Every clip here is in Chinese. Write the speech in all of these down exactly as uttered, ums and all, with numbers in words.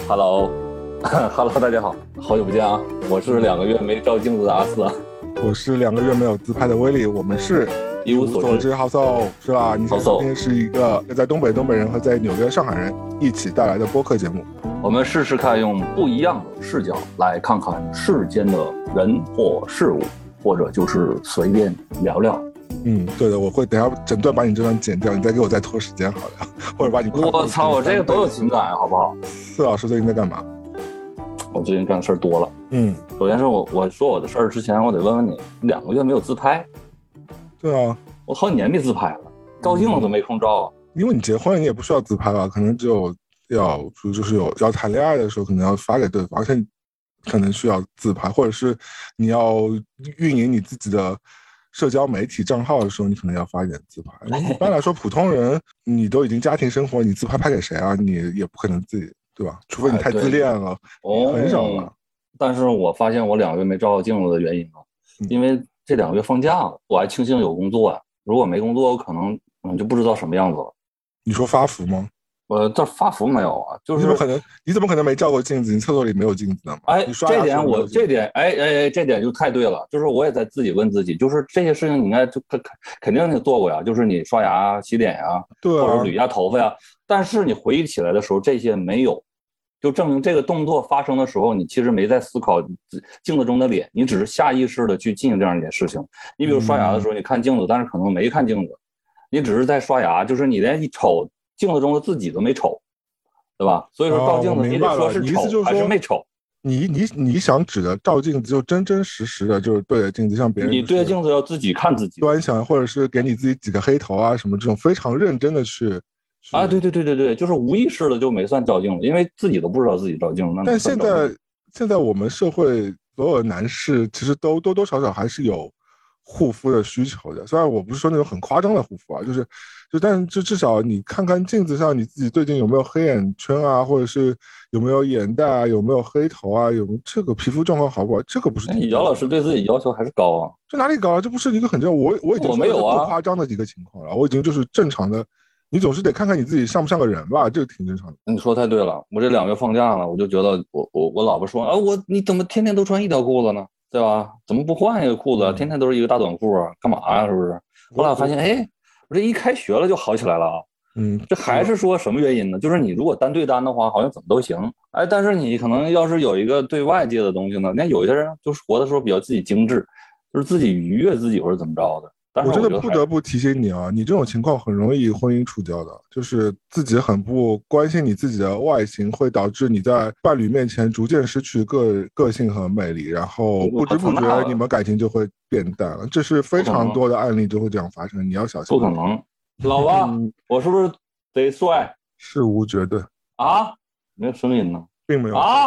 Hello，Hello， 大家好，好久不见啊！我是两个月没照镜子的阿四啊， 我是两个月没有自拍的威力，我们是一无所知， 好搜是吧？你收听是一个在东北东北人和在纽约上海人一起带来的播客节目。 我们试试看用不一样的视角来看看世间的人或事物，或者就是随便聊聊。 嗯，对的，我会等一下整段把你这段剪掉，你再给我再拖时间好了，或者把你我操，我这个都有情感，好不好？ 四老师最近在干嘛？ 我最近干的事儿多了。嗯，首先是我我说我的事儿之前，我得问问你，两个月没有自拍？ 对啊， 我好几年没自拍了，照镜子都没空照啊。 因为你结婚，你也不需要自拍吧？可能只有要就是有要谈恋爱的时候，可能要发给对方，而且可能需要自拍，或者是你要运营你自己的社交媒体账号的时候，你可能要发一点自拍。一般来说，普通人你都已经家庭生活，你自拍拍给谁啊？你也不可能自己，对吧？除非你太自恋了， 哦， 很少了。 但是我发现我两个月没照到镜子的原因啊，因为这两个月放假了，我还庆幸有工作呀、啊。如果没工作，我可能嗯就不知道什么样子了。 你说发福吗？ 我这发福没有啊，就是你怎么可能？你怎么可能没照过镜子？你厕所里没有镜子的吗？ 哎， 你刷牙这点我这点哎哎哎，这点就太对了。就是我也在自己问自己，就是这些事情你应该就肯肯定你做过呀，就是你刷牙、洗脸呀， 对啊， 或者捋一下头发呀。但是你回忆起来的时候，这些没有，就证明这个动作发生的时候，你其实没在思考镜子中的脸，你只是下意识的去进行这样一件事情。你比如刷牙的时候，你看镜子，但是可能没看镜子，你只是在刷牙，就是你连一瞅镜子中的自己都没瞅。对吧？所以说照镜子，你得说是丑还是没丑？ 你你你想指的照镜子，就真真实实的，就是对着镜子，像别人你对着镜子要自己看自己， 端详，或者是给你自己几个黑头啊什么这种非常认真的去啊，对对对对对，就是无意识的就没算照镜子，因为自己都不知道自己照镜子。 但现在现在我们社会所有男士其实都多多少少还是有护肤的需求的，虽然我不是说那种很夸张的护肤啊，就是就但就至少你看看镜子上你自己最近有没有黑眼圈啊，或者是有没有眼袋啊，有没有黑头啊，有没有这个皮肤状况好不好，这个不是。 哎，姚老师对自己要求还是高啊？ 这哪里高啊？这不是一个很正常，我我已经没有不夸张的几个情况了，我已经就是正常的。你总是得看看你自己像不像个人吧，这个挺正常的。 你说太对了，我这两个月放假了，我就觉得我我我老婆说啊，我你怎么天天都穿一条裤子呢？对吧？怎么不换一个裤子？天天都是一个大短裤啊，干嘛呀、啊？是不是？后来我发现，哎，我这一开学了就好起来了啊。 嗯， 这还是说什么原因呢？就是你如果单对单的话，好像怎么都行。哎，但是你可能要是有一个对外界的东西呢，那有些人就是活的时候比较自己精致，就是自己愉悦自己或者怎么着的。但是我真的不得不提醒你啊，你这种情况很容易婚姻触礁的，就是自己很不关心你自己的外形，会导致你在伴侣面前逐渐失去个个性和魅力，然后不知不觉你们感情就会变淡了。这是非常多的案例就会这样发生，你要小心。 不可能，老爸，我是不是得帅？ 事无绝对啊？没有声音呢， 并没有啊。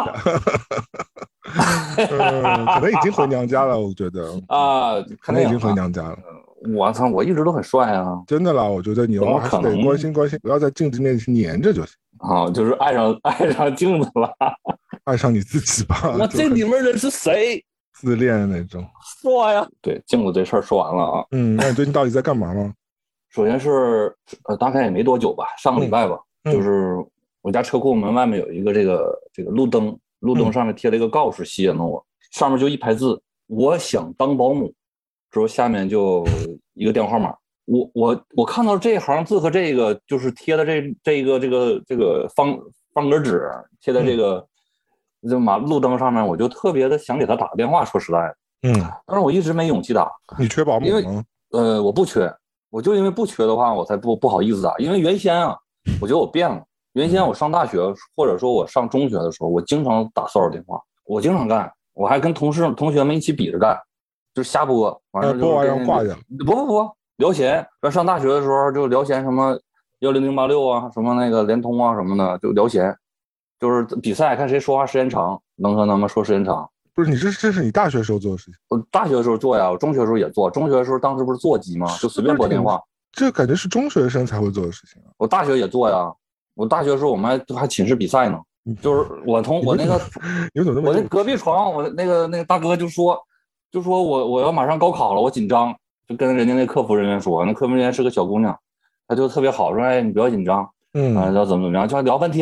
嗯，可能已经回娘家了，我觉得啊， 可能已经回娘家了。 我操，我一直都很帅啊！ 真的啦，我觉得你要还是得关心关心，不要在镜子面前黏着就行。 啊，就是爱上爱上镜子了， 爱上你自己吧。 我这里面人是谁？ 自恋的那种。 说呀，对镜子这事儿说完了啊。 嗯，那你最近到底在干嘛吗？ 首先是呃，大概也没多久吧，上个礼拜吧， 嗯、 就是我家车库门外面有一个这个这个路灯，路灯上面贴了一个告示，吸引了我，上面就一排字：我想当保姆。之后下面就一个电话号码，我我我看到这行字和这个就是贴的这这个这个这个方方格纸贴在这个这、嗯、马路灯上面，我就特别的想给他打个电话。说实在的， 嗯， 但是我一直没勇气打。 你缺保姆吗？ 因为呃我不缺，我就因为不缺的话，我才不不好意思打。因为原先啊，我觉得我变了。原先我上大学或者说我上中学的时候，我经常打骚扰电话，我经常干，我还跟同事同学们一起比着干。就瞎播，完了播完让挂掉。 不不不，聊闲。上大学的时候就聊闲，什么幺零零八六啊，什么那个联通啊什么的，就聊闲。就是比赛看谁说话时间长，能和他们说时间长。 不是你这这是你大学时候做的事情？ 我大学的时候做呀，我中学的时候也做。中学的时候当时不是座机吗？就随便拨电话。 这感觉是中学生才会做的事情啊。 我大学也做呀，我大学的时候我们还还寝室比赛呢。就是我同我那个我那隔壁床，我那个那个大哥就说。就说我我要马上高考了，我紧张，就跟人家那客服人员说，那客服人员是个小姑娘，她就特别好，说哎你不要紧张， 嗯， 啊要怎么怎么样，就聊半天，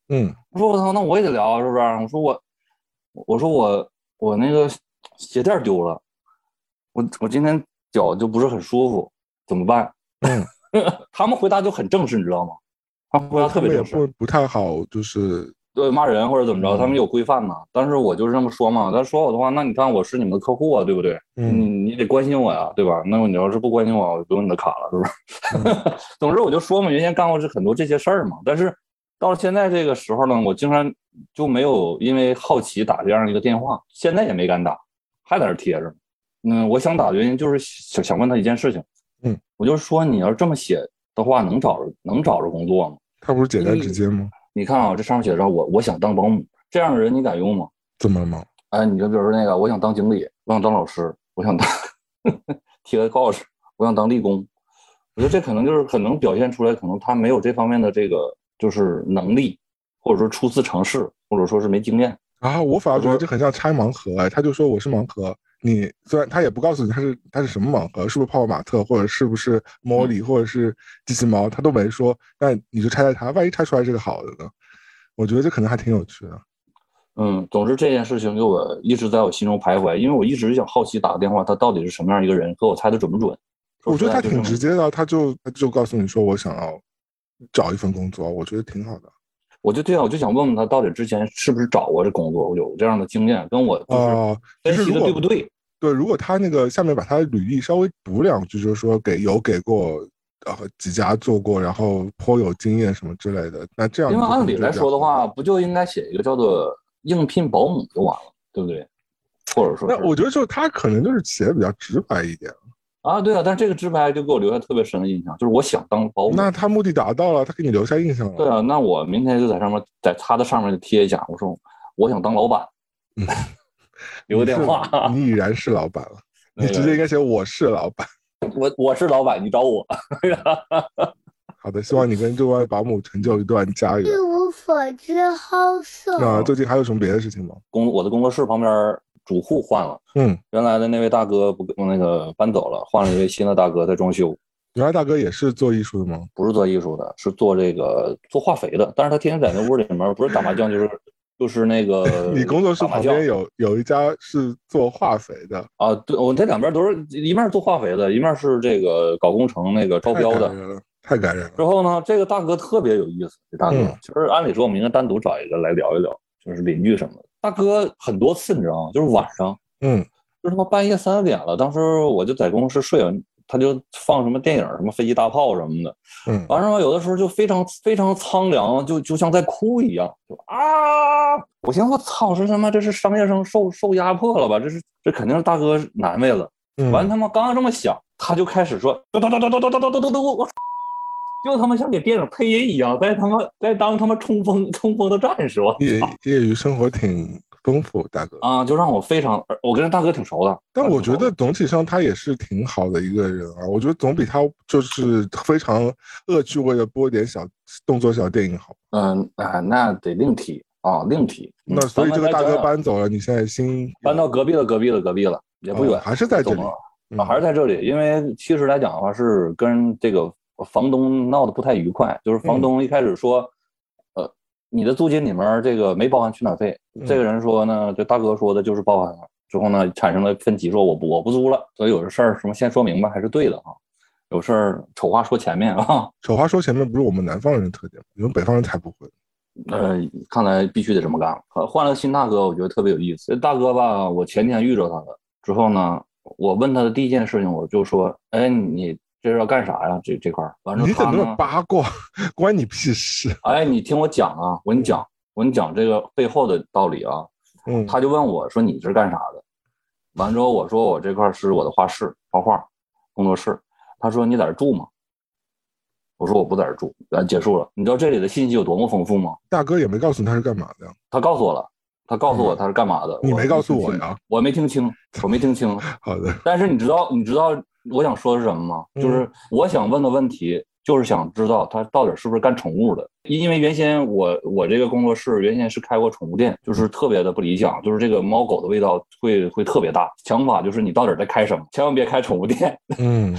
嗯， 我说我操，那我也得聊，是不是？我说我，我说我我那个鞋垫丢了，我我今天脚就不是很舒服，怎么办？ 嗯， 他们回答就很正式，你知道吗？他们回答他们也特别正式， 不不太好，就是对骂人或者怎么着， 嗯他们有规范嘛。但是我就是这么说嘛，他说我的话，那你看我是你们的客户啊，对不对？你嗯你得关心我呀，对吧？那你要是不关心我，我就不用你的卡了，是不是？ 嗯总之我就说嘛，原先干过这很多这些事儿嘛，但是到了现在这个时候呢，我竟然就没有因为好奇打这样一个电话，现在也没敢打，还在这贴着。嗯，我想打的原因就是想想问他一件事情， 嗯， 我就说你要这么写的话，能找着能找着工作吗？ 他不是简单直接吗？ 你看啊，这上面写着我我想当保姆，这样的人你敢用吗？ 怎么了吗？ 哎，你就比如说那个，我想当经理，我想当老师，我想当贴个告示，我想当立功。我觉得这可能就是可能表现出来，可能他没有这方面的这个就是能力，或者说初次尝试，或者说是没经验。 啊，我反而觉得这很像拆盲盒，哎，他就说我是盲盒，你虽然他也不告诉你他是他是什么盲盒，是不是泡泡玛特，或者是不是茉莉，或者是机器猫，他都没说，那你就拆拆它，万一拆出来是个好的呢？我觉得这可能还挺有趣的。 嗯，总之这件事情就我一直在我心中徘徊，因为我一直想好奇打个电话，他到底是什么样一个人，和我猜的准不准？ 我觉得他挺直接的，他就他就告诉你说我想要找一份工作，我觉得挺好的。 我就对啊，我就想问问他到底之前是不是找过这工作，有这样的经验，跟我就是分析的对不对？ 呃、对，如果他那个下面把他的履历稍微补两句，就是说给有给过呃几家做过，然后颇有经验什么之类的，那这样因为按理来说的话，不就应该写一个叫做应聘保姆就完了，对不对？或者说， 那我觉得就他可能就是写的比较直白一点啊，对啊，但是这个直白就给我留下特别深的印象，就是我想当保姆。 那他目的达到了，他给你留下印象了。 对啊，那我明天就在上面，在他的上面就贴一下，我说我想当老板， 嗯， 留个电话。 你已然是老板了，你直接应该写我是老板。 我我是老板，你找我。 好的，希望你跟这位保姆成就一段家园。 一无所知，好色。 那最近还有什么别的事情吗？ 工我的工作室旁边主户换了， 嗯， 原来的那位大哥不那个搬走了，换了一位新的大哥在装修。 原来大哥也是做艺术的吗？ 不是做艺术的，是做这个做化肥的。但是他天天在那屋里面，不是打麻将就是就是那个。 你工作室旁边有有一家是做化肥的啊？对，我这两边都是一面是做化肥的，一面是这个搞工程那个招标的。 太感人了。 之后呢，这个大哥特别有意思，这大哥、 嗯、 就是按理说我们应该单独找一个来聊一聊，就是邻居什么的。大哥很多次你知道吗？就是晚上， 嗯， 就是他妈半夜三四点了，当时我就在工作室睡了。他就放什么电影，什么飞机大炮什么的， 嗯， 完了有的时候就非常非常苍凉，就就像在哭一样，就啊！我寻思我操，这他妈这是商业上受受压迫了吧？这是这肯定是大哥难为了。 嗯、 完他妈刚刚这么想，他就开始说，嘟嘟嘟嘟嘟嘟嘟嘟嘟嘟，我就他妈像给电影配音一样，在他妈在当他妈冲锋冲锋的战士。我业业余生活挺丰富，大哥啊，就让我非常，我跟大哥挺熟的。 但我觉得总体上他也是挺好的一个人啊，我觉得总比他就是非常恶趣味的播一点小动作小电影好。 嗯啊，那得另提啊，另提。 那所以这个大哥搬走了，你现在新搬到隔壁了，隔壁了，隔壁了，也不远， 哦、还是在这里、 嗯、啊，还是在这里。因为其实来讲的话，是跟这个房东闹得不太愉快，就是房东一开始说。嗯你的租金里面这个没包含取暖费， 嗯、 这个人说呢，这大哥说的就是包含了。之后呢，产生了分歧，说我不我不租了。所以有的事儿什么先说明白还是对的啊，有事儿丑话说前面啊。 丑话说前面不是我们南方人的特点吗？你们北方人才不会。 呃，看来必须得这么干了。换了个新大哥，我觉得特别有意思。这大哥吧，我前天遇着他了，之后呢，我问他的第一件事情，我就说，哎，你这是要干啥呀？这这块儿，完了你怎么那么八卦？关你屁事！ 哎，你听我讲啊，我跟你讲，我跟你讲这个背后的道理啊。 嗯， 他就问我说：“你是干啥的？”完之后我说：“我这块是我的画室、画画工作室。”他说：“你在这住吗？”我说：“我不在这住。”然后结束了。你知道这里的信息有多么丰富吗？ 大哥也没告诉你他是干嘛的。 他告诉我了，他告诉我他是干嘛的。 嗯、你没告诉我呀？ 我没听清，我没听清。 好的。 但是你知道，你知道我想说的是什么吗？ 嗯、 就是我想问的问题，就是想知道他到底是不是干宠物的。因为原先我我这个工作室原先是开过宠物店，就是特别的不理想，就是这个猫狗的味道会会特别大。想法就是你到底在开什么，千万别开宠物店。 嗯。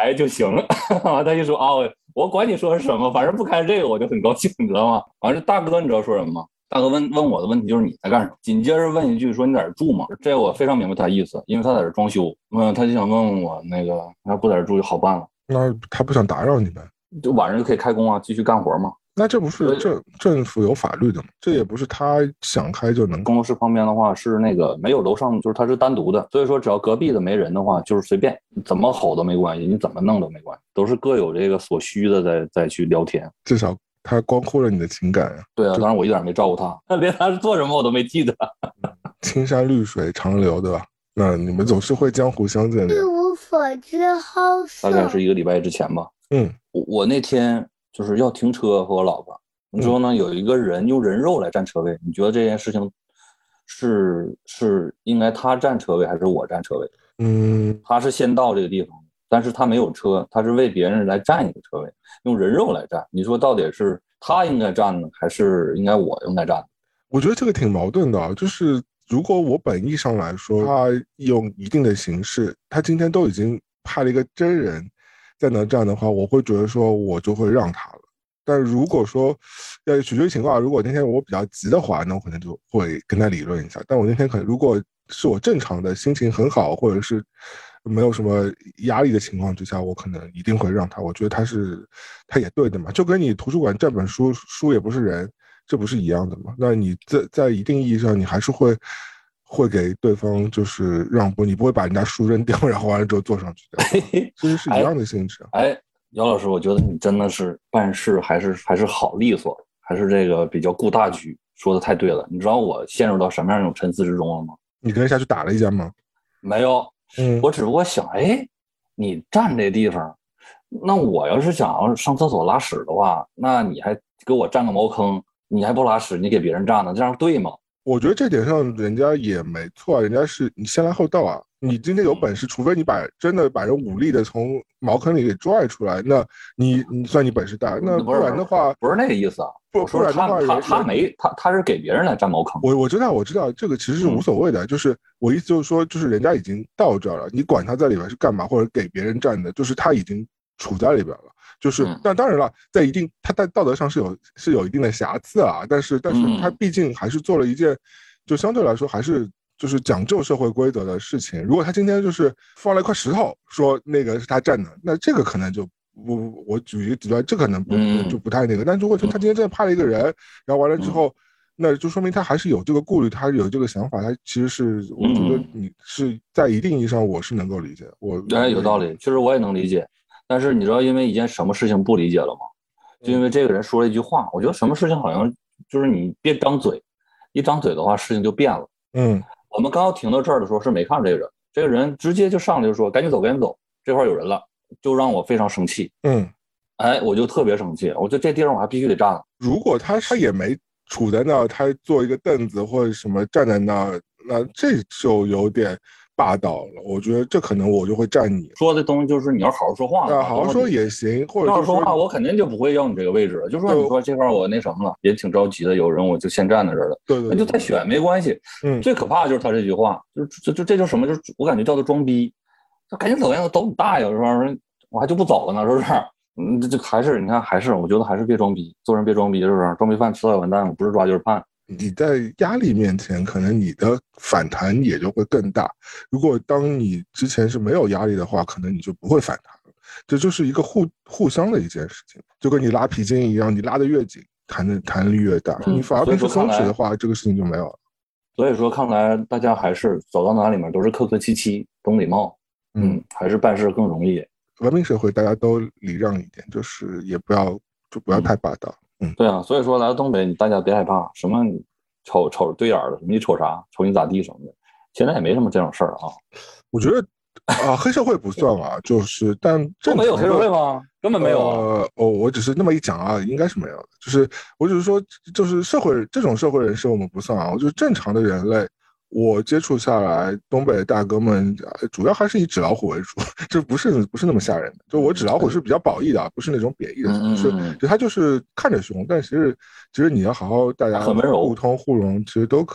哎就行了。他一说啊，我管你说是什么，反正不开这个我就很高兴，你知道吗？完了，大哥你知道说什么吗？大哥问问我的问题就是你在干什么？紧接着问一句说你在这住吗？这我非常明白他意思，因为他在这装修，嗯，他就想问问我那个要不在这住就好办了。 那他不想打扰你们， 就晚上就可以开工啊，继续干活嘛。 那这不是政政府有法律的吗？这也不是他想开就能。 工作室旁边的话是那个没有楼上，就是它是单独的，所以说只要隔壁的没人的话，就是随便怎么吼都没关系，你怎么弄都没关系，都是各有这个所需的再再去聊天。 至少他关乎了你的情感呀。 对啊，当然我一点没照顾他，连他是做什么我都没记得。 青山绿水长流，对吧？那你们总是会江湖相见的。 一无所知好色。 大概是一个礼拜之前吧。 嗯， 我我那天就是要停车和我老婆。你说呢？有一个人用人肉来占车位，你觉得这件事情是是应该他占车位还是我占车位？ 嗯， 他是先到这个地方，但是他没有车，他是为别人来占一个车位，用人肉来占。你说到底是他应该占呢，还是应该我应该占？ 我觉得这个挺矛盾的啊，就是如果我本意上来说，他用一定的形式，他今天都已经派了一个真人在那站的话，我会觉得说我就会让他了。但如果说要取决于情况，如果那天我比较急的话，那我可能就会跟他理论一下。但我那天可能如果是我正常的心情很好，或者是没有什么压力的情况之下，我可能一定会让他。我觉得他是他也对的嘛，就跟你图书馆占本书，书也不是人，这不是一样的嘛？那你在在一定意义上，你还是会会给对方就是让步，你不会把人家书扔掉，然后完了之后坐上去的，其实是一样的性质。 哎。哎姚老师，我觉得你真的是办事还是还是好利索，还是这个比较顾大局，说的太对了。你知道我陷入到什么样一种沉思之中了吗？ 你跟人下去打了一架吗？ 没有， 嗯， 我只不过想，哎，你站这地方，那我要是想要上厕所拉屎的话，那你还给我占个茅坑，你还不拉屎，你给别人占呢，这样对吗？ 我觉得这点上人家也没错，人家是你先来后到啊。你今天有本事，除非你把真的把人武力的从茅坑里给拽出来，那你你算你本事大。那不然的话， 不是那个意思啊。 不不然的话， 他他没他他是给别人来占茅坑。 我我知道我知道这个其实是无所谓的，嗯、就是我意思就是说，就是人家已经到这儿了，你管他在里边是干嘛，或者给别人占的，就是他已经处在里边了。就是，但当然了，在一定他在道德上是有是有一定的瑕疵啊，但是但是他毕竟还是做了一件，就相对来说还是就是讲究社会规则的事情。如果他今天就是放了一块石头，说那个是他占的，那这个可能就我我举一个极端，这可能不就不太那个。但如果他今天真的派了一个人，然后完了之后，那就说明他还是有这个顾虑，他有这个想法，他其实是我觉得你是在一定意义上我是能够理解。我哎，有道理，确实我也能理解。但是你知道因为一件什么事情不理解了吗？就因为这个人说了一句话，我觉得什么事情好像就是你别张嘴，一张嘴的话事情就变了。 嗯， 我们刚刚停到这儿的时候是没看这个人，这个人直接就上来就说赶紧走赶紧走，这块有人了，就让我非常生气。 嗯， 哎，我就特别生气，我觉得这地方我还必须得站了。 如果他他也没杵在那，他坐一个凳子或者什么站在那，那这就有点霸道了。我觉得这可能我就会站你说的东西，就是你要好好说话， 啊，好好说也行，或者好好说话，我肯定就不会要你这个位置了。就说你说这块我那什么了，也挺着急的，有人我就先站在这儿了， 对对， 那就再选没关系。 嗯， 最可怕的就是他这句话，就就就这就什么，就是我感觉叫做装逼，就赶紧走呀，走你大爷，是吧？我还就不走了呢，是不是？嗯，这这还是你看，还是我觉得还是别装逼，做人别装逼，是不是？装逼犯迟早完蛋，我不是抓就是判。 你在压力面前，可能你的反弹也就会更大。如果当你之前是没有压力的话，可能你就不会反弹了。这就是一个互互相的一件事情，就跟你拉皮筋一样，你拉得越紧，弹的弹力越大。嗯、你反而平时松弛的话，这个事情就没有了。 所以说，看来大家还是走到哪里面都是客客气气，懂礼貌，嗯，嗯还是办事更容易。 文明社会大家都礼让一点，就是也不要就不要太霸道。嗯嗯，对啊，所以说来到东北，大家别害怕，什么瞅瞅对眼的，什么你瞅啥，瞅你咋地什么的，现在也没什么这种事儿啊。 我觉得啊，黑社会不算啊，就是但东北有黑社会吗？根本没有啊。 呃，哦，我只是那么一讲啊，应该是没有的。就是我只是说，就是社会这种社会人士我们不算啊，我就是正常的人类。我接触下来，东北的大哥们主要还是以纸老虎为主，这不是不是那么吓人的。就我纸老虎是比较褒义的，不是那种贬义的， 嗯、 是就他就是看着凶，但其实其实你要好好大家互通互融，其实都可以的。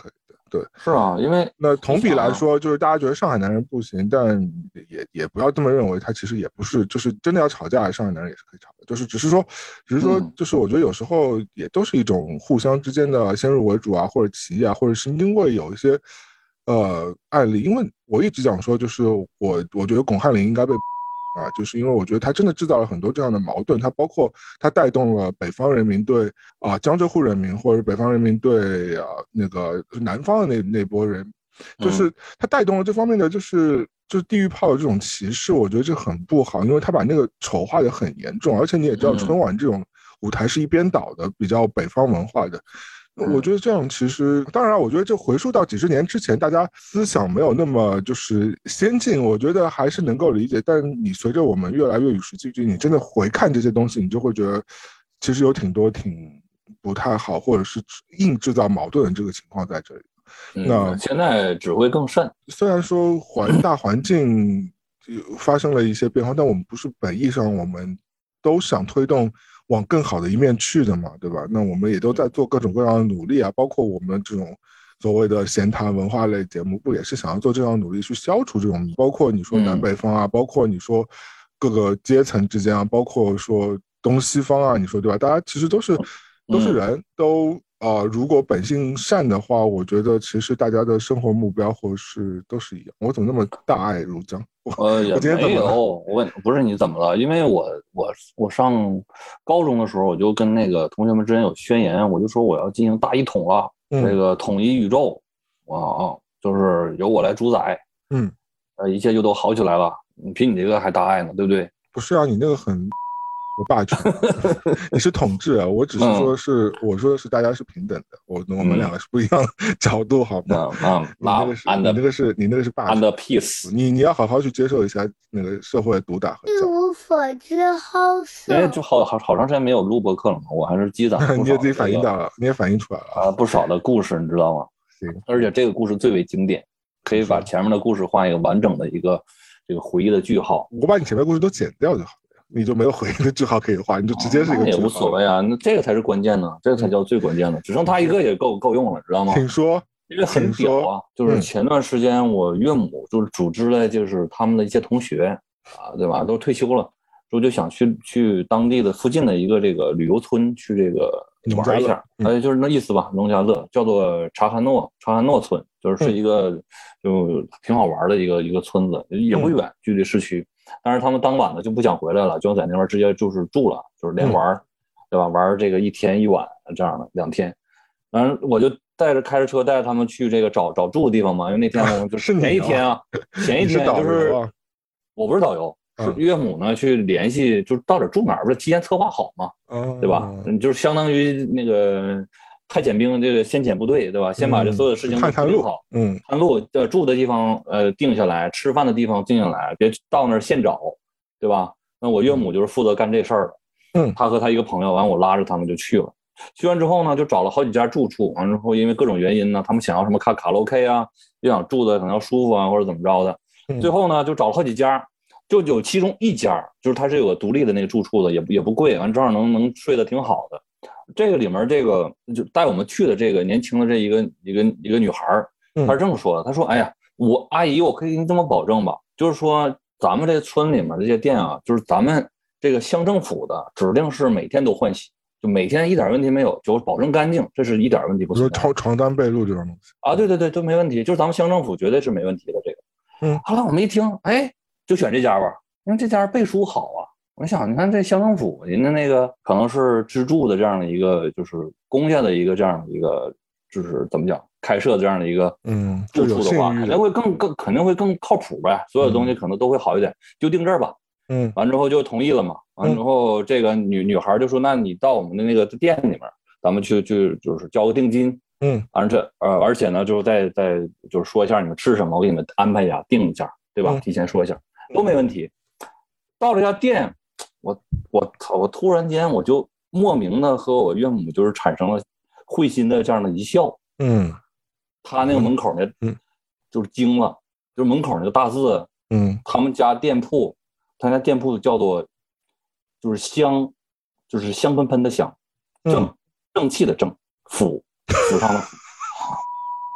对， 是啊，因为那同比来说，就是大家觉得上海男人不行，但也也不要这么认为，他其实也不是，就是真的要吵架，上海男人也是可以吵的，就是只是说，只是说，就是我觉得有时候也都是一种互相之间的先入为主啊，或者歧义啊，或者是因为有一些呃案例，因为我一直讲说，就是我我觉得巩汉林应该被。啊，就是因为我觉得他真的制造了很多这样的矛盾，他包括他带动了北方人民对啊江浙沪人民，或者北方人民对啊那个南方的那那波人，就是他带动了这方面的就是就是地域炮的这种歧视，我觉得这很不好，因为他把那个丑化的很严重，而且你也知道春晚这种舞台是一边倒的，比较北方文化的。我觉得这样其实，当然，我觉得这回溯到几十年之前，大家思想没有那么就是先进，我觉得还是能够理解。但你随着我们越来越与时俱进，你真的回看这些东西，你就会觉得其实有挺多挺不太好，或者是硬制造矛盾的这个情况在这里。 嗯、 那现在只会更甚。 虽然说环大环境发生了一些变化，但我们不是本意上我们都想推动往更好的一面去的嘛，对吧？那我们也都在做各种各样的努力啊，包括我们这种所谓的闲谈文化类节目，不也是想要做这样的努力去消除这种，包括你说南北方啊，嗯、包括你说各个阶层之间啊，包括说东西方啊，你说对吧？大家其实都是都是人，嗯、都。啊、呃，如果本性善的话，我觉得其实大家的生活目标或是都是一样。我怎么那么大爱如江？ 呃，也没有，我问不是你怎么了？因为我我我上高中的时候，我就跟那个同学们之间有宣言，我就说我要进行大一统了，嗯、这个统一宇宙啊啊，就是由我来主宰， 嗯， 呃，一切就都好起来了。你比你这个还大爱呢，对不对？ 不是啊，你那个很。霸权，你是统治啊！我只是说是，嗯、我说的是大家是平等的，我我们两个是不一样的角度，好吗？ 嗯， 你那个是，你那个是，你那个是霸权。 and peace， 你你要好好去接受一下那个社会的毒打和一无所知好色。 因为就好好好长时间没有录播课了嘛，我还是积攒了、這個。 你也自己反映到了，你也反映出来了啊，不少的故事，你知道吗？ 行， 而且这个故事最为经典，可以把前面的故事画一个完整的一个这个回忆的句号。 我把你前面故事都剪掉就好。你就没有回忆的句号可以画，你就直接是一个句号、 哦、也无所谓啊，那这个才是关键呢，这个才叫最关键的，只剩他一个也够够用了，知道吗？ 请说， 因为很屌啊，就是前段时间我岳母就是组织了，就是他们的一些同学啊，对吧，都退休了，所以就想去去当地的附近的一个这个旅游村去这个玩一下，哎、嗯，就是那意思吧，农家乐，叫做查罕诺查罕诺村，就是是一个、嗯、就挺好玩的一个一个村子，也不远，距离市区。但是他们当晚呢就不想回来了，就在那边直接就是住了，就是连玩，嗯、对吧？玩这个一天一晚这样的两天。然后我就带着开着车带着他们去这个找找住的地方嘛，因为那天我们就前一天啊，前一天就是我不是导游，是岳母呢去联系，就是到底住哪儿，不是提前策划好嘛，对吧？嗯，就是相当于那个派遣兵这个先遣部队，对吧？先把这所有的事情都定好， 嗯， 探路的住的地方呃定下来，吃饭的地方定下来，别到那儿现找，对吧？那我岳母就是负责干这事儿的， 嗯， 他和他一个朋友，完我拉着他们就去了。去完之后呢，就找了好几家住处，完之后因为各种原因呢，他们想要什么看卡拉 OK 啊，又想住的可能要舒服啊，或者怎么着的，最后呢就找了好几家，就有其中一家就是他是有个独立的那个住处的，也不也不贵，完正好能能睡得挺好的。这个里面这个就带我们去的这个年轻的这一个一个一个女孩，她是这么说的，她说：“哎呀，我阿姨，我可以给你这么保证吧，就是说咱们这村里面这些店啊，就是咱们这个乡政府的指定是每天都换洗，就每天一点问题没有，就保证干净，这是一点问题不存在。 床床单被褥这种东西啊，对对对，都没问题，就是咱们乡政府绝对是没问题的这个。 嗯， 后来我们一听，哎，就选这家吧，因为这家背书好啊。”我想，你看这乡政府人家那个可能是支柱的这样的一个，就是公家的一个这样的一个，就是怎么讲开设这样的一个嗯住处的话，肯定会更更肯定会更靠谱呗，所有东西可能都会好一点，就定这儿吧。 嗯， 完之后就同意了嘛。完之后这个女女孩就说：“那你到我们的那个店里面，咱们去去就是交个定金。” 嗯， 而且呃而且呢，就是再再就是说一下你们吃什么，我给你们安排一下，定一下，对吧？提前说一下都没问题。到了一家店。我我我突然间我就莫名的和我岳母就是产生了会心的这样的一笑， 嗯， 他那个门口呢， 嗯， 就是惊了，就是门口那个大字， 嗯， 他们家店铺，他家店铺叫做就是香，就是香喷喷的香，正正气的正，府府上的府。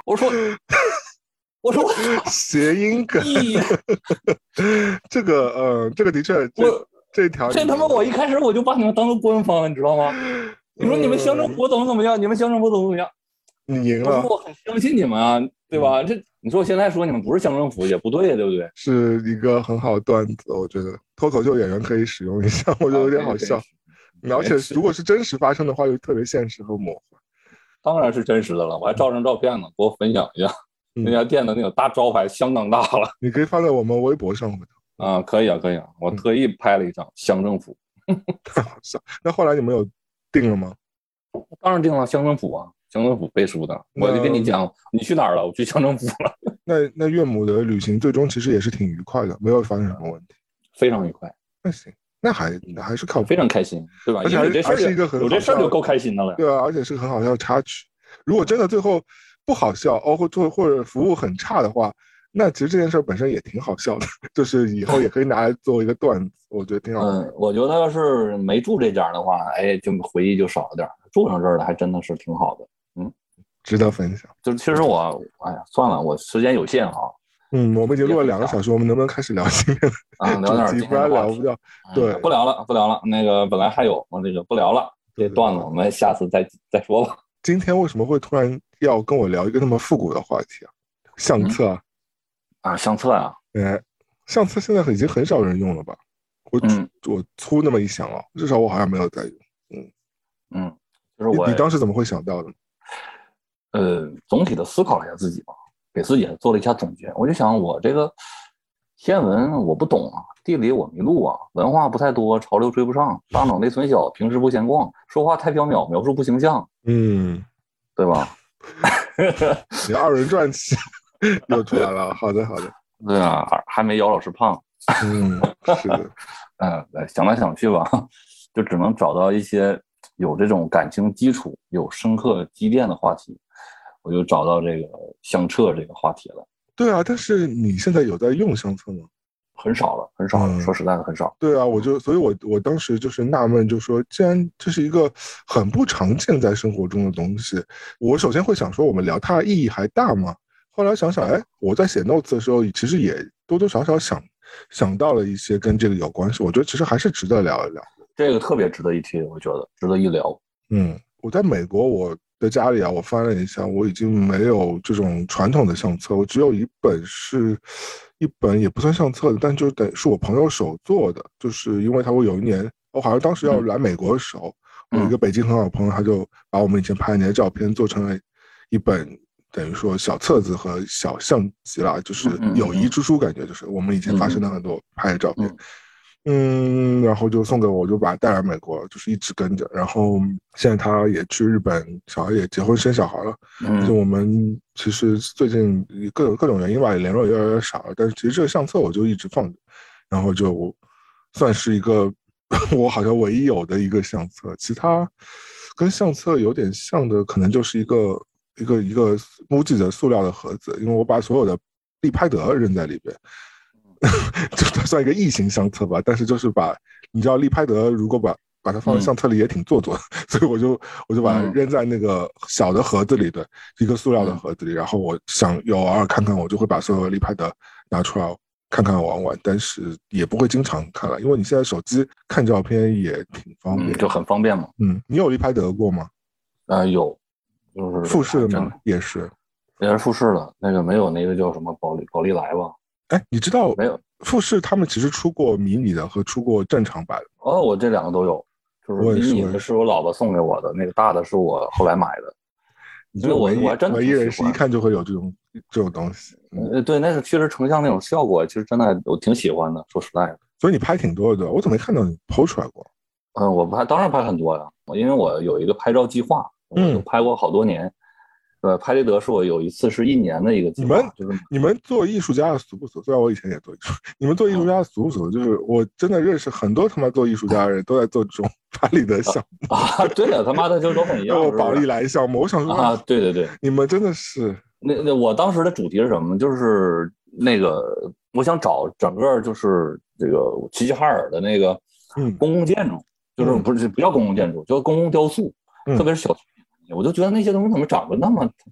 我说我说我谐音梗，这个呃，这个的确， 我这条这他妈我一开始我就把你们当成官方了，你知道吗？你说你们乡政府怎么怎么样，你们乡政府怎么怎么样？ 你赢了。 我说我很相信你们啊，对吧？这你说我现在说你们不是乡政府也不对，对不对？ 是一个很好的段子，我觉得脱口秀演员可以使用一下，我觉得有点好笑。 啊、 而且如果是真实发生的话，又特别现实和魔幻。 当然是真实的了，我还照张照片呢，给我分享一下。嗯、那家店的那个大招牌相当大了， 你可以放在我们微博上回头。 啊，可以啊，可以啊，我特意拍了一张乡政府。 太好笑。那后来你们有定了吗？ 当然定了，乡政府啊，乡政府背书的。我就跟你讲，你去哪儿了？我去乡政府了。 那那岳母的旅行最终其实也是挺愉快的，没有发生什么问题， 非常愉快。 那行，那还还是靠谱， 非常开心，对吧？ 而且因为这事是一个很有这事儿就够开心的了。 对啊，而且是个很好笑的插曲。如果真的最后不好笑哦，或者或者服务很差的话，那其实这件事本身也挺好笑的，就是以后也可以拿来做一个段子，我觉得挺好的。 嗯，我觉得要是没住这家的话，哎，就回忆就少了点；住上这儿了，还真的是挺好的。嗯， 值得分享。 就其实我，哎呀，算了，我时间有限啊。 嗯，我们已经录了两个小时，我们能不能开始聊今天的啊？聊点主题，不然聊不掉。对， 不聊了，不聊了。那个本来还有，我这个不聊了，这段子我们下次再再说吧。 今天为什么会突然要跟我聊一个那么复古的话题啊？相册啊？ 嗯、啊，相册啊？ 哎，相册现在已经很少人用了吧？我、嗯、我粗那么一想啊，至少我好像没有在用。嗯嗯，就是我你，你当时怎么会想到的？ 呃，总体的思考了一下自己吧，给自己做了一下总结。我就想，我这个天文我不懂啊，地理我迷路啊，文化不太多，潮流追不上，大脑内存小，平时不闲逛，说话太缥缈，描述不形象， 嗯， 对吧？ 你二人转起又出来了，好的好的。 对啊，还没姚老师胖。 嗯，是的。 嗯，想来想去吧，就只能找到一些有这种感情基础、有深刻积淀的话题，我就找到这个相册这个话题了。 对啊，但是你现在有在用相册吗？ 很少了，很少了，嗯、说实在的，很少。 对啊，我就，所以我我当时就是纳闷，就说，既然这是一个很不常见在生活中的东西，我首先会想说，我们聊它的意义还大吗？后来想想，哎，我在写 notes 的时候，其实也多多少少想想到了一些跟这个有关系，我觉得其实还是值得聊一聊。 这个特别值得一提，我觉得值得一聊。 嗯，我在美国，我的家里啊，我翻了一下，我已经没有这种传统的相册，我只有一本是一本也不算相册的，但就等是我朋友手做的，就是因为他会有一年，我好像当时要来美国的时候，嗯、有一个北京很好的朋友，他就把我们以前拍的那些照片做成了一本等于说小册子和小相集啦，就是友谊之书，感觉就是我们以前发生的很多拍的照片。嗯嗯，然后就送给我，我就把它带来美国，就是一直跟着。然后现在他也去日本，小孩也结婚生小孩了。嗯，就我们其实最近各种各种原因吧，联络越来越少了。但是其实这个相册我就一直放着，然后就算是一个我好像唯一有的一个相册。其他跟相册有点像的，可能就是一个一个一个 MUJI 的塑料的盒子，因为我把所有的立拍得扔在里边。就算一个异形相册吧，但是就是把你知道立拍得如果把把它放在相册里也挺做作的，嗯、所以我就我就把它扔在那个小的盒子里的、嗯、一个塑料的盒子里，然后我想有偶尔看看，我就会把所有的立拍得拿出来看看玩玩，但是也不会经常看了，因为你现在手机看照片也挺方便、 嗯，就很方便嘛。 嗯，你有立拍得过吗？ 呃，有，就是富士的吗？也是， 也是富士的，那个没有那个叫什么宝丽宝丽来吧。 哎，你知道没有？ 富士他们其实出过迷你的和出过正常版的。 哦，我这两个都有，就是迷你的是我老婆送给我的，那个大的是我后来买的。 因为我我还真的唯一人是一看就会有这种这种东西。 呃，对，那是确实成像那种效果，其实真的我挺喜欢的，说实在的。 所以你拍挺多的，我怎么没看到你 po 出来过？ 嗯，我拍当然拍很多呀，因为我有一个拍照计划，我就拍过好多年。嗯呃，拍立得是我有一次是一年的一个计划。 你们就是你们做艺术家的俗不俗？虽然我以前也做艺术，你们做艺术家的俗不俗？就是我真的认识很多他妈做艺术家的人都在做这种拍立得项目啊！对的，他妈的就都很一样。 有宝丽来项目，我想说啊，对对对， 你们真的是那那我当时的主题是什么？就是那个我想找整个就是这个齐齐哈尔的那个公共建筑，嗯、就是不是不叫公共建筑，叫公共雕塑，嗯、特别是小。我就觉得那些东西怎么长得那么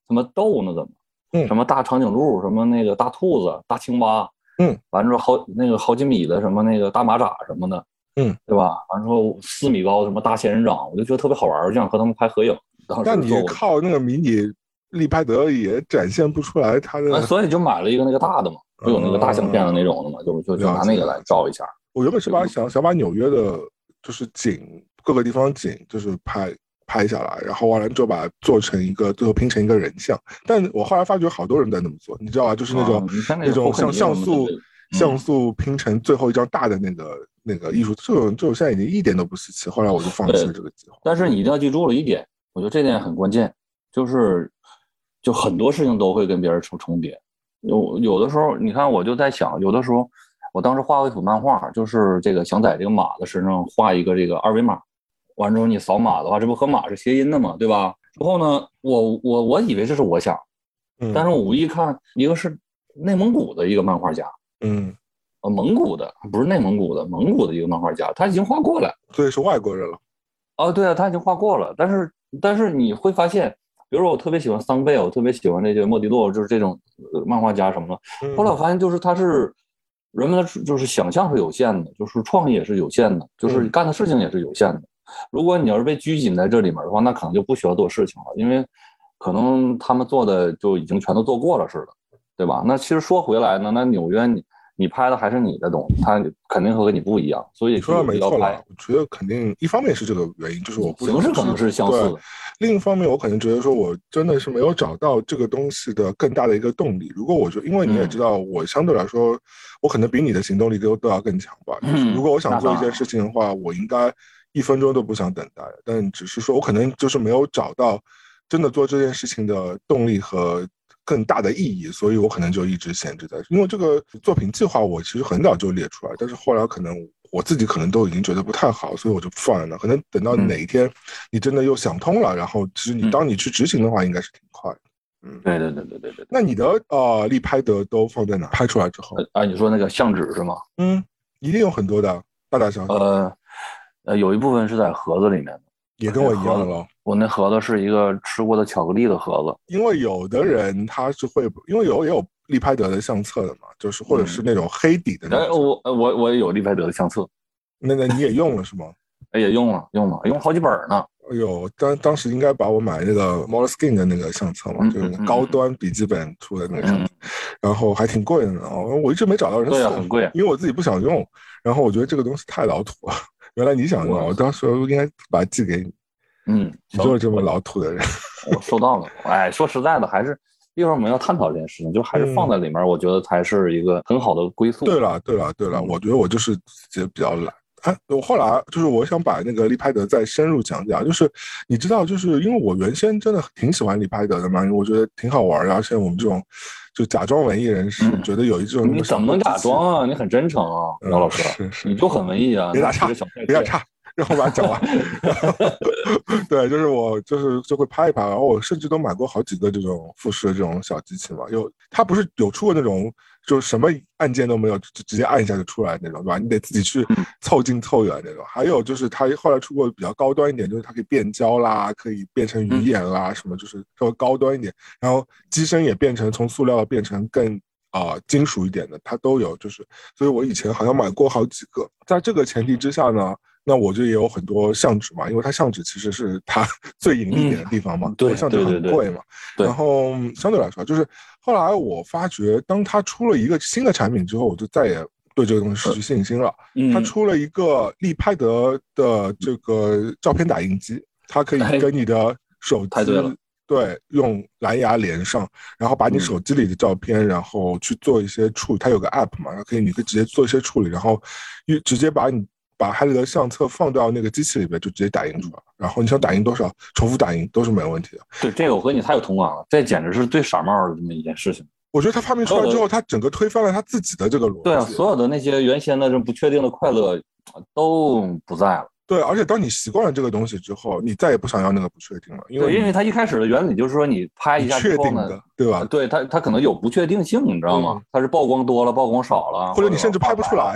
什么逗呢？怎么？ 嗯， 什么大长颈鹿，什么那个大兔子、大青蛙， 嗯， 完之后好那个好几米的什么那个大马扎什么的， 嗯， 对吧？完之后四米高什么大仙人掌，我就觉得特别好玩，就想和他们拍合影。当时那你靠那个迷你利拍德也展现不出来它的、 啊，所以就买了一个那个大的嘛，不有那个大相片的那种的嘛， 嗯、 就就就拿那个来照一下。 我原本是把想想把纽约的，就是景各个地方景就是拍。拍下来，然后完了之后把它做成一个，最后拼成一个人像。但我后来发觉好多人在那么做，你知道吧？就是那种、 啊、那, 那种像像素、 嗯、 像素拼成最后一张大的那个那个艺术，这种这种现在已经一点都不稀奇。后来我就放弃了这个计划。 但是你一定要记住了一点，我觉得这点很关键，就是就很多事情都会跟别人重重叠。有有的时候，你看我就在想，有的时候我当时画过一幅漫画，就是这个想在这个马的身上画一个这个二维码。完之后你扫码的话，这不和码是谐音的嘛，对吧？之后呢，我我我以为这是我想，但是我无意看，一个是内蒙古的一个漫画家， 嗯， 呃，蒙古的不是内蒙古的，蒙古的一个漫画家，他已经画过了， 对，是外国人了。 哦，对啊，他已经画过了，但是但是你会发现，比如说我特别喜欢桑贝，我特别喜欢那些莫迪洛，就是这种漫画家什么的。后来我发现，就是他是人们的就是想象是有限的，就是创意也是有限的，就是干的事情也是有限的。如果你要是被拘谨在这里面的话，那可能就不需要做事情了，因为可能他们做的就已经全都做过了似的，对吧？那其实说回来呢，那纽约你你拍的还是你的东西，它肯定和你不一样，所以你说的没错了。我觉得肯定一方面是这个原因，就是我不形式可能是相似的。 另一方面，我可能觉得说我真的是没有找到这个东西的更大的一个动力。如果我觉得，因为你也知道，我相对来说，我可能比你的行动力都都要更强吧。就是如果我想做一件事情的话，我应该一分钟都不想等待，但只是说我可能就是没有找到真的做这件事情的动力和更大的意义，所以我可能就一直闲置在。因为这个作品计划我其实很早就列出来，但是后来可能我自己可能都已经觉得不太好，所以我就放在那。可能等到哪一天你真的又想通了，然后其实你当你去执行的话，应该是挺快的。 嗯，对对对对对对。 那你的呃利拍德都放在哪？拍出来之后啊，你说那个相纸是吗？ 嗯，一定有很多的，大大小小。 呃。呃，有一部分是在盒子里面的， 也跟我一样的了。 我那盒子是一个吃过的巧克力的盒子。 因为有的人他是会，因为有也有利拍德的相册的嘛，就是或者是那种黑底的那种。 哎、嗯，我我我也有利拍德的相册。 那那你也用了是吗？ 也用了，用了，用好几本呢。 哎呦，当当时应该把我买那个 Moleskine 的那个相册嘛，嗯、就是高端笔记本出的那个相册，嗯、然后还挺贵的呢。我一直没找到人送， 对啊，很贵， 因为我自己不想用。然后我觉得这个东西太老土了。原来你想用，我当时应该把它寄给你。 嗯， 你就是这么老土的人。 我收到了。哎，说实在的，还是一会儿我们要探讨这件事情，就还是放在里面，嗯、我觉得才是一个很好的归宿。 对了，对了，对了，我觉得我就是觉得比较懒。哎，我后来就是我想把那个利拍德再深入讲讲，就是你知道，就是因为我原先真的挺喜欢利拍德的嘛，因为我觉得挺好玩的，而且我们这种就假装文艺人士，嗯、觉得有一种你怎么能假装啊？你很真诚啊，姚、嗯、老师， 是是， 你就很文艺啊， 别打岔，别打岔。让我把它讲完。对，就是我就是就会拍一拍，然后我甚至都买过好几个这种富士的这种小机器嘛。有它不是有出过那种就是什么按键都没有，就直接按一下就出来那种，对吧？你得自己去凑近凑远那种。还有就是它后来出过比较高端一点，就是它可以变焦啦，可以变成鱼眼啦，什么就是稍微高端一点。然后机身也变成从塑料变成更啊、呃、金属一点的，它都有。就是所以我以前好像买过好几个。在这个前提之下呢，那我就也有很多相纸嘛，因为它相纸其实是它最盈利点的地方嘛，嗯、 对， 相纸很贵嘛。 对对对对， 然后相对来说，就是后来我发觉，当它出了一个新的产品之后，我就再也对这个东西失去信心了。嗯、它出了一个利拍德的这个照片打印机，它可以跟你的手机。对，用蓝牙连上，然后把你手机里的照片，嗯、然后去做一些处理。它有个 app 嘛，可以，你可以直接做一些处理，然后直接把你把海里的相册放到那个机器里边，就直接打印出来。然后你想打印多少，重复打印都是没问题的。 对，这个我和你太有同感了，这简直是最傻帽的这么一件事情。 我觉得他发明出来之后，他整个推翻了他自己的这个逻辑。 对啊，所有的那些原先的这不确定的快乐都不在了。 对，而且当你习惯了这个东西之后，你再也不想要那个不确定了，因为因为它一开始的原理就是说你拍一下之后呢， 确定的，对吧？ 对它它可能有不确定性，你知道吗？嗯、它是曝光多了，曝光少了， 或者你甚至拍不出来的。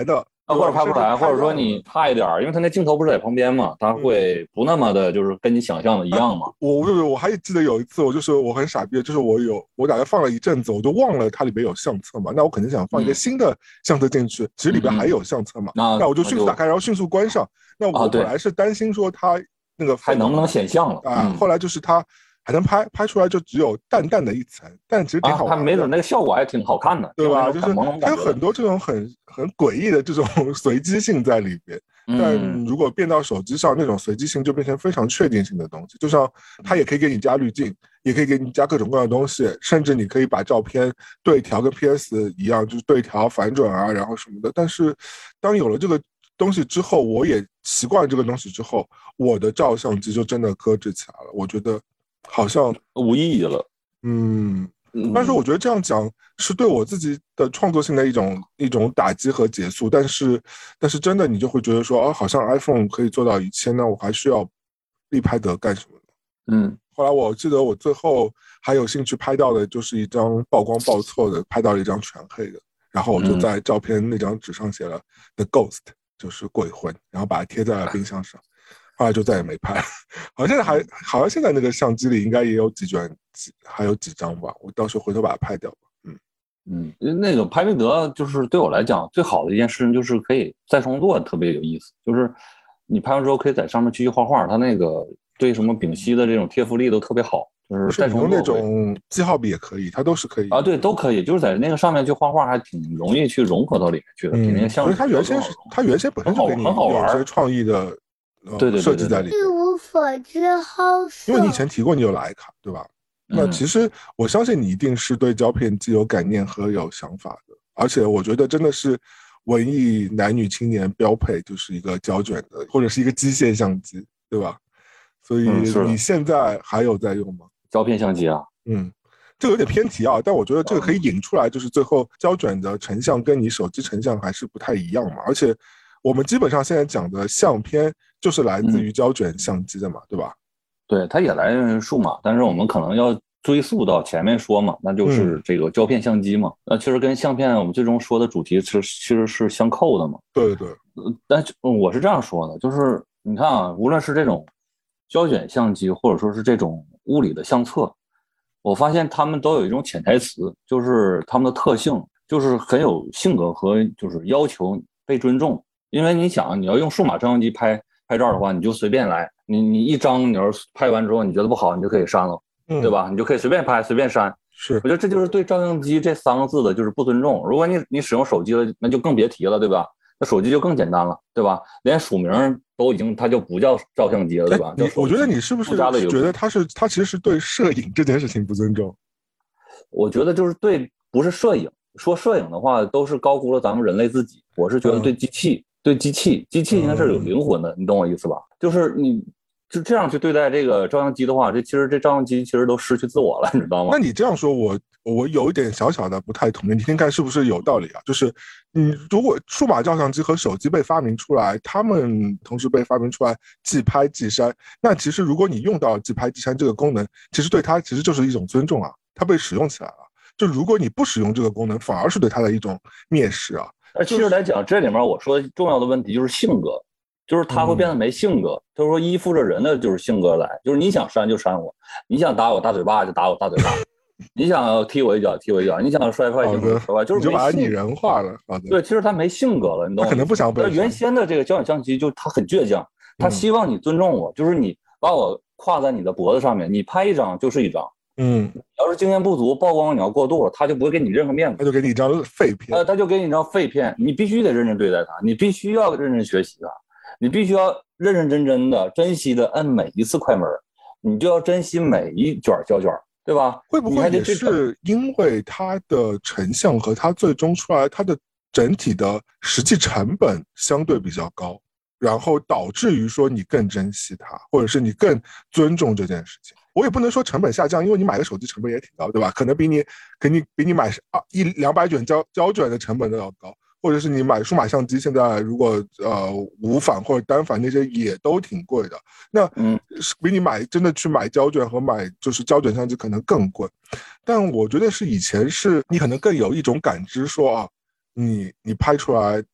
啊，或者拍不出来，或者说你差一点，因为他那镜头不是在旁边嘛，他会不那么的，就是跟你想象的一样嘛。 我我我还记得有一次，我就是我很傻逼，就是我有我大概放了一阵子，我就忘了它里面有相册嘛，那我肯定想放一个新的相册进去，其实里边还有相册嘛， 那那我就迅速打开，然后迅速关上。那我本来是担心说它那个还能不能显像了啊，后来就是它还能拍拍出来，就只有淡淡的一层，但其实挺好玩的。 它没准那个效果还挺好看的， 对吧？就是它有很多这种很很诡异的这种随机性在里边。但如果变到手机上，那种随机性就变成非常确定性的东西。就像它也可以给你加滤镜，也可以给你加各种各样的东西，甚至你可以把照片对调跟 P S 一样，就是对调反转啊，然后什么的。但是当有了这个东西之后，我也习惯这个东西之后，我的照相机就真的搁置起来了。我觉得好像无意义了。 嗯。但是我觉得这样讲是对我自己的创作性的一种一种打击和结束，但是但是真的你就会觉得说，哦，好像 iPhone 可以做到一切，那我还需要立拍得干什么呢？ 嗯， 后来我记得我最后还有兴趣拍到的就是一张曝光报错的，拍到了一张全黑的，然后我就在照片那张纸上写了 The Ghost， 就是鬼魂，然后把它贴在了冰箱上。后来就再也没拍，好像现在还好像现在那个相机里应该也有几卷，几还有几张吧，我到时候回头把它拍掉吧。 嗯嗯，那个拍立得就是对我来讲最好的一件事情就是可以再创作，特别有意思。就是你拍完之后可以在上面继续画画，它那个对什么丙烯的这种贴附力都特别好。就是再用那种记号笔也可以，它都是可以啊，对，都可以，就是在那个上面去画画，还挺容易去融合到里面去的，比那个相机。 它原先是它原先本身就给你有些创意的。 对对， 设计在里面。 一无所知好色。 因为你以前提过你有徕卡，对吧？嗯、那其实我相信你一定是对胶片机有概念和有想法的，而且我觉得真的是文艺男女青年标配，就是一个胶卷的或者是一个机械相机，对吧？所以你现在还有在用吗？ 胶片相机啊？ 嗯，这个有点偏题啊，但我觉得这个可以引出来，就是最后胶卷的成像跟你手机成像还是不太一样嘛，而且我们基本上现在讲的相片就是来自于胶卷相机的嘛，嗯、对吧？ 对，它也来源于数码，但是我们可能要追溯到前面说嘛，那就是这个胶片相机嘛。那、嗯、其实跟相片我们最终说的主题其实其实是相扣的嘛。 对对。 但我是这样说的，就是你看啊，无论是这种胶卷相机，或者说是这种物理的相册，我发现他们都有一种潜台词，就是他们的特性就是很有性格和就是要求被尊重。因为你想，你要用数码照相机拍拍照的话，你就随便来，你你一张，你要是拍完之后你觉得不好，你就可以删了，嗯、对吧？你就可以随便拍，随便删。 是， 我觉得这就是对照相机这三个字的就是不尊重。如果你你使用手机了，那就更别提了，对吧？那手机就更简单了，对吧？连署名都已经它就不叫照相机了，对吧？ 你我觉得你是不是觉得它是它其实是对摄影这件事情不尊重？ 我觉得就是对，不是摄影。说摄影的话，都是高估了咱们人类自己。我是觉得对机器。嗯对机器，机器应该是有灵魂的，嗯、你懂我意思吧？就是你就这样去对待这个照相机的话，这其实这照相机其实都失去自我了，你知道吗？ 那你这样说，我我有一点小小的不太同意，你听看是不是有道理啊？就是你如果数码照相机和手机被发明出来，他们同时被发明出来，即拍即删，那其实如果你用到即拍即删这个功能，其实对它其实就是一种尊重啊，它被使用起来了。就如果你不使用这个功能，反而是对它的一种蔑视啊。 而其实来讲，这里面我说的重要的问题就是性格，就是他会变得没性格。嗯、就是说依附着人的就是性格来，就是你想删就删我，你想打我大嘴巴就打我大嘴巴，你想踢我一脚踢我一脚，你想摔坏就摔坏，就是你就把它拟人化了。 对，其实他没性格了，你懂吗？ 他可能不想被。 原先的这个胶卷相机就他很倔强，他希望你尊重我，嗯、就是你把我挎在你的脖子上面，你拍一张就是一张。 嗯， 要是经验不足，曝光你要过度了，他就不会给你任何面子， 他就给你一张废片。 呃，他就给你一张废片，你必须得认真对待它，你必须要认真学习它，你必须要认认真真的、珍惜的摁每一次快门，你就要珍惜每一卷胶卷，对吧？ 会不会也是因为它的成像和它最终出来它的整体的实际成本相对比较高，然后导致于说你更珍惜它，或者是你更尊重这件事情？我也不能说成本下降，因为你买个手机成本也挺高，对吧？可能比你，可你比你买啊一两百卷胶胶卷的成本都要高，或者是你买数码相机，现在如果呃无反或者单反那些也都挺贵的。那嗯，比你买真的去买胶卷和买就是胶卷相机可能更贵。但我觉得是以前是你可能更有一种感知说啊，你你拍出来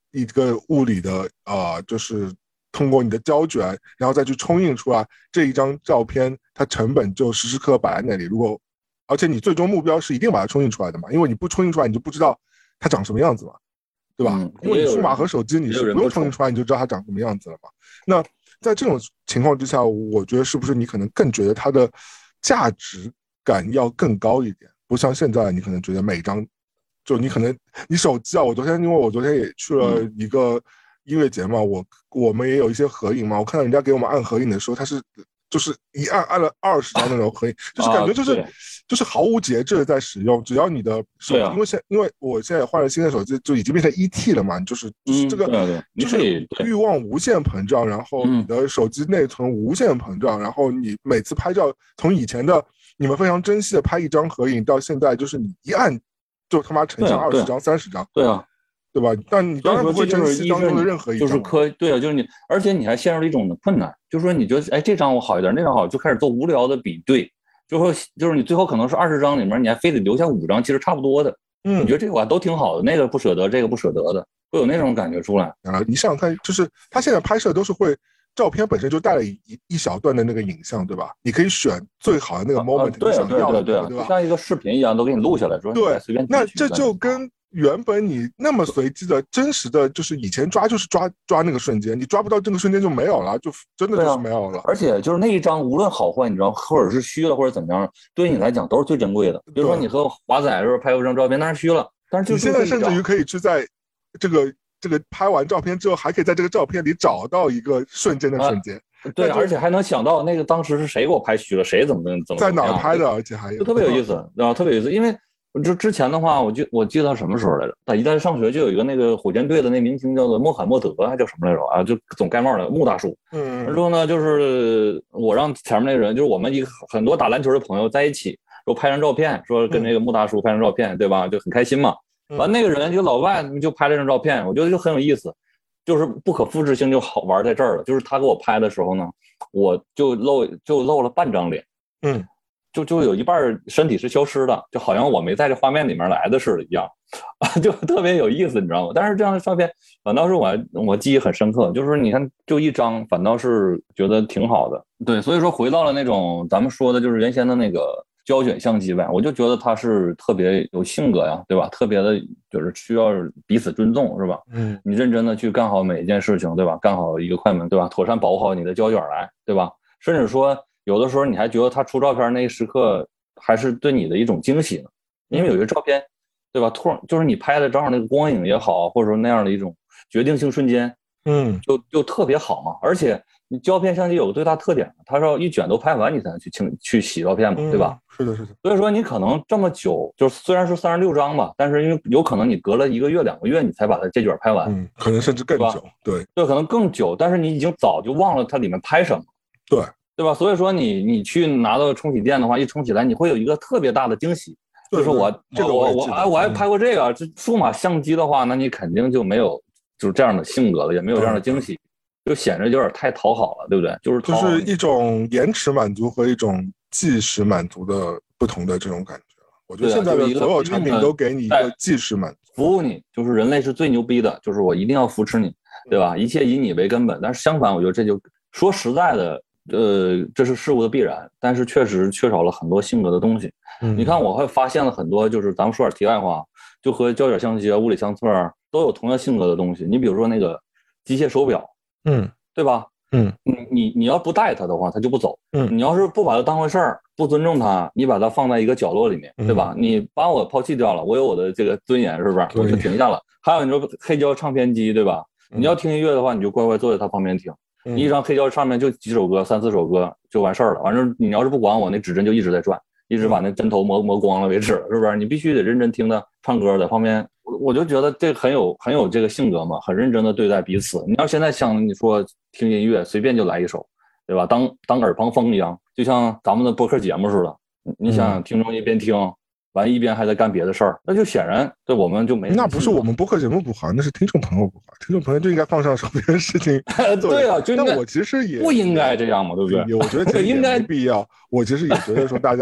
一个物理的呃，就是通过你的胶卷，然后再去冲印出来这一张照片，它成本就时时刻刻摆在那里。如果而且你最终目标是一定把它冲印出来的嘛，因为你不冲印出来，你就不知道它长什么样子嘛，对吧？ 嗯、 因为你数码和手机你是不用冲印出来，你就知道它长什么样子了嘛。那在这种情况之下，我觉得是不是你可能更觉得它的价值感要更高一点？不像现在，你可能觉得每张，就你可能你手机啊，我昨天因为我昨天也去了一个音乐节嘛，我我们也有一些合影嘛，我看到人家给我们按合影的时候，他是就是一按按了二十张那种合影，就是感觉就是、啊、就是毫无节制的在使用，只要你的手机，啊、因为现因为我现在换了新的手机，就已经变成 E T 了嘛，就是就是这个、 嗯、对对就是欲望无限膨胀，然后你的手机内存无限膨胀，嗯、然后你每次拍照，从以前的你们非常珍惜的拍一张合影，到现在就是你一按就他妈成像二十张、三十张， 对啊。 对吧？但你当然不会珍惜当中的任何一张， 就是科对啊，就是你，而且你还陷入了一种困难，就是说你觉得哎这张我好一点，那张好，就开始做无聊的比对，就说就是你最后可能是二十张里面，你还非得留下五张其实差不多的，嗯，你觉得这个吧都挺好的，那个不舍得，这个不舍得的，会有那种感觉出来啊。你想想看，就是他现在拍摄都是会。照片本身就带了一一小段的那个影像，对吧？你可以选最好的那个 moment，、啊、 对想要的， 对对对吧？ 就像一个视频一样，都给你录下来，说对， 随便。 那这就跟原本你那么随机的真实的，就是以前抓就是抓抓那个瞬间，你抓不到这个瞬间就没有了，就真的就是没有了。 啊、而且就是那一张，无论好坏，你知道，或者是虚了或者怎么样，对你来讲都是最珍贵的。比如说你和华仔时候拍过一张照片，那是虚了，但是就你现在甚至于可以去在这个这个拍完照片之后，还可以在这个照片里找到一个瞬间的瞬间。 啊对，而且还能想到那个当时是谁给我拍虚了，谁怎么怎么在哪儿拍的，而且还有就特别有意思，啊，特别有意思。因为就之前的话，我记我记得什么时候来着？他一在上学就有一个那个火箭队的那明星叫做穆罕默德，还叫什么来着啊？就总盖帽的穆大叔。 嗯， 之后呢，就是我让前面那个人，就是我们一个很多打篮球的朋友在一起，说拍张照片，说跟那个穆大叔拍张照片，嗯、对吧？就很开心嘛。完那个人就老外就拍了张照片，我觉得就很有意思。就是不可复制性就好玩在这儿了，就是他给我拍的时候呢，我就露就露了半张脸， 嗯， 就就有一半身体是消失的，就好像我没在这画面里面来的似的一样，就特别有意思，你知道吗？但是这样的照片反倒是我我记忆很深刻，就是你看就一张，反倒是觉得挺好的。对，所以说回到了那种咱们说的就是原先的那个胶卷相机呗，我就觉得它是特别有性格呀，对吧？特别的就是需要彼此尊重，是吧？ 嗯， 你认真的去干好每一件事情，对吧？干好一个快门，对吧？妥善保护好你的胶卷来，对吧？甚至说有的时候你还觉得他出照片那一时刻还是对你的一种惊喜呢，因为有些照片，对吧？突然就是你拍的正好那个光影也好，或者说那样的一种决定性瞬间， 嗯， 就就特别好嘛，而且。你胶片相机有个最大特点，它是要一卷都拍完你才能去清去洗照片嘛， 嗯、 对吧？ 是的，是的。 所以说你可能这么久，就是虽然是三十六张吧，但是因为有可能你隔了一个月、两个月你才把它这卷拍完， 嗯，可能甚至更久，对， 对，可能更久，但是你已经早就忘了它里面拍什么， 对， 对吧？所以说你你去拿到冲洗店的话，一冲起来你会有一个特别大的惊喜，就是我这个我我哎我还拍过这个，这数码相机的话，那你肯定就没有就是这样的性格了，也没有这样的惊喜。就显得有点太讨好了，对不对？就是就是一种延迟满足和一种即时满足的不同的这种感觉。我觉得现在的所有产品都给你一个即时满足， 服务你，就是人类是最牛逼的，就是我一定要扶持你，对吧？一切以你为根本。但是相反，我觉得这就说实在的，呃，这是事物的必然，但是确实缺少了很多性格的东西。 嗯、 你看，我会发现了很多，就是咱们说点题外话，就和胶卷相机啊、物理相册都有同样性格的东西。你比如说那个机械手表。 嗯， 对吧？ 嗯， 你你你要不带它的话，它就不走。 嗯， 你要是不把它当回事儿，不尊重它，你把它放在一个角落里面，对吧？ 嗯、 你把我抛弃掉了，我有我的这个尊严，是不是？我就停下了。还有你说黑胶唱片机，对吧？ 嗯、 你要听音乐的话，你就乖乖坐在它旁边听。 嗯、 你一张黑胶上面就几首歌，三四首歌就完事儿了。完事你要是不管我，那指针就一直在转，一直把那针头磨磨光了为止，是不是？你必须得认真听的唱歌在旁边。我就觉得这很有很有这个性格嘛，很认真的对待彼此。你要现在想你说听音乐随便就来一首，对吧？当当耳旁风一样，就像咱们的播客节目似的。你想想，听众一边听，完一边还在干别的事儿，那就显然对我们就没。 那不是我们播客节目不好，那是听众朋友不好。听众朋友就应该放上手边的事情。 对啊，就但我其实也不应该这样嘛，对不对？ 我觉得其实也没必要。我其实也觉得说大家。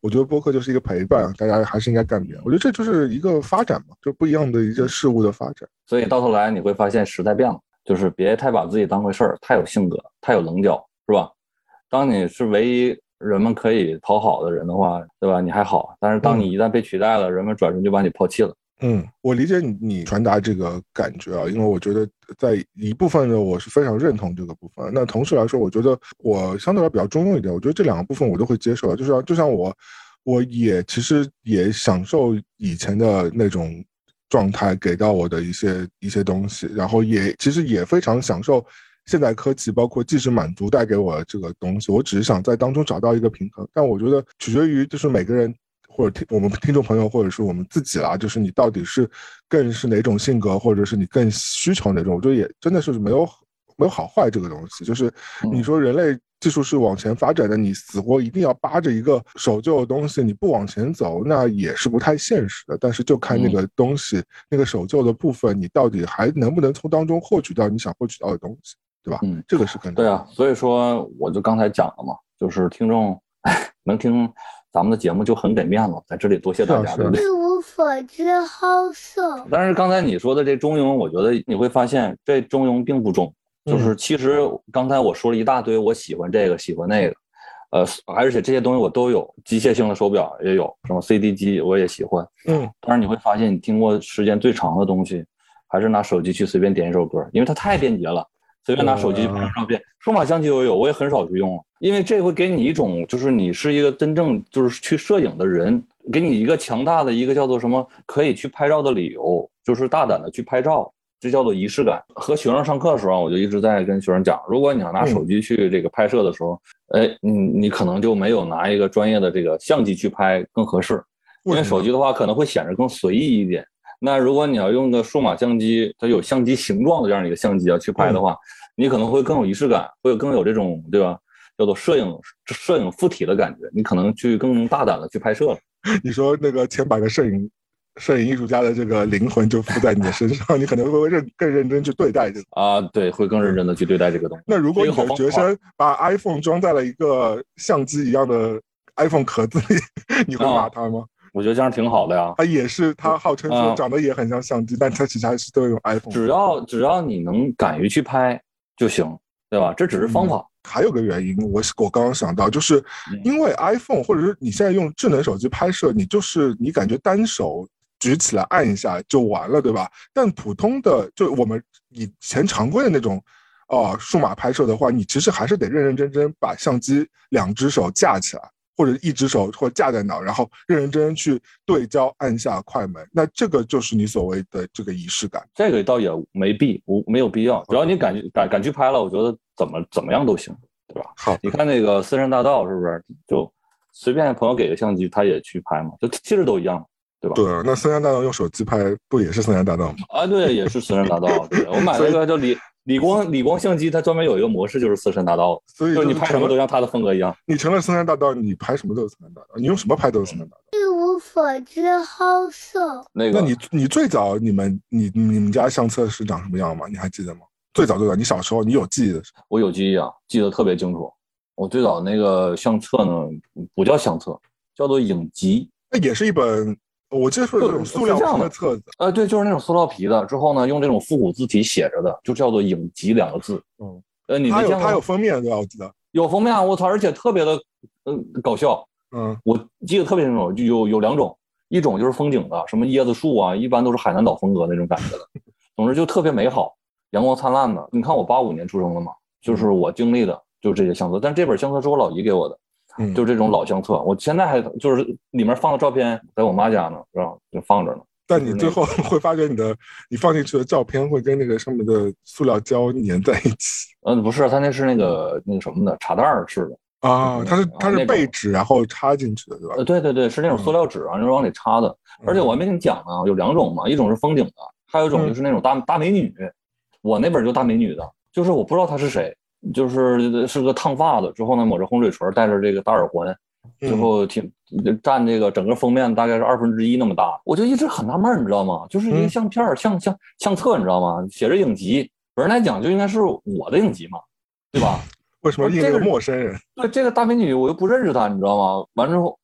我觉得播客就是一个陪伴，大家还是应该干别的。我觉得这就是一个发展嘛，就不一样的一个事物的发展。 所以到头来你会发现时代变了，就是别太把自己当回事儿，太有性格，太有棱角，是吧？当你是唯一人们可以讨好的人的话，对吧？你还好，但是当你一旦被取代了，嗯、人们转身就把你抛弃了。 嗯，我理解你你传达这个感觉啊，因为我觉得在一部分的我是非常认同这个部分。那同时来说，我觉得我相对来比较中庸一点，我觉得这两个部分我都会接受。就是就像我，我也其实也享受以前的那种状态给到我的一些一些东西，然后也其实也非常享受现代科技，包括即时满足带给我的这个东西。我只是想在当中找到一个平衡，但我觉得取决于就是每个人。或者听我们听众朋友，或者是我们自己啦，就是你到底是更是哪种性格，或者是你更需求哪种，我觉得也真的是没有没有好坏这个东西。就是你说人类技术是往前发展的，你死活一定要扒着一个守旧的东西，你不往前走，那也是不太现实的。但是就看那个东西，嗯、那个守旧的部分，你到底还能不能从当中获取到你想获取到的东西，对吧？嗯，这个是更对啊。所以说，我就刚才讲了嘛，就是听众能听。咱们的节目就很给面子，在这里多谢大家，对不对？ 一无所知好色。 但是刚才你说的这中庸，我觉得你会发现这中庸并不中，就是其实刚才我说了一大堆，我喜欢这个，喜欢那个，呃，而且这些东西我都有，机械性的手表也有，什么 C D 机我也喜欢，嗯。但是你会发现，你听过时间最长的东西，还是拿手机去随便点一首歌，因为它太便捷了。随便拿手机拍照片，数码相机我有，我也很少去用了，因为这会给你一种，就是你是一个真正就是去摄影的人，给你一个强大的一个叫做什么可以去拍照的理由，就是大胆的去拍照，这叫做仪式感。和学生上课的时候，我就一直在跟学生讲，如果你要拿手机去这个拍摄的时候，嗯、哎，你你可能就没有拿一个专业的这个相机去拍更合适，因为手机的话可能会显得更随意一点。那如果你要用个数码相机，它有相机形状的这样一个相机要去拍的话，嗯、你可能会更有仪式感，会有更有这种对吧？叫做摄影摄影附体的感觉，你可能去更大胆的去拍摄了。 你说那个千百个摄影摄影艺术家的这个灵魂就附在你的身上，你可能会认更认真去对待这个啊，对，会更认真的去对待这个东西。 那如果你的学生把 iPhone 装在了一个相机一样的 iPhone 壳子里，你会骂他吗？ 啊我觉得这样挺好的呀。 他也是，他号称说长得也很像相机，嗯、但他其实还是都用 iPhone。 只要只要你能敢于去拍就行，对吧？这只是方法。 嗯、还有个原因，我我刚刚想到，就是因为 iPhone 或者是你现在用智能手机拍摄，你就是你感觉单手举起来按一下就完了，对吧？但普通的就我们以前常规的那种。哦、呃，数码拍摄的话，你其实还是得认认真真把相机两只手架起来。或者一只手或架在哪，然后认认真真去对焦按下快门，那这个就是你所谓的这个仪式感。 这个倒也没必无没有必要，只要你敢敢敢去拍了，我觉得怎么怎么样都行，对吧？ 好， 你看那个森山大道是不是？就随便朋友给个相机，他也去拍嘛，就其实都一样，对吧？ 对，那森山大道用手机拍，不也是森山大道吗？ 啊，对，也是森山大道。对，我买了一个叫李。理光理光相机，它专门有一个模式，就是森山大道， 所以就是你拍什么都像它的风格一样。 你成了森山大道，你拍什么都是森山大道，你用什么拍都是森山大道。 一无所知好色。 那个， 那你你最早你们你你们家相册是长什么样吗？你还记得吗？最早最早，你小时候你有记忆的？ 我有记忆啊，记得特别清楚。我最早那个相册呢，不叫相册，叫做影集， 那也是一本。我记得是那种塑料皮的册子， 呃，对，就是那种塑料皮的。之后呢，用这种复古字体写着的，就叫做“影集”两个字。 嗯， 呃，你它有它有封面对吧？我记得有封面，我操，而且特别的，嗯、呃，搞笑。 嗯， 我记得特别清楚，就有有两种，一种就是风景的，什么椰子树啊，一般都是海南岛风格那种感觉的。总之就特别美好，阳光灿烂的。你看我八五年出生的嘛，就是我经历的就是这些相册。但这本相册是我老姨给我的。嗯，就这种老相册，我现在还就是里面放的照片，在我妈家呢，是吧？就放着呢。 但你最后会发觉你的你放进去的照片会跟那个上面的塑料胶粘在一起。 嗯，不是，它那是那个那个什么的茶袋式的啊，它是它是背纸然后插进去的，对吧？ 呃，对对对，是那种塑料纸啊，就是往里插的。而且我还没跟你讲呢，有两种嘛，一种是风景的，还有一种就是那种大大美女。我那本就大美女的，就是我不知道她是谁。就是是个烫发的，之后呢抹着红嘴唇，戴着这个大耳环，最后挺占这个整个封面大概是二分之一那么大，我就一直很纳闷，你知道吗？就是一个相片、嗯、相相相册，你知道吗？写着影集，本人来讲就应该是我的影集嘛，对吧？ 为什么印这个陌生人？ 对，这个大美女我又不认识她，你知道吗？完之后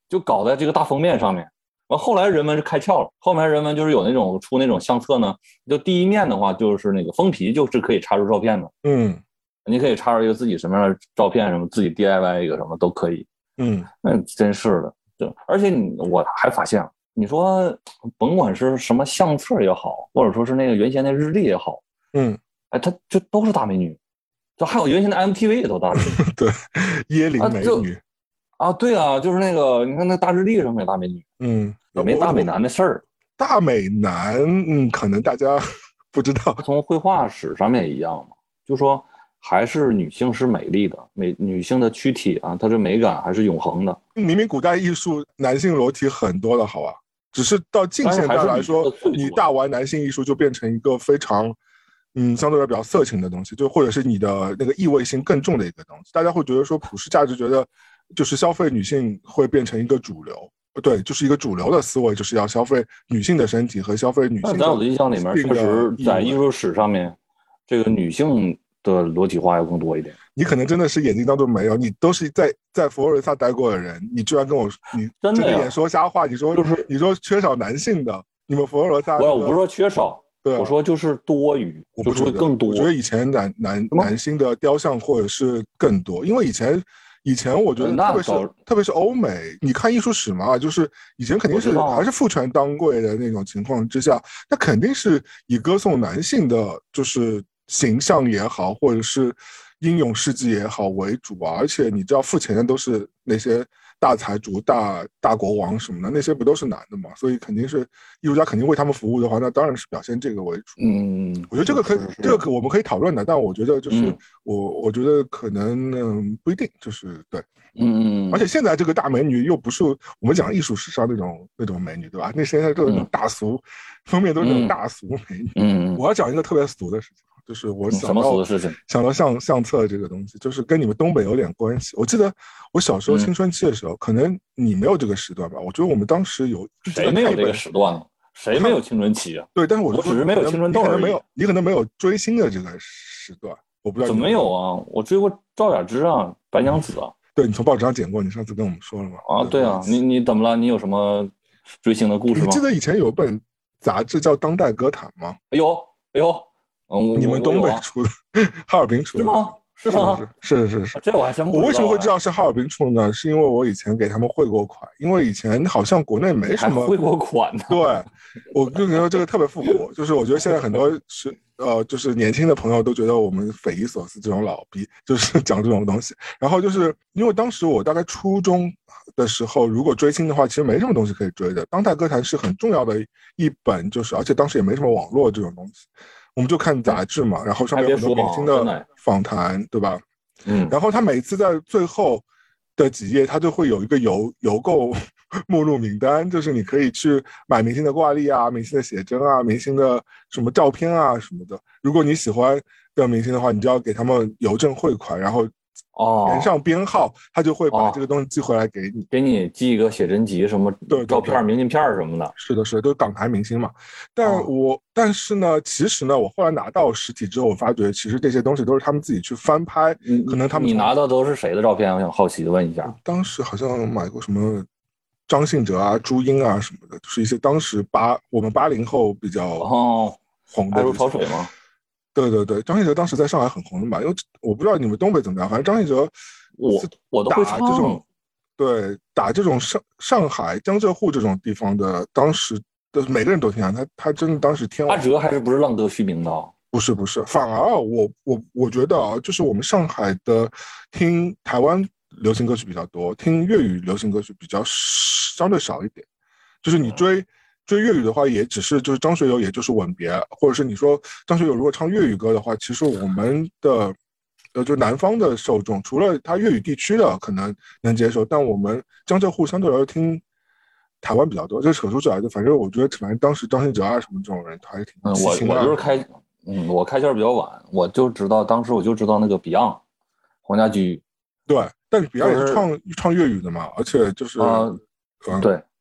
就搞在这个大封面上面。完后来人们是开窍了，后面人们就是有那种出那种相册呢，就第一面的话就是那个封皮就是可以插入照片的， 嗯， 你可以插入一个自己什么样的照片，什么自己 D I Y 一个什么都可以。 嗯， 那真是的，就而且你我还发现，你说甭管是什么相册也好，或者说是那个原先的日历也好， 嗯， 哎，它就都是大美女，就还有原先的 M T V 也都大美女， 对，椰林美女。 啊，对啊，就是那个，你看那大日历上面大美女， 嗯， 也没大美男的事儿。 大美男，嗯，可能大家不知道。 从绘画史上面一样嘛，就说还是女性是美丽的，美女性的躯体啊，它的美感还是永恒的。 明明古代艺术男性裸体很多的好啊，只是到近现代来说，你大玩男性艺术就变成一个非常，嗯，相对来比较色情的东西，就或者是你的那个意味性更重的一个东西，大家会觉得说普世价值觉得。就是消费女性会变成一个主流，对，就是一个主流的思维，就是要消费女性的身体和消费女性的。 在我的印象里面，确实在艺术史上面，这个女性的裸体化要更多一点。 你可能真的是眼睛当中没有，你都是在在佛罗伦萨待过的人，你居然跟我你睁着眼说瞎话，你说就是你说缺少男性的，你们佛罗伦萨、 那個，我我不是说缺少。 对、啊， 我说就是多余， 我不就是会更多。 我觉得以前男男男性的雕像或者是更多，因为以前。以前我觉得，特别是特别是欧美，你看艺术史嘛，就是以前肯定是还是父权当贵的那种情况之下，那肯定是以歌颂男性的就是形象也好，或者是英勇事迹也好为主啊。而且你知道，付钱的都是那些大财主、大大国王什么的，那些不都是男的嘛？所以肯定是艺术家肯定为他们服务的话，那当然是表现这个为主。 嗯， 我觉得这个可以，这个可我们可以讨论的，但我觉得就是、嗯、我我觉得可能嗯不一定，就是对， 嗯， 而且现在这个大美女又不是我们讲艺术史上那种那种美女，对吧？那现在都是那种大俗，嗯、封面都是那种大俗美女。 嗯， 我要讲一个特别俗的事情，就是我想到、 什么俗的事情？ 想到相相册这个东西，就是跟你们东北有点关系。我记得我小时候青春期的时候，嗯、可能你没有这个时段吧？我觉得我们当时有谁没有这个时段呢？谁没有青春期啊？ 对，但是我我只是没有青春痘而已。 你可能没有，你可能没有追星的这个时段，我不知道。 怎么没有啊？我追过赵雅芝啊，白娘子啊。 对，你从报纸上捡过，你上次跟我们说了嘛？ 啊，对啊，你你怎么了？你有什么追星的故事吗？ 你记得以前有本杂志叫《当代歌坛》吗？ 有有，嗯， 你们东北出的，哈尔滨出的。 是吗？是吗？ 是是是是， 这我还真不知道。 我为什么会知道是哈尔滨出的呢？是因为我以前给他们汇过款，因为以前好像国内没什么汇过款呢。 对，我就觉得这个特别复古，就是我觉得现在很多是呃，就是年轻的朋友都觉得我们匪夷所思，这种老逼就是讲这种东西。然后就是因为当时我大概初中的时候，如果追星的话，其实没什么东西可以追的。当代歌坛是很重要的一本，就是而且当时也没什么网络这种东西。我们就看杂志嘛，然后上面有很多明星的访谈，对吧？ 嗯， 然后他每次在最后的几页，他就会有一个邮邮购目录名单，就是你可以去买明星的挂历啊、明星的写真啊、明星的什么照片啊什么的。如果你喜欢的明星的话，你就要给他们邮政汇款，然后哦填上编号，他就会把这个东西寄回来给你， 哦、给你寄一个写真集什么对照片、明信片什么的。 是的，是的，都是港台明星嘛。但我、哦、但是呢，其实呢，我后来拿到实体之后，我发觉其实这些东西都是他们自己去翻拍， 嗯、 可能他们你拿到都是谁的照片？我想好奇的问一下。 当时好像买过什么张信哲啊、朱茵啊什么的，就是一些当时八我们八零后比较红的。 爱如潮水吗？ 对对对，张信哲当时在上海很红的嘛，因为我不知道你们东北怎么样，反正张信哲我我都会唱这种，对，打这种上上海江浙沪这种地方的，当时的每个人都听他，他他真的当时天王。 阿哲还是不是浪得虚名的？ 不是不是，反而我我我觉得啊，就是我们上海的听台湾流行歌曲比较多，听粤语流行歌曲比较相对少一点，就是你追。追粤语的话，也只是就是张学友，也就是吻别，或者是你说张学友如果唱粤语歌的话，其实我们的呃就南方的受众，除了他粤语地区的可能能接受，但我们江浙沪相对来说听台湾比较多，这扯出来的。反正我觉得，反正当时张信哲啊什么这种人，他还挺嗯，我我就是开嗯，我开窍比较晚，我就知道当时我就知道那个 Beyond 黄家驹， 对，但是 Beyond 也是唱、就是、唱粤语的嘛，而且就是啊、呃嗯，对。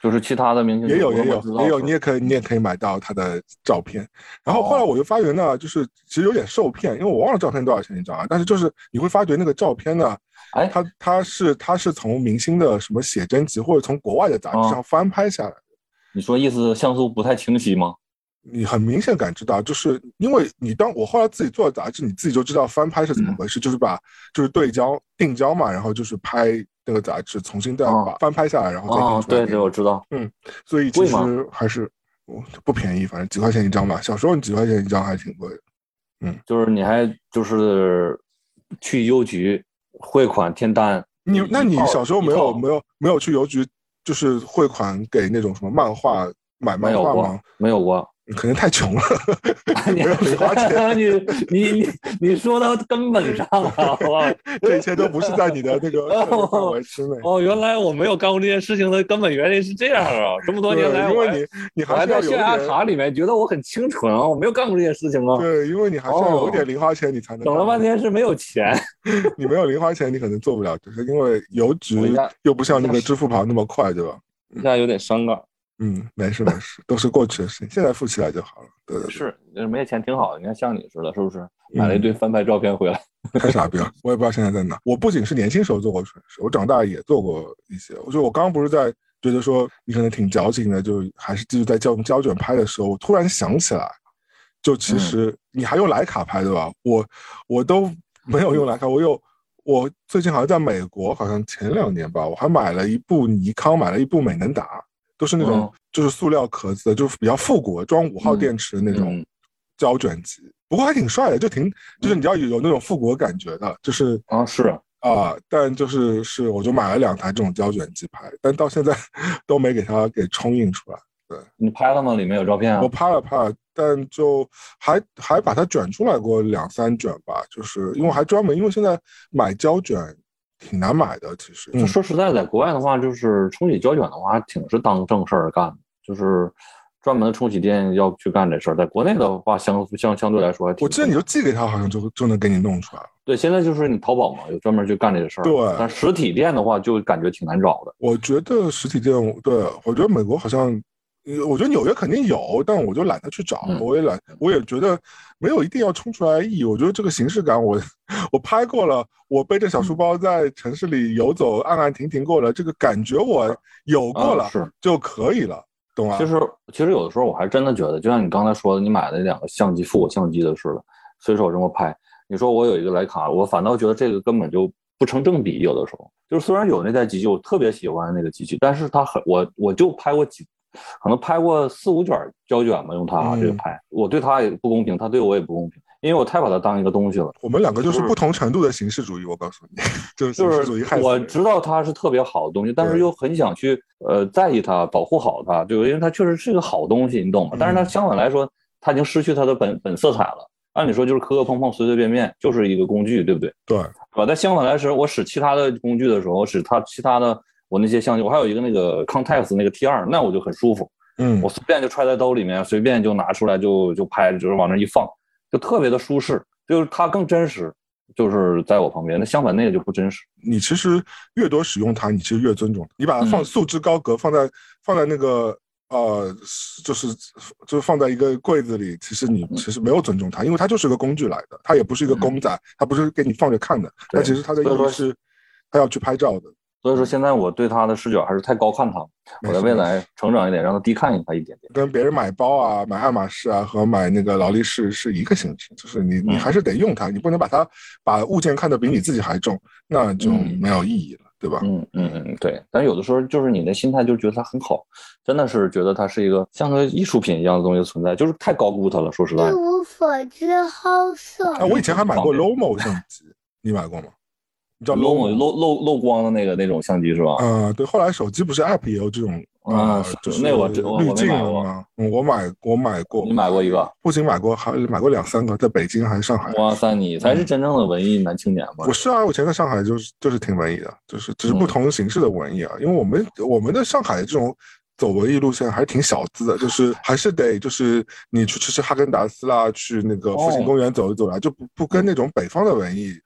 就是其他的明星也有也有也有， 你你也可以你也可以买到他的照片。然后后来我就发觉呢，就是其实有点受骗，因为我忘了照片多少钱一张啊，但是就是你会发觉那个照片呢， 哎， 它它是它是从明星的什么写真集或者从国外的杂志上翻拍下来的。 你说意思像素不太清晰吗？ 你很明显感知到，就是因为你当我后来自己做杂志，你自己就知道翻拍是怎么回事，嗯、就是把就是对焦定焦嘛，然后就是拍那个杂志，重新再把翻拍下来，然后再印出来。 哦，对对，我知道。 嗯，所以其实还是不便宜，反正几块钱一张吧。小时候你几块钱一张还挺贵的。嗯， 就是你还就是去邮局汇款填单。 你那你小时候没有没有没有去邮局就是汇款给那种什么漫画买漫画吗？ 没有过。 可能太穷了， 没有零花钱。你你你你说到根本上了，好吧？ 这一切都不是在你的那个范围之内。 哦，原来我没有干过这件事情的根本原因是这样啊！这么多年来， 因为你你还在象牙塔里面觉得我很清纯啊，我没有干过这件事情啊。 对，因为你还是要有一点零花钱，你才能。 等了半天是没有钱， 你没有零花钱，你可能做不了，就是因为邮局又不像那个支付宝那么快，对吧？ 现在有点伤感。 嗯，没事没事，都是过去的事情，现在富起来就好了。对对对， 是，没钱挺好的。你看像你似的，是不是？买了一堆翻拍照片回来， 嗯、太傻逼了。我也不知道现在在哪。我不仅是年轻时候做过蠢事，我长大也做过一些。我觉得我刚刚不是在觉得说你可能挺矫情的，就还是继续在胶胶卷拍的时候，我突然想起来，就其实你还用徕卡拍对吧？我我都没有用徕卡，我有。我最近好像在美国，好像前两年吧，我还买了一部尼康，买了一部美能达。都是那种就是塑料壳子的，就是比较复古，装五号电池的那种胶卷机，不过还挺帅的，就挺就是你要有那种复古的感觉的，就是啊是啊、呃，但就是是我就买了两台这种胶卷机拍，但到现在都没给它给冲印出来。对， 你拍了吗？里面有照片啊？ 我拍了拍了，但就还还把它卷出来过两三卷吧，就是因为还专门因为现在买胶卷。挺难买的，其实。 就说实在，在国外的话，就是冲洗胶卷的话，挺是当正事儿干的，就是专门的冲洗店要去干这事儿。在国内的话，相相相对来说还挺。 我记得你就寄给他，好像就就能给你弄出来了。 对，现在就是你淘宝嘛，有专门去干这个事儿。 对， 但实体店的话，就感觉挺难找的。 我觉得实体店，对，我觉得美国好像。我觉得纽约肯定有，但我就懒得去找， 嗯、 我也懒，我也觉得没有一定要冲出来意义。我觉得这个形式感我，我我拍过了，我背着小书包在城市里游走，安安停停过了，这个感觉我有过了， 啊、是就可以了，懂吗？ 其实其实有的时候我还真的觉得，就像你刚才说的，你买的那两个相机复古相机的似的，随手这么拍。你说我有一个徕卡，我反倒觉得这个根本就不成正比。有的时候就是虽然有那台机器，我特别喜欢那个机器，但是它很我我就拍过几。可能拍过四五卷胶卷吧，用它这个拍，嗯、我对它也不公平，它对我也不公平，因为我太把它当一个东西了。 我们两个就是不同程度的形式主义，我告诉你，就是形式主义害死人。 我知道它是特别好的东西，但是又很想去呃在意它，保护好它，对，因为它确实是个好东西，你懂吗？嗯、但是它相反来说，它已经失去它的本本色彩了。按理说就是磕磕碰碰、随随便便，就是一个工具，对不对？ 对， 是吧？但相反来说，我使其他的工具的时候，我使它其他的。我那些相机，我还有一个那个 Contax 那个 T 二，那我就很舒服， 嗯， 我随便就揣在兜里面，随便就拿出来就就拍，就是往那一放，就特别的舒适，就是它更真实，就是在我旁边。那相反那个就不真实。 你其实越多使用它，你其实越尊重。你把它放束之高阁，放在放在那个呃，就是就是放在一个柜子里，其实你其实没有尊重它，因为它就是个工具来的，它也不是一个公仔，它不是给你放着看的，它其实它的意义是它要去拍照的。 所以说现在我对他的视角还是太高看他，我在未来成长一点，让他低看他一点点。 跟别人买包啊、买爱马仕啊和买那个劳力士是一个形式，就是你你还是得用它，你不能把它把物件看得比你自己还重，那就没有意义了，对吧？ 嗯嗯嗯，对。但有的时候就是你的心态就觉得它很好，真的是觉得它是一个像个艺术品一样的东西存在，就是太高估它了。说实在， 一无所知好色。 啊，我以前还买过 Lomo 相机，你买过吗？ 你知道 Lomo 漏漏漏光的那个那种相机是吧？ 嗯，对。后来手机不是 App 也有这种啊， 就是那我滤镜了吗？嗯，我买我买过。 你买过一个？ 不仅买过，还买过两三个，在北京还是上海。 哇塞，你才是真正的文艺男青年吧？ 我是啊，我以前在上海就是就是挺文艺的，就是只是不同形式的文艺啊。因为我们我们的上海这种走文艺路线还是挺小资的，就是还是得就是你去吃吃哈根达斯啦，去那个复兴公园走一走啦，就不不跟那种北方的文艺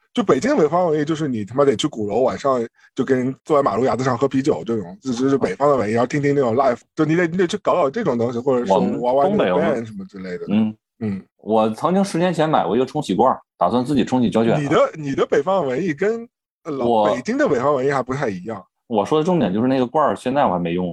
就北京的北方文艺，就是你他妈得去鼓楼，晚上就跟人坐在马路牙子上喝啤酒这种，这就是北方的文艺，然后听听那种 live， 就你得你得去搞搞这种东西，或者说玩玩那个 band 什么之类的。 嗯嗯，我曾经十年前买过一个冲洗罐，打算自己冲洗胶卷。 你的你的北方文艺跟老北京的北方文艺还不太一样。 我说的重点就是那个罐，现在我还没用。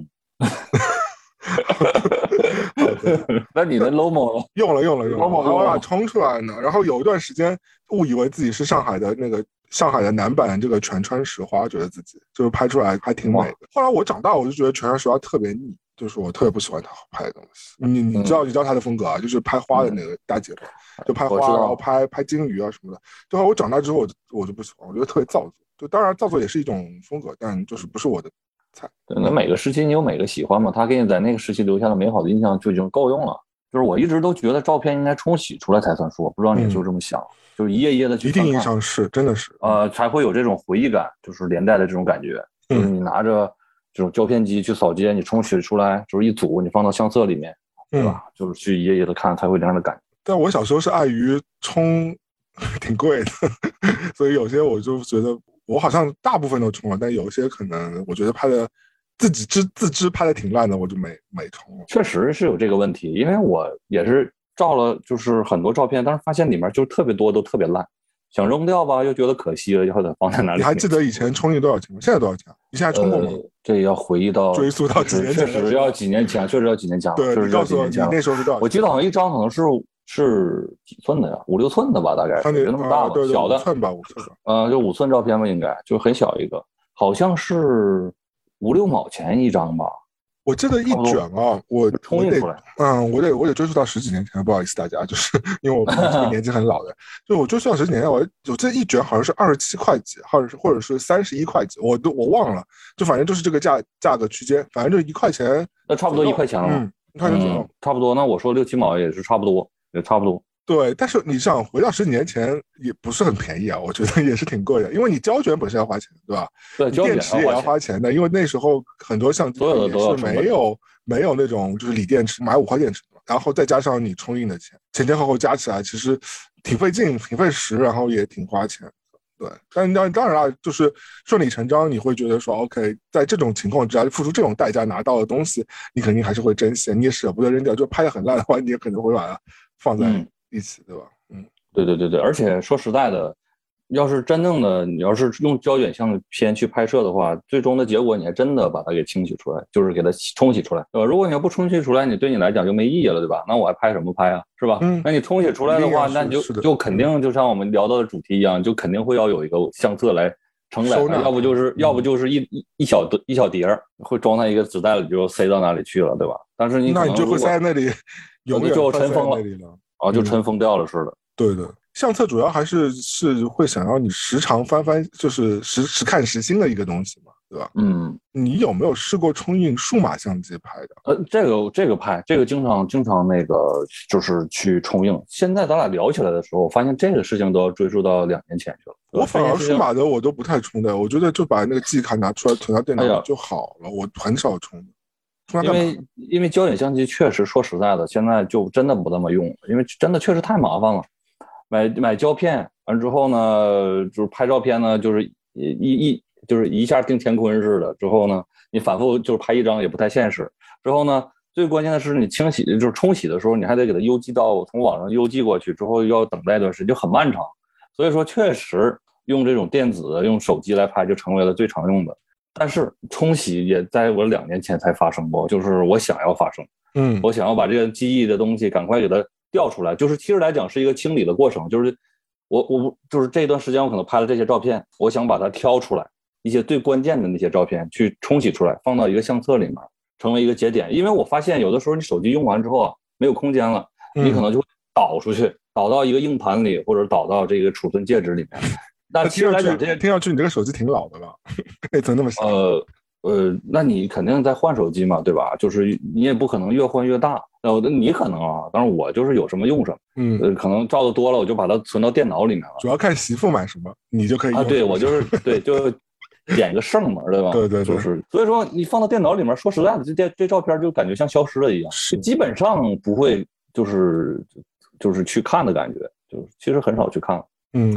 那你的 Lomo 用了用了用了，我把它冲出来呢。然后有一段时间误以为自己是上海的那个上海的男版这个全川石花，觉得自己就是拍出来还挺美的。后来我长大，我就觉得全川石花特别腻，就是我特别不喜欢他拍的东西。你你知道你知道他的风格啊，就是拍花的那个大姐嘛，就拍花，然后拍拍金鱼啊什么的。对吧？我长大之后我我就不喜欢，我觉得特别造作。就当然造作也是一种风格，但就是不是我的菜。 对，那每个时期你有每个喜欢嘛，他给你在那个时期留下了美好的印象就已经够用了。就是我一直都觉得照片应该冲洗出来才算数，不知道你就这么想？嗯、就是一页页的去翻看， 一定意义上是真的是， 呃，才会有这种回忆感，就是连带的这种感觉。嗯、就是你拿着这种胶片机去扫街，你冲洗出来就是一组，你放到相册里面，对吧？嗯、就是去一页页的看，才会这样的感觉。 但我小时候是碍于冲挺贵的，所以有些我就觉得。我好像大部分都冲了，但有些可能我觉得拍的自己知自知拍的挺烂的，我就没没冲了。 确实是有这个问题，因为我也是照了就是很多照片，但是发现里面就特别多都特别烂，想扔掉吧又觉得可惜了，要得放在哪里？ 你还记得以前冲印多少钱吗？现在多少钱？你现在冲过吗？ 呃、这要回忆到追溯到几年前， 确实要几年前，确实要几年前。 对， 确实要几年前。 你那时候是多少？ 我记得好像一张可能是。是几寸的呀？五六寸的吧，大概是那么大吧， 啊、对对小的五寸吧，五寸吧。 呃，就五寸照片吧，应该就很小一个，好像是五六毛钱一张吧。 我记得一卷啊，我冲印出来。 嗯，我得我得追溯到十几年前，不好意思大家，就是因为我这个年纪很老的，就我追溯到十几年前，我我这一卷好像是二十七块几，或者是或者是三十一块几，我都我忘了，就反正就是这个价价格区间，反正就一块钱， 那差不多一块钱了。 嗯，一块钱左右、 嗯，差不多。那我说六七毛也是差不多。也差不多， 对，但是你想回到十几年前也不是很便宜啊，我觉得也是挺贵的，因为你胶卷本身要花钱，对吧？ 对， 电池也要花钱的，因为那时候很多相机也是没有没有那种就是锂电池，买五号电池，然后再加上你冲印的钱，前前后后加起来其实挺费劲、挺费时，然后也挺花钱。对，但当当然了，就是顺理成章，你会觉得说 ，OK， 在这种情况之下，付出这种代价拿到的东西，你肯定还是会珍惜，你也舍不得扔掉。就拍得很烂的话，你也可能会把它放在一起，嗯、对吧？嗯， 对对对对，而且说实在的，要是真正的你要是用胶卷相片去拍摄的话，最终的结果你还真的把它给清洗出来，就是给它冲洗出来，对吧？如果你要不冲洗出来，你对你来讲就没意义了，对吧？那我还拍什么拍啊，是吧？ 嗯， 那你冲洗出来的话，那你就就肯定就像我们聊到的主题一样，就肯定会要有一个相册来承载，要不就是要不就是一一一小一小碟儿会装在一个纸袋里，就塞到哪里去了，对吧？但是你那你就会塞在那里，永远就尘封了啊，就尘封掉了似的。 对的，相册主要还是是会想要你时常翻翻，就是时时看时新的一个东西嘛，对吧？ 嗯， 你有没有试过冲印数码相机拍的？ 呃，这个这个拍，这个经常经常那个就是去冲印。现在咱俩聊起来的时候，我发现这个事情都要追溯到两年前去了。 我反而数码的我都不太冲的，我觉得就把那个记忆卡拿出来存到电脑里就好了，哎、我很少冲的。 因为因为胶卷相机确实说实在的，现在就真的不那么用了，因为真的确实太麻烦了。买买胶片完之后呢，就是拍照片呢，就是一一就是一下定乾坤似的。之后呢，你反复就是拍一张也不太现实。之后呢，最关键的是你清洗就是冲洗的时候，你还得给它邮寄到从网上邮寄过去，之后要等待一段时间，就很漫长。所以说，确实用这种电子用手机来拍就成为了最常用的。但是冲洗也在我两年前才发生过，就是我想要发生， 嗯， 我想要把这个记忆的东西赶快给它调出来，就是其实来讲是一个清理的过程，就是我我就是这一段时间我可能拍了这些照片，我想把它挑出来，一些最关键的那些照片去冲洗出来，放到一个相册里面，成为一个节点。因为我发现有的时候你手机用完之后啊，没有空间了，你可能就会导出去，导到一个硬盘里，或者导到这个储存介质里面。但其实来讲，这些听上去你这个手机挺老的了，内存那么小。 呃呃，那你肯定在换手机嘛，对吧？就是你也不可能越换越大。呃，你可能啊，但是我就是有什么用什么。 嗯， 呃，可能照的多了，我就把它存到电脑里面了。 主要看媳妇买什么，你就可以用啊。对，我就是对，就点个圣嘛，对吧？ 对对对， 就是所以说你放到电脑里面，说实在的，这这这照片就感觉像消失了一样，基本上不会就是就是去看的感觉，就是其实很少去看。 嗯。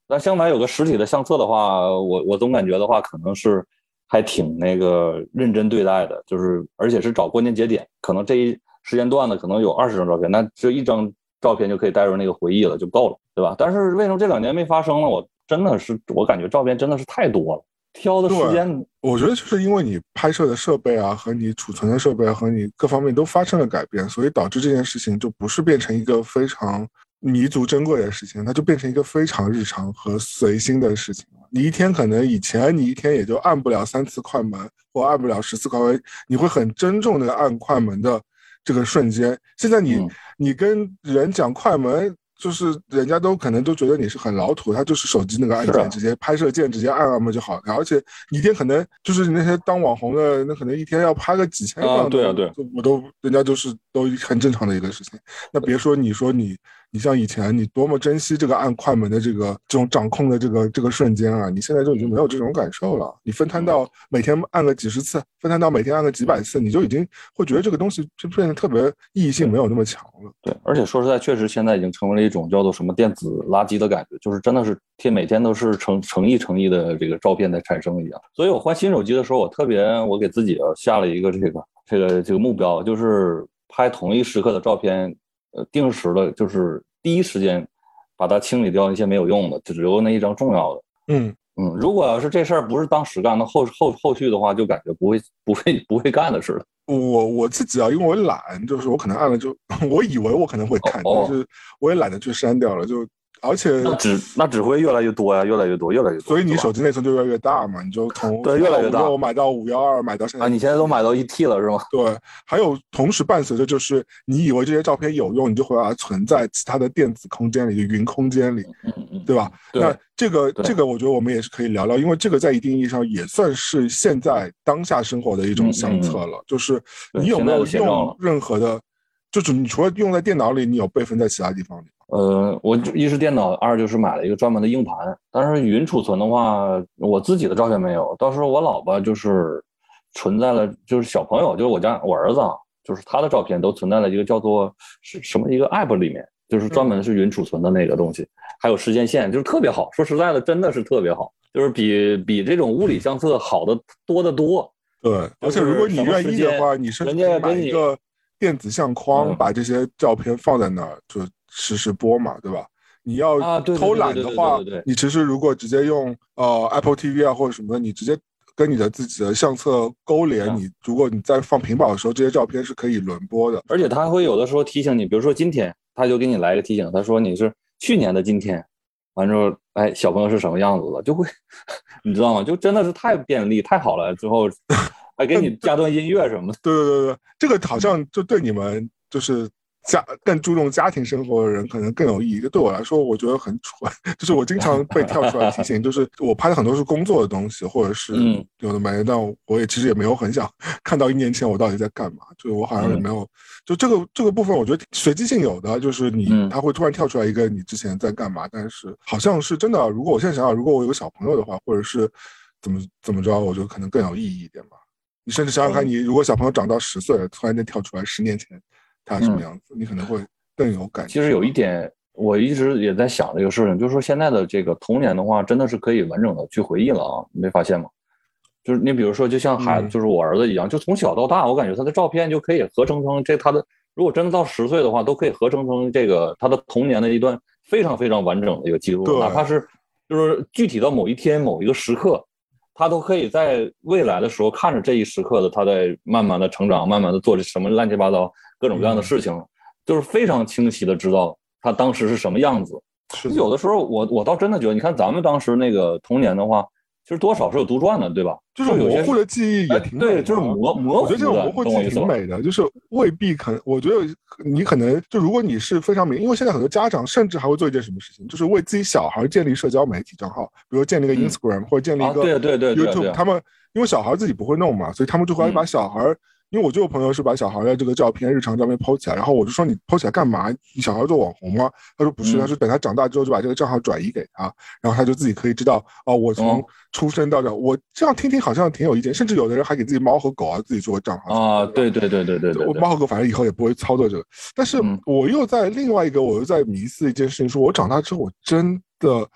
但相反有个实体的相册的话，我我总感觉的话，可能是还挺那个认真对待的，就是而且是找关键节点，可能这一时间段呢，可能有二十张照片，那这一张照片就可以带入那个回忆了，就够了，对吧？但是为什么这两年没发生呢？我真的是我感觉照片真的是太多了，挑的时间， 我觉得就是因为你拍摄的设备啊，和你储存的设备、啊、和你各方面都发生了改变，所以导致这件事情就不是变成一个非常弥足珍贵的事情，它就变成一个非常日常和随心的事情了。你一天可能以前你一天也就按不了三次快门或按不了十次快门，你会很珍重的按快门的这个瞬间。现在你、嗯、你跟人讲快门，就是人家都可能都觉得你是很老土，他就是手机那个按键直接拍摄键直接按按嘛就好了。而且你一天可能就是那些当网红的，那可能一天要拍个几千张、 啊，对啊对， 我都人家就是都很正常的一个事情。那别说你说你你像以前你多么珍惜这个按快门的这个这种掌控的这个这个瞬间啊，你现在就已经没有这种感受了。你分摊到每天按个几十次，分摊到每天按个几百次，你就已经会觉得这个东西就变得特别意义性没有那么强了。 对，而且说实在，确实现在已经成为了一种叫做什么电子垃圾的感觉，就是真的是天每天都是成成亿成亿的这个照片在产生一样。所以我换新手机的时候，我特别我给自己下了一个这个这个这个目标，就是拍同一时刻的照片，呃，定时的，就是第一时间把它清理掉一些没有用的，只留那一张重要的。 嗯嗯，如果要是这事儿不是当时干，那后后后续的话，就感觉不会不会不会干的似的。 我我自己啊，因为我懒，就是我可能按了就，我以为我可能会看， 哦、 但是我也懒得去删掉了，就。而且那只那只会越来越多呀，越来越多，越来越多。 所以你手机内存就越来越大嘛，你就从对越来越大， 我买到五幺二，买到现在啊，你现在都买到一 T 了是吗？ 对，还有同时伴随着就是你以为这些照片有用，你就会把它存在其他的电子空间里、云空间里， 嗯嗯， 对吧？ 对那这个这个我觉得我们也是可以聊聊，因为这个在一定意义上也算是现在当下生活的一种相册了， 嗯嗯、 就是你有没有用任何的，就是你除了用在电脑里，你有备份在其他地方里？ 呃，我一是电脑，二就是买了一个专门的硬盘。但是云储存的话，我自己的照片没有，到时候我老婆就是存在了，就是小朋友，就是我家我儿子，就是他的照片都存在了一个叫做是什么一个 app 里面，就是专门是云储存的那个东西，还有时间线，就是特别好。说实在的，真的是特别好，就是比比这种物理相册好的多得多。 对，而且如果你愿意的话，你甚至可以买一个电子相框，把这些照片放在那儿，就实时播嘛，对吧？你要偷懒的话，你其实如果直接用呃 Apple T V 啊或者什么的，你直接跟你的自己的相册勾连，你如果你在放屏保的时候，这些照片是可以轮播的。 而且它会有的时候提醒你，比如说今天，他就给你来一个提醒，他说你是去年的今天，完之后，哎，小朋友是什么样子的，就会，你知道吗？就真的是太便利，太好了。之后还给你加段音乐什么的。 对对对对，这个好像就对你们就是家更注重家庭生活的人可能更有意义。对我来说，我觉得很蠢，就是我经常被跳出来提醒，就是我拍的很多是工作的东西，或者是有的没，但我也其实也没有很想看到一年前我到底在干嘛，就是我好像也没有，就这个这个部分，我觉得随机性有的，就是你他会突然跳出来一个你之前在干嘛，但是好像是真的。如果我现在想想，如果我有个小朋友的话，或者是怎么怎么着，我觉得可能更有意义一点吧。你甚至想想看，你如果小朋友长到十岁了，突然间跳出来十年前他什么样子，嗯、你可能会更有感觉。 其实有一点，我一直也在想这个事情，就是说现在的这个童年的话，真的是可以完整的去回忆了啊，你没发现吗？就是你比如说，就像孩子，嗯、就是我儿子一样，就从小到大，我感觉他的照片就可以合成成这他的，如果真的到十岁的话，都可以合成成这个他的童年的一段非常非常完整的一个记录，哪怕是就是具体到某一天某一个时刻。他都可以在未来的时候看着这一时刻的他在慢慢的成长，慢慢的做着什么乱七八糟各种各样的事情，嗯、就是非常清晰的知道他当时是什么样子。 是有的时候我我倒真的觉得，你看咱们当时那个童年的话，其实多少是有杜撰的，对吧？ 就是模糊的记忆也挺美的， 对，就是模模糊的。 我觉得这种模糊记忆挺美的，就是未必可能。我觉得你可能就如果你是非常明，因为现在很多家长甚至还会做一件什么事情，就是为自己小孩建立社交媒体账号，比如建立一个 Instagram、嗯、或者建立一个 YouTube，、 啊、对对对对对， 他们因为小孩自己不会弄嘛，所以他们就会把小孩。嗯因为我就有朋友是把小孩的这个照片、日常照片 po 起来，然后我就说你 po 起来干嘛？你小孩做网红吗？他说不是，他说等他长大之后就把这个账号转移给他，然后他就自己可以知道哦，我从出生到这，我这样听听好像挺有意见，甚至有的人还给自己猫和狗啊自己做个账号啊，对对对对对对， 我猫和狗反正以后也不会操作这个，但是我又在另外一个我又在迷思一件事情，说我长大之后我真的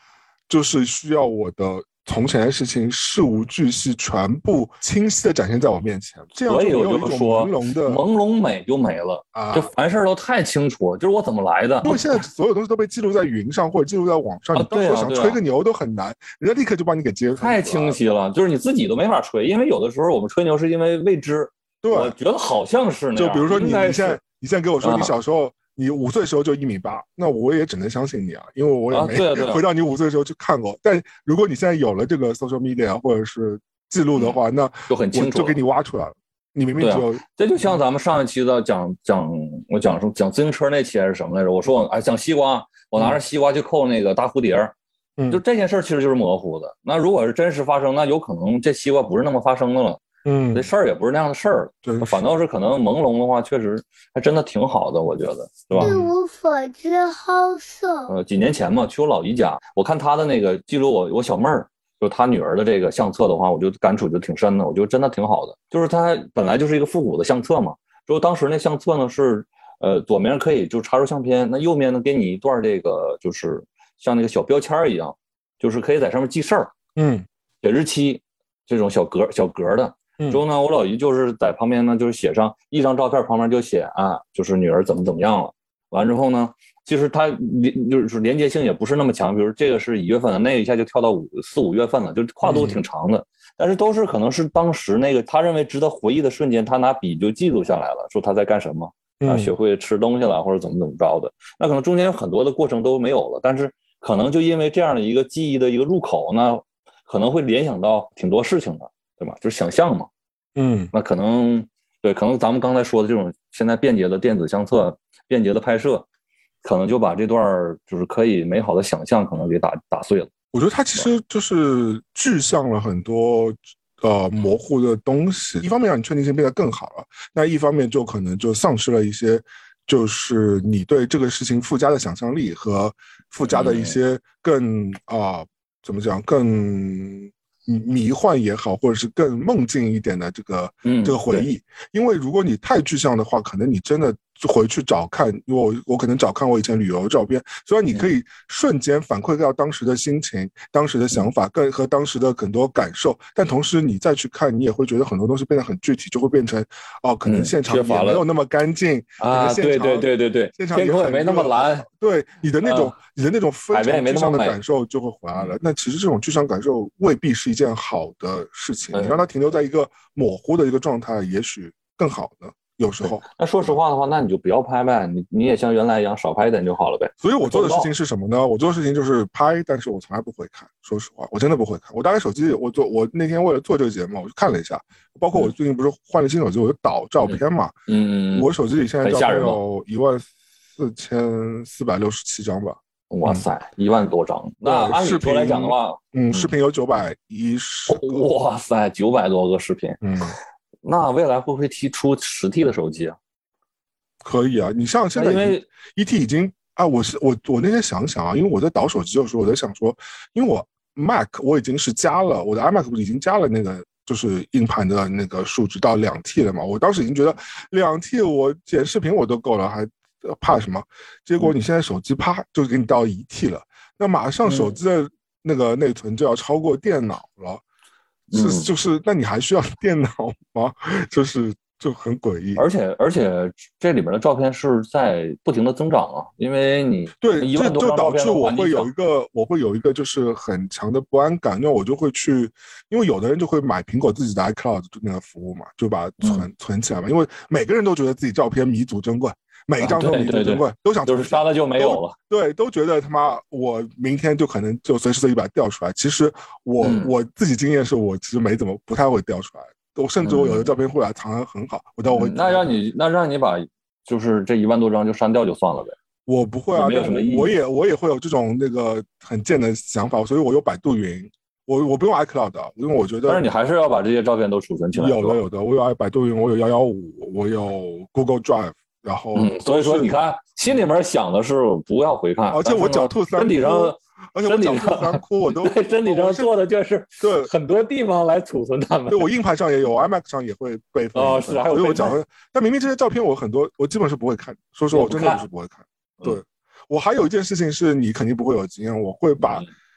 就是需要我的从前的事情事无巨细全部清晰的展现在我面前，这样就没有一种朦胧的朦胧美就没了啊！这凡事都太清楚，就是我怎么来的。 因为现在所有东西都被记录在云上或者记录在网上， 啊、 你到时候想吹个牛都很难，啊啊、人家立刻就帮你给接出来。 太清晰了，就是你自己都没法吹，因为有的时候我们吹牛是因为未知。 对， 我觉得好像是那样。 就比如说你你现在你现在跟我说你小时候。 啊你五岁的时候就一米八，那我也只能相信你啊，因为我也没回到你五岁的时候去看过。但如果你现在有了这个 social media 或者是记录的话，那就很清楚， 就给你挖出来了。你明明只有、 啊、这就像咱们上一期的讲讲我讲说讲自行车那期还是什么来着？我说我哎讲西瓜，我拿着西瓜去扣那个大蝴蝶，嗯，就这件事其实就是模糊的。那如果是真实发生，那有可能这西瓜不是那么发生的了。 嗯， 这事儿也不是那样的事儿，反倒是可能朦胧的话，确实还真的挺好的，我觉得，是吧？ 一无所知好色。 呃，几年前嘛，去我姥姨家，我看她的那个记录我我小妹儿，就她女儿的这个相册的话，我就感触就挺深的，我觉得真的挺好的。就是它本来就是一个复古的相册嘛，之后当时那相册呢是，呃，左面可以就插入相片，那右面呢给你一段这个就是像那个小标签一样，就是可以在上面记事儿， 嗯， 写日期，这种小格小格的。之后呢，我老姨就是在旁边呢，就是写上一张照片，旁边就写啊，就是女儿怎么怎么样了。完之后呢，其实它连就是连接性也不是那么强，比如这个是一月份的，那个一下就跳到五四五月份了，就跨度挺长的。嗯、但是都是可能是当时那个他认为值得回忆的瞬间，他拿笔就记录下来了，说他在干什么啊，学会吃东西了或者怎么怎么着的。那可能中间有很多的过程都没有了，但是可能就因为这样的一个记忆的一个入口呢，可能会联想到挺多事情的。对吧？就是想象嘛， 嗯， 那可能对，可能咱们刚才说的这种现在便捷的电子相册、便捷的拍摄，可能就把这段就是可以美好的想象，可能给打打碎了。 我觉得它其实就是具象了很多呃模糊的东西，一方面让你确定性变得更好了，那一方面就可能就丧失了一些，就是你对这个事情附加的想象力和附加的一些更啊、呃、怎么讲更。迷幻也好，或者是更梦境一点的这个、嗯、这个回忆，因为如果你太具象的话，可能你真的回去找看，因为我我可能找看我以前旅游的照片，虽然你可以瞬间反馈到当时的心情、嗯、当时的想法，更和当时的很多感受，但同时你再去看，你也会觉得很多东西变得很具体，就会变成哦，可能现场也没有那么干净、 嗯、啊，对对对对对， 现场天空也没那么蓝， 对你的那种、呃、你的那种非常具象的感受就会回来了。 嗯、 那其实这种具象感受未必是一件好的事情，你让它停留在一个模糊的一个状态，也许更好呢。有时候， 那说实话的话，那你就不要拍呗，你你也像原来一样少拍一点就好了呗。 所以我做的事情是什么呢？我做的事情就是拍，但是我从来不会看。说实话，我真的不会看。我打开手机，我做我那天为了做这个节目，我就看了一下，包括我最近不是换了新手机，我就导照片嘛。 嗯， 我手机里现在照片有一万四千四百六十七张吧。 哇塞，一万多张。那按理说来讲的话， 嗯，视频有九百一十。 哇塞，九百多个视频。 嗯。 那未来会不会提出十 T 的手机啊？ 可以啊，你像现在因为一 T 已经啊，我是我我那天想想啊，因为我在导手机的时候，我在想说，因为我 Mac 我已经是加了我的 iMac 已经加了那个就是硬盘的那个数值到两 T 了嘛，我当时已经觉得两 T 我剪视频我都够了，还怕什么？结果你现在手机啪就给你到一 T 了，那马上手机的那个内存就要超过电脑了。是就是，那你还需要电脑吗？就是就很诡异。 而且而且这里面的照片是在不停的增长啊，因为你对， 一万多张照片就导致我会有一个我会有一个就是很强的不安感，那我就会去，因为有的人就会买苹果自己的 iCloud 那个服务嘛，就把它存、嗯、存起来嘛，因为每个人都觉得自己照片弥足珍贵。每一张都弥足珍贵， 啊、 都想就是刷了就没有了。 对，都觉得他妈我明天就可能就随时随地把它调出来。其实我、嗯、我自己经验是我其实没怎么不太会调出来，我甚至我有的照片会把它藏得很好，我但我会、 嗯、那让你那让你把就是这一万多张就删掉就算了呗。 我不会啊， 没有什么意义。 我也我也会有这种那个很贱的想法，所以我有百度云。我我不用 iCloud 的，因为我觉得， 但是你还是要把这些照片都储存起来。 有的有的，我有百度云，我有幺幺五，我有 Google Drive。然后、 嗯，所以说你看，心里面想的是不要回看， 而且我狡兔三窟， 身体上， 而且我狡兔三窟，我都对身体上做的就是对很多地方来储存它们。 对，我硬盘上也有 ，iMac 上也会备份。 哦，是，还有所以我讲，但明明这些照片我很多，我基本是不会看。说实话，我真的是不会看。对，我还有一件事情是你肯定不会有经验，我会把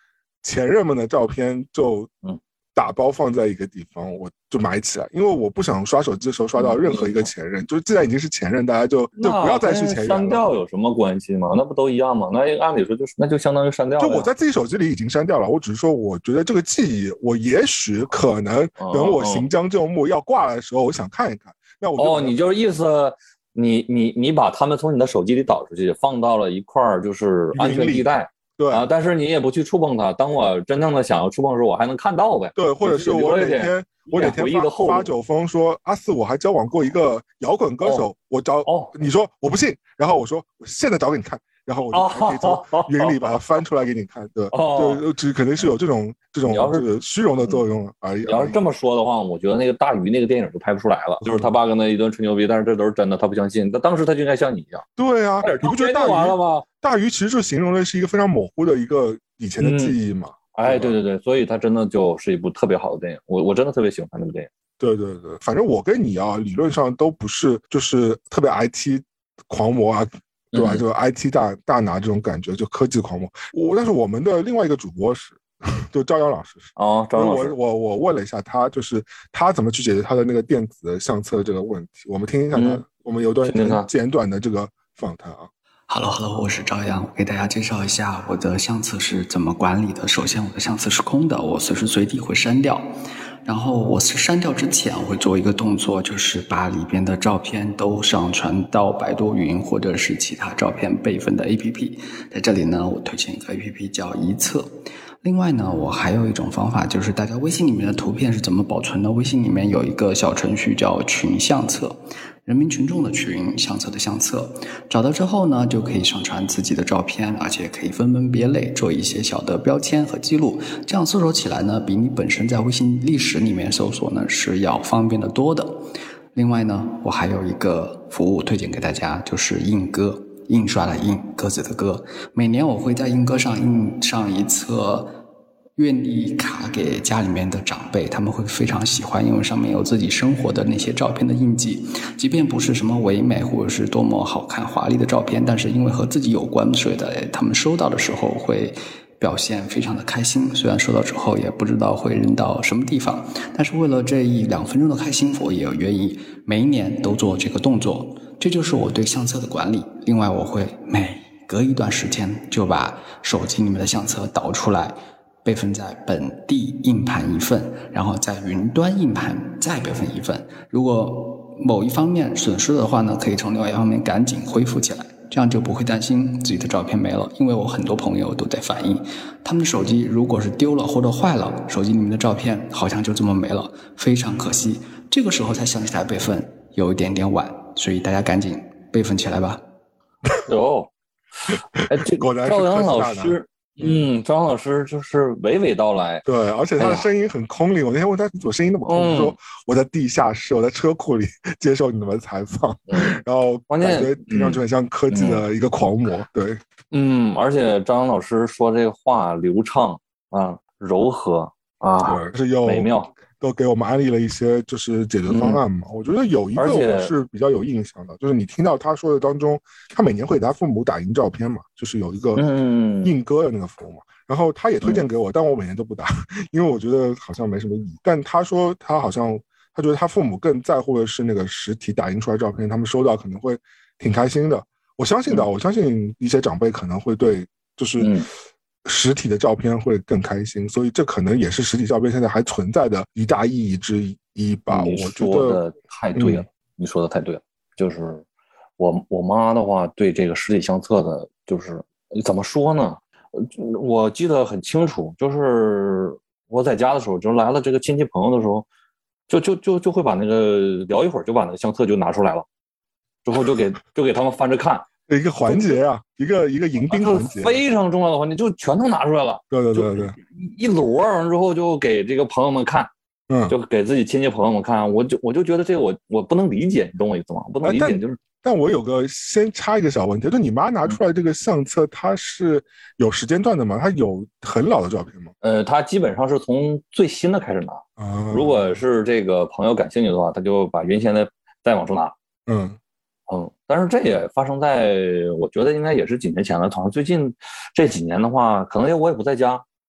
前任们的照片就嗯打包放在一个地方，我就埋起来，因为我不想刷手机的时候刷到任何一个前任，就是既然已经是前任，大家就就不要再去前任了。 删掉有什么关系吗？那不都一样吗？那按理说就是那就相当于删掉了。 就我在自己手机里已经删掉了，我只是说我觉得这个记忆，我也许可能等我行将就木要挂了的时候，我想看一看。那我就哦，你就是意思。你你你把他们从你的手机里导出去，放到了一块儿就是安全地带， 对啊，但是你也不去触碰它。当我真正的想要触碰的时候，我还能看到呗。 对，或者是我哪天我哪天发发九封说阿四我还交往过一个摇滚歌手， 哦、 我找、哦、你说我不信，然后我说我现在找给你看，然后我就可以从云里把它翻出来给你看，对， 哦、 就只可能是有这种这种就是虚荣的作用而已。 你要是这么说的话，我觉得那个大鱼那个电影就拍不出来了，就是他爸跟他一顿吹牛逼，但是这都是真的，他不相信。那当时他就应该像你一样。 对啊，你不觉得大鱼完了吗？ 大鱼其实就形容的是一个非常模糊的一个以前的记忆嘛。 嗯、哎，对对对，所以他真的就是一部特别好的电影，我我真的特别喜欢那部电影。 对对对，反正我跟你啊，理论上都不是就是特别 I T 狂魔啊。对吧？就 I T 大大拿这种感觉，就科技狂魔。我但是我们的另外一个主播是，就朝阳老师是。 哦，朝阳老师。 我我我问了一下他，就是他怎么去解决他的那个电子相册这个问题。我们听一下他，嗯、我们有段简短的这个访谈啊。 Hello Hello， 我是朝阳，我给大家介绍一下我的相册是怎么管理的。首先，我的相册是空的，我随时随地会删掉。然后我是删掉之前，我会做一个动作，就是把里边的照片都上传到百度云或者是其他照片备份的 A P P。在这里呢，我推荐一个 A P P 叫一册。另外呢，我还有一种方法，就是大家微信里面的图片是怎么保存的？微信里面有一个小程序叫群相册，人民群众的群，相册的相册。找到之后呢，就可以上传自己的照片，而且可以分门别类做一些小的标签和记录。这样搜索起来呢，比你本身在微信历史里面搜索呢是要方便的多的。另外呢，我还有一个服务推荐给大家，就是印鸽。印刷的印，鸽子的鸽。每年我会在印鸽上印上一册愿意卡给家里面的长辈，他们会非常喜欢，因为上面有自己生活的那些照片的印记，即便不是什么唯美或者是多么好看华丽的照片，但是因为和自己有关，所以的他们收到的时候会表现非常的开心。虽然收到之后也不知道会扔到什么地方，但是为了这一两分钟的开心，我也愿意每一年都做这个动作。这就是我对相册的管理。另外，我会每隔一段时间就把手机里面的相册导出来，备份在本地硬盘一份，然后在云端硬盘再备份一份。如果某一方面损失的话呢，可以从另外一方面赶紧恢复起来，这样就不会担心自己的照片没了。因为我很多朋友都在反映，他们的手机如果是丢了或者坏了，手机里面的照片好像就这么没了，非常可惜。这个时候才想起来备份，有一点点晚，所以大家赶紧备份起来吧。 有，哎，这朝阳老师，嗯，朝阳老师就是娓娓道来， 对，而且他的声音很空灵。我那天问他，我声音那么空，说我在地下室，我在车库里接受你们的采访，然后感觉听上去很像科技的一个狂魔。对， 嗯，而且朝阳老师说这个话流畅啊，柔和啊， 是又美妙。 都给我们安利了一些就是解决方案嘛、嗯、我觉得有一个我是比较有印象的，就是你听到他说的当中，他每年会给他父母打印照片嘛，就是有一个印鸽的那个服务嘛、嗯、然后他也推荐给我、嗯、但我每年都不打，因为我觉得好像没什么意义。但他说他好像他觉得他父母更在乎的是那个实体打印出来照片，他们收到可能会挺开心的。我相信的、嗯、我相信一些长辈可能会对就是实体的照片会更开心，所以这可能也是实体照片现在还存在的一大意义之一吧。 你说的太对了、嗯、你说的太对了。就是我我妈的话对这个实体相册的，就是怎么说呢，我记得很清楚，就是我在家的时候，就来了这个亲戚朋友的时候，就就就就会把那个聊一会儿，就把那个相册就拿出来了，之后就给就给他们翻着看。 一个环节啊，一个一个迎宾环节， 非常重要的环节，就全都拿出来了。 对对对对， 一摞完之后就给这个朋友们看，嗯，就给自己亲戚朋友们看。我就我就觉得这个我我不能理解，你懂我意思吗？不能理解就是。 但我有个先插一个小问题，就你妈拿出来这个相册，它是有时间段的吗？它有很老的照片吗？ 呃，它基本上是从最新的开始拿。啊、如果是这个朋友感兴趣的话，他就把原先的再往出拿。 嗯。 嗯，但是这也发生在我觉得应该也是几年前了，好像最近这几年的话，可能因为我也不在家，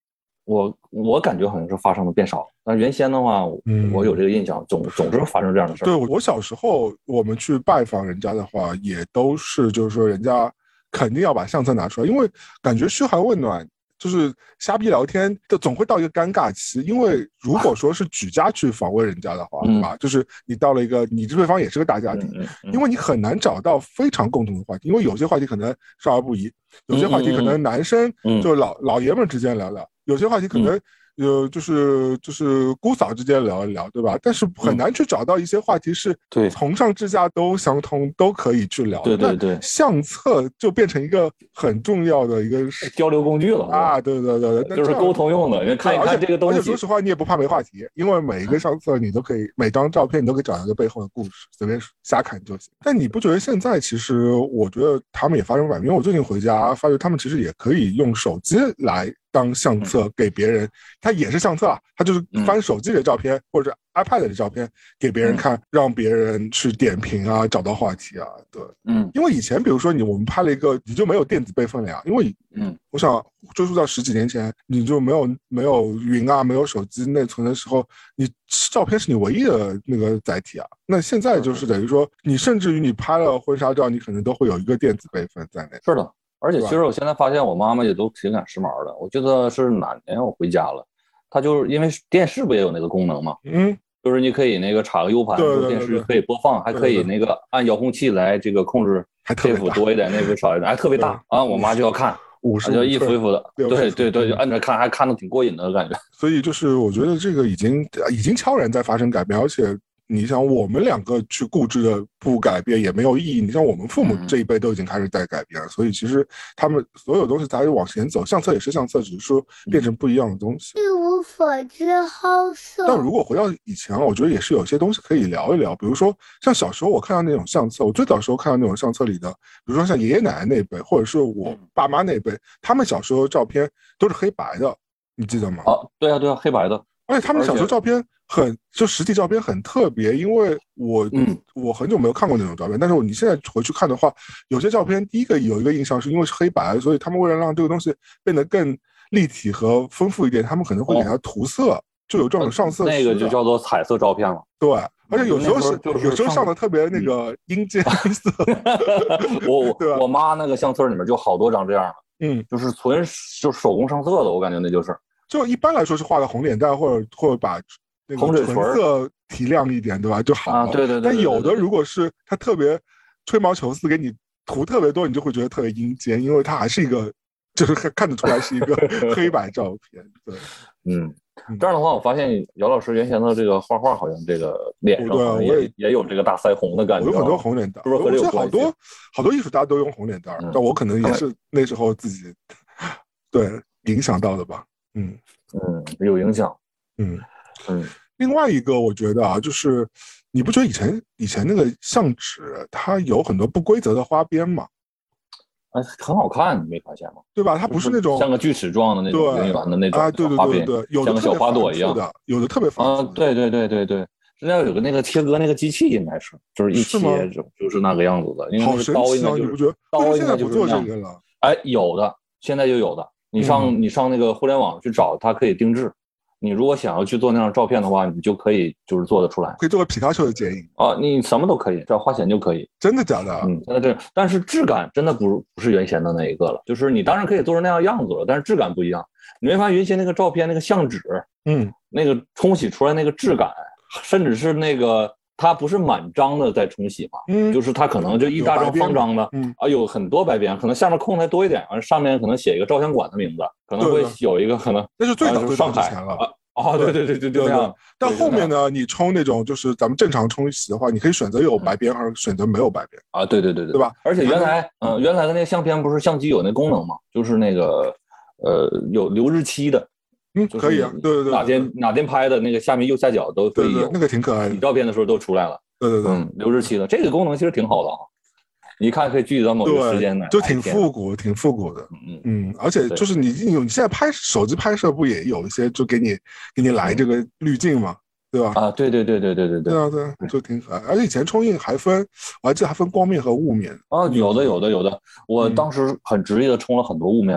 我我感觉好像是发生的变少，但是原先的话， 嗯我有这个印象，总总是发生这样的事儿。 对，我小时候我们去拜访人家的话，也都是就是说人家肯定要把相册拿出来，因为感觉嘘寒问暖。就是瞎逼聊天，就总会到一个尴尬期，因为如果说是举家去访问人家的话， 嗯、 对吧？就是你到了一个，你这对方也是个大家庭， 嗯嗯嗯、 因为你很难找到非常共同的话题，因为有些话题可能少儿不宜，有些话题可能男生就老、嗯、老爷们之间聊聊，有些话题可能。有就是就是姑嫂之间聊一聊，对吧？但是很难去找到一些话题是从上至下都相通，都可以去聊。 对对对， 相册就变成一个很重要的一个交流工具了啊！对对对对， 就是沟通用的。你看一看这个东西， 而且说实话，你也不怕没话题，因为每一个相册你都可以，每张照片你都可以找到一个背后的故事，随便瞎看就行。但你不觉得现在其实，我觉得他们也发生改变？因为我最近回家发觉他们其实也可以用手机来当相册给别人，它也是相册啊，它就是翻手机的照片、嗯、或者 iPad 的照片给别人看、嗯，让别人去点评啊，找到话题啊，对， 嗯， 因为以前比如说你我们拍了一个，你就没有电子备份了呀，因为嗯，我想追溯到十几年前，你就没有没有云啊，没有手机内存的时候，你照片是你唯一的那个载体啊。那现在就是等于说，你甚至于你拍了婚纱照，你可能都会有一个电子备份在内。 是的。而且其实我现在发现我妈妈也都挺赶时髦的，我记得是哪年我回家了，她就是因为电视不也有那个功能嘛， 嗯， 就是你可以那个插个 U 盘，电视可以播放，还可以那个按遥控器来这个控制这幅多一点，那幅少一点，还特别大啊！我妈就要看， 五十就一幅一幅的，对对对，就按着看，还看得挺过瘾的感觉。 所以就是我觉得这个已经已经悄然在发生改变，而且。你像我们两个去固执的不改变也没有意义，你像我们父母这一辈都已经开始在改变了、嗯、所以其实他们所有东西才往前走，相册也是相册，只是说变成不一样的东西。 一无所知好色。 但如果回到以前，我觉得也是有些东西可以聊一聊，比如说像小时候我看到那种相册，我最早时候看到那种相册里的，比如说像爷爷奶奶那一辈，或者是我爸妈那一辈，他们小时候照片都是黑白的，你记得吗？ 啊，对啊对啊，黑白的。 而且他们小时候照片很，就实际照片很特别，因为我、 嗯、 我很久没有看过那种照片，但是你现在回去看的话，有些照片第一个有一个印象是因为是黑白，所以他们为了让这个东西变得更立体和丰富一点，他们可能会给它涂色，哦、就有这种上色、 呃。那个就叫做彩色照片了。 对，而且有时候是、 嗯、 有时候上的特别那个阴间色。 我我我妈那个相册里面就好多张这样的， 嗯， 就是纯就是手工上色的，我感觉那就是。 就一般来说是画个红脸蛋，或者或者把那个唇色提亮一点，对吧？就好了。 啊，对对 对, 对, 对, 对。 但有的如果是他特别吹毛求疵，给你涂特别多，你就会觉得特别阴间，因为它还是一个，就是看得出来是一个黑白照片。对， 嗯，这样的话，我发现姚老师原先的这个画画，好像这个脸上好像也也有这个大腮红的感觉。 我有很多红脸蛋， 是不是和这有关系？ 好多好多艺术家都用红脸蛋，嗯、但我可能也是那时候自己对影响到的吧。嗯嗯，有影响。 嗯嗯， 另外一个我觉得啊，就是你不觉得以前以前那个相纸它有很多不规则的花边吗？ 哎，很好看，你没发现吗？ 对吧？它不是那种像个锯齿状的那种圆圆的那种啊，对对对对，有的像个小花朵一样的，有的特别啊，对对对对对，现在有个那个切割那个机器，应该是就是一切就就是那个样子的，因为好神奇啊！你不觉得？ 刀现在不做这个了？ 哎，有的，现在就有的。你上、嗯、你上那个互联网去找，它可以定制。你如果想要去做那张照片的话，你就可以就是做得出来， 可以做个皮卡丘的剪影啊，你什么都可以，只要花钱就可以。 真的假的？ 嗯，真的这，但是质感真的不不是原先的那一个了。就是你当然可以做成那样样子了，但是质感不一样。你没发现原先那个照片那个相纸， 嗯， 那个冲洗出来那个质感，甚至是那个。它不是满张的在冲洗嘛， 嗯， 就是它可能就一大张方张的， 嗯啊，有很多白边，可能下面空还多一点，完上面可能写一个照相馆的名字，可能会有一个可能那是最早最早之前了啊，哦，对对对对对，这样。 但后面呢，你冲那种就是咱们正常冲洗的话，你可以选择有白边，还是选择没有白边啊？对对对对， 对吧？ 而且原来，嗯，原来的那个相片不是相机有那功能嘛，就是那个呃有留日期的。 嗯，可以啊，对对对， 哪天哪天拍的那个下面右下角都可以有， 那个挺可爱的。 洗照片的时候都出来了。 对对对， 嗯，留日期的这个功能其实挺好的啊，你一看可以具体到某个时间的， 就挺复古，挺复古的。嗯嗯，而且就是你你你现在拍手机拍摄不也有一些就给你给你来这个滤镜嘛，对吧？ 啊，对对对对对对对， 对啊对，就挺可爱。而且以前冲印还分，我还记得还分光面和雾面啊，有的有的有的，我当时很执意的冲了很多雾面。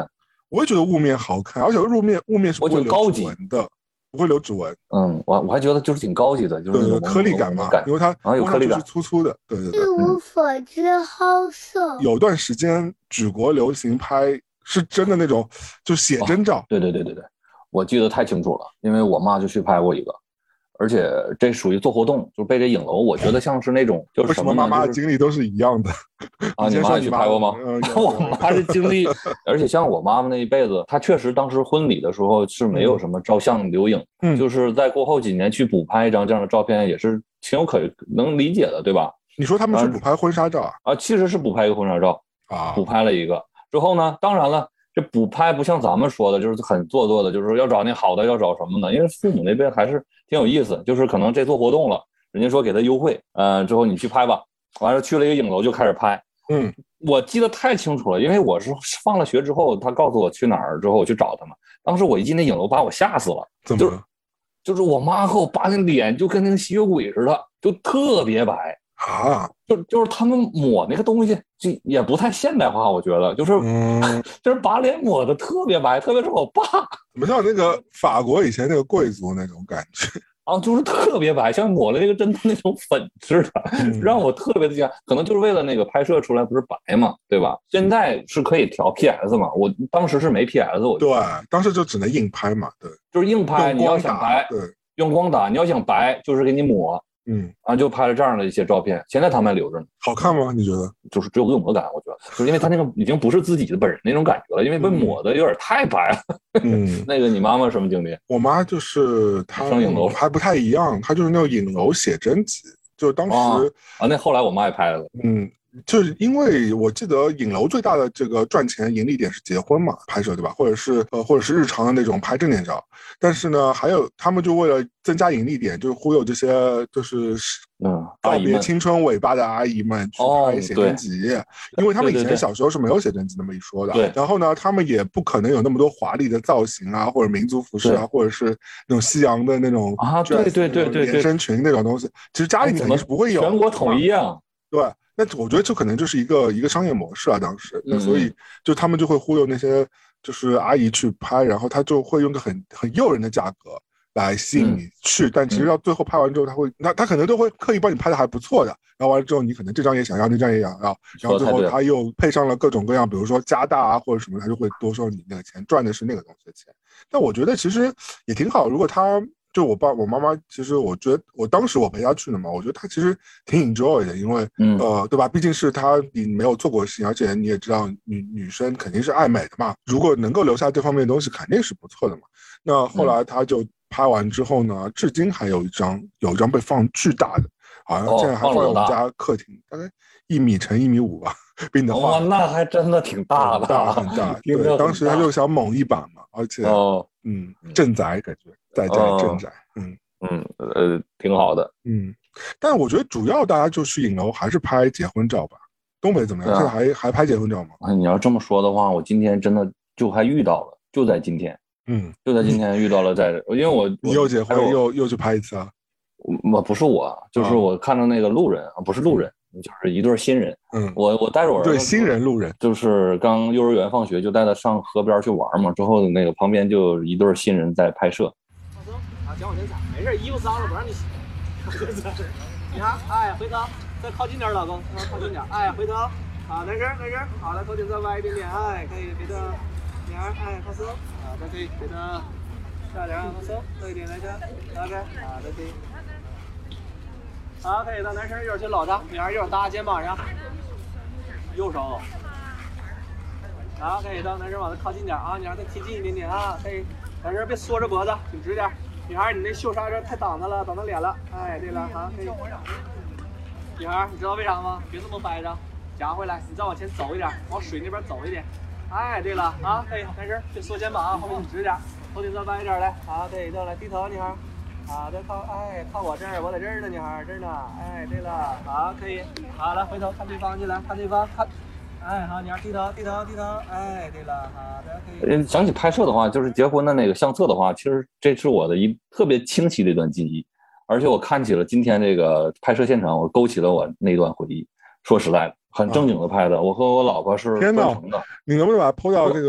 我也觉得雾面好看，而且雾面雾面是不会留指纹的，不会留指纹。 嗯，我我还觉得就是挺高级的，就是那种颗粒感嘛，因为它啊有颗粒感， 粗粗的。对对对。 一无所知好色。 有段时间举国流行拍是真的那种，就写真照。 哦、对对对对对，我记得太清楚了，因为我妈就去拍过一个。而且这属于做活动，就是背着影楼，我觉得像是那种就是什么妈妈的经历都是一样的啊。你妈也去拍过吗？ 嗯、 我妈的经历，而且像我妈妈那一辈子，她确实当时婚礼的时候是没有什么照相留影， 嗯， 就是在过后几年去补拍一张这样的照片，也是情有可能理解的，对吧？ 你说他们去补拍婚纱照啊？ 啊，其实是补拍一个婚纱照啊， 补拍了一个之后呢，当然了。这补拍不像咱们说的，就是很做作的，就是要找那好的，要找什么呢？因为父母那边还是挺有意思，就是可能这做活动了，人家说给他优惠，呃，之后你去拍吧，完了去了一个影楼就开始拍。 嗯， 我记得太清楚了，因为我是放了学之后，他告诉我去哪儿之后，我去找他们。当时我一进那影楼，把我吓死了， 怎么了？ 就是我妈和我爸那脸就跟那个吸血鬼似的，就特别白。 啊， 就就是他们抹那个东西，就也不太现代化，我觉得就是， 嗯、 就是把脸抹的特别白，特别是我爸， 怎么像那个法国以前那个贵族那种感觉啊，就是特别白，像抹了那个真的那种粉似的， 嗯、 让我特别的惊讶。可能就是为了那个拍摄出来不是白嘛，对吧？现在是可以调 P S 嘛，我当时是没 P S， 我对，当时就只能硬拍嘛，对， 就是硬拍，你要想白， 对， 用光打，你要想白，就是给你抹。 嗯啊，就拍了这样的一些照片，现在他们还留着呢。 好看吗？你觉得？ 就是只有恶魔感，我觉得，就是因为他那个已经不是自己的本人那种感觉了，因为被抹的有点太白了。 嗯， 那个你妈妈什么经历？ 我妈就是她上影楼还不太一样，她就是那种影楼写真集，就当时啊, 啊，那后来我妈也拍了。 嗯。就是因为我记得影楼最大的这个赚钱盈利点是结婚嘛，拍摄对吧？或者是呃，或者是日常的那种拍正脸照。但是呢，还有他们就为了增加盈利点，就是忽悠这些就是嗯告别青春尾巴的阿姨们去拍写真集， 哦、 因为他们以前小时候是没有写真集那么一说的。 对。 然后呢，他们也不可能有那么多华丽的造型啊，或者民族服饰啊，或者是那种西洋的那种啊，对对对对连身裙那种东西，其实家里面肯定是不会有。 全国统一啊。 对。那我觉得这可能就是一个一个商业模式啊，当时，那所以就他们就会忽悠那些就是阿姨去拍，然后他就会用个很很诱人的价格来吸引你去， 嗯、 但其实到最后拍完之后，他会他他可能都会刻意帮你拍的还不错的，然后完了之后你可能这张也想要，那张也想要，然后最后他又配上了各种各样，比如说加大啊或者什么，他就会多收你那个钱，赚的是那个东西的钱。但我觉得其实也挺好，如果他。就我爸我妈妈，其实我觉得我当时我陪她去的嘛，我觉得她其实挺 enjoy 的，因为、 嗯、 呃，对吧？毕竟是她你没有做过的事情，而且你也知道女女生肯定是爱美的嘛，如果能够留下这方面的东西，肯定是不错的嘛。那后来她就拍完之后呢，嗯、至今还有一张有一张被放巨大的，好像现在还放在我们家客厅，哦、大概一米乘一米五吧，比你的画、 哦，那还真的挺大的， 大很大。对，当时他就想猛一把嘛，而且哦， 嗯，镇宅感觉。在在镇宅，嗯嗯呃，挺好的， 嗯，但我觉得主要大家就去影楼还是拍结婚照吧。东北怎么样？啊、现在还还拍结婚照吗？ 啊，你要这么说的话，我今天真的就还遇到了，就在今天， 嗯， 就在今天遇到了在，因为我你又结婚又又去拍一次啊？ 我不是我，就是我看到那个路人啊，不是路人。就是一对新人， 嗯， 我我带着我儿子， 对新人路人， 就是刚幼儿园放学就带他上河边去玩嘛，之后那个旁边就一对新人在拍摄。 放松啊，脚往前踩，没事，衣服脏了不让你洗。你看，哎，回头再靠近点，老公，靠近点，哎，回头，好，男生男生，好了，头顶再歪一点点，哎，可以，别的，女儿，哎，放松，好，再可以，别的，下点，放松，多一点，男生 ，OK， 好，再可以。好，可以的，男生一会儿去搂他，女孩一会儿搭肩膀上，右手。好，可以的，男生往他靠近点啊，女孩再贴近一点点啊，可以，男生别缩着脖子，挺直点。女孩，你那袖纱这太挡他了，挡他脸了。哎，对了，好，可以。女孩，你知道为啥吗？别这么掰着，夹回来，你再往前走一点，往水那边走一点。哎，对了，啊，可以，男生别缩肩膀啊，后面你直点，头顶再歪一点来。好，可以的，来低头，女孩。好的，靠，哎，靠我这儿，我在这儿呢，女孩这儿呢。哎，对了，好，可以，好了，回头看对方去，来看对方，看，哎，好，女孩低头，低头，低头，哎，对了，好的，可以。 想起拍摄的话，就是结婚的那个相册的话，其实这是我的一特别清晰的一段记忆，而且我看起了今天这个拍摄现场，我勾起了我那段回忆。说实在的，很正经的拍的，啊、我和我老婆是天哪，你能不能把它 po 到这个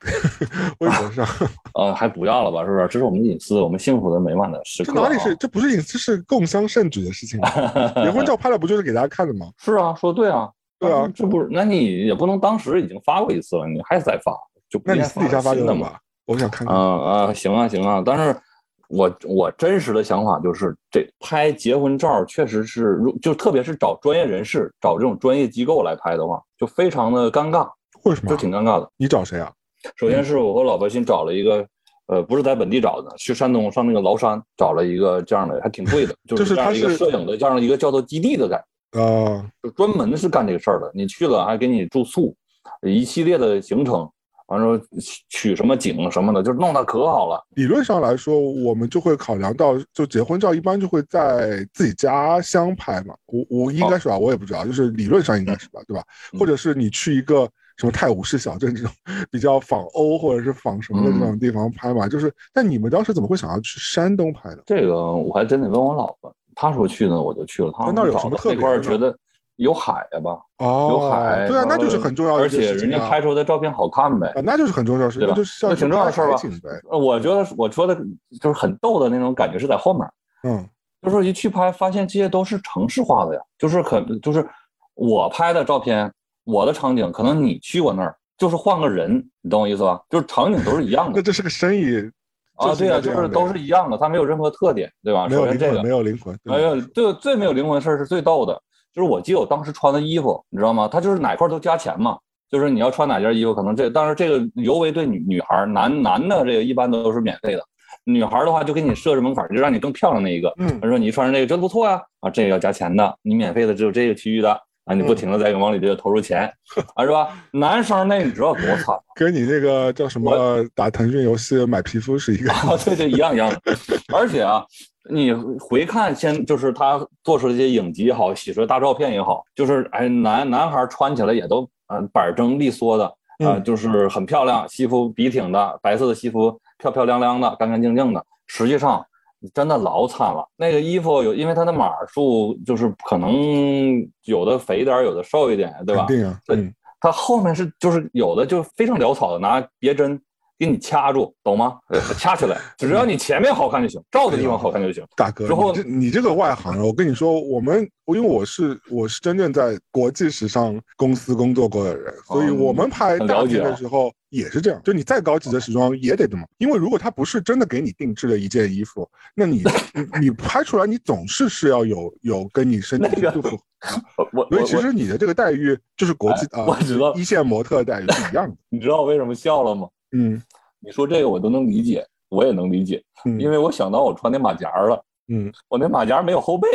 微博上。 呃，还不要了吧，是不是？这是我们的隐私，我们幸福的美满的时刻、啊。 这哪里是？这不是隐私，是共襄盛举的事情、啊。结婚照拍了不就是给大家看的吗？ 是啊，说对啊， 对啊， 这不是？那你也不能当时已经发过一次了，你还再发，就不那你私底下发给我嘛？ 我想看看。 啊啊，行啊行啊，但是我我真实的想法就是，这拍结婚照确实是，就特别是找专业人士、找这种专业机构来拍的话，就非常的尴尬。 为什么？ 就挺尴尬的。 你找谁啊？ 首先是我和老婆新找了一个，呃，不是在本地找的，去山东上那个崂山找了一个这样的，还挺贵的，就是这样一个摄影的这样的一个叫做基地的感觉。 啊， 就专门是干这个事儿的。你去了还给你住宿，一系列的行程。完了取什么景什么的，就弄得可好了。 理论上来说，我们就会考量到，就结婚照一般就会在自己家乡拍嘛。我我应该是吧，我也不知道，就是理论上应该是吧，对吧？或者是你去一个什么泰晤士小镇这种比较仿欧或者是仿什么的这种地方拍嘛。就是，但你们当时怎么会想要去山东拍的？ 这个我还真得问我老婆，她说去呢，我就去了。她那有什么特别？ 那块觉得。有海呀吧？ 哦， 有海， 对啊，那就是很重要的、啊， 而且人家拍出来的照片好看呗， 啊，那就是很重要的事， 对吧？ 就是那挺重要的事吧？我觉得我说的就是很逗的那种感觉是在后面， 嗯， 就是一去拍发现这些都是城市化的呀，就是可就是我拍的照片，我的场景，可能你去过那儿，就是换个人，你懂我意思吧？就是场景都是一样的。 那这是个生意。 啊，对啊，就是都是一样的，它没有任何特点，对吧？ 没有灵魂， 这个没有灵魂。 哎呀，对，最没有灵魂的事是最逗的。就是我记得我当时穿的衣服，你知道吗？它就是哪块都加钱嘛，就是你要穿哪件衣服，可能这，当然这个尤为对女女孩，男男的这个一般都是免费的，女孩的话就给你设置门槛，就让你更漂亮那一个。 嗯， 他说你穿上这个真不错呀，啊，这个要加钱的，你免费的只有这个区域的啊，你不停的在往里边投入钱，啊，是吧？男生那你知道多惨， 跟你那个叫什么打腾讯游戏买皮肤是一个， 啊，对对，一样一样的，而且啊。你回看先就是他做出的这些影集也好，洗出来大照片也好，就是哎男男孩穿起来也都嗯、呃、板正利索的啊、呃，就是很漂亮，西服笔挺的，白色的西服漂漂亮亮的，干干净净的。实际上真的老惨了，那个衣服有因为它的码数就是可能有的肥一点，有的瘦一点，对吧？ 肯定啊，嗯， 它后面是就是有的就非常潦草的拿别针。给你掐住，懂吗？掐起来，只要你前面好看就行，照的地方好看就行。 大哥， 之后你这你这个外行人，我跟你说，我们因为我是我是真正在国际时尚公司工作过的人，所以我们拍大片的时候也是这样。就你再高级的时装也得这么，因为如果他不是真的给你定制的一件衣服，那你你拍出来你总是是要有有跟你身体不符。 我所以其实你的这个待遇就是国际啊， 我知道一线模特待遇是一样的。 你知道我为什么笑了吗？ 嗯。 你说这个我都能理解，我也能理解， 嗯、 因为我想到我穿那马甲了， 嗯， 我那马甲没有后背，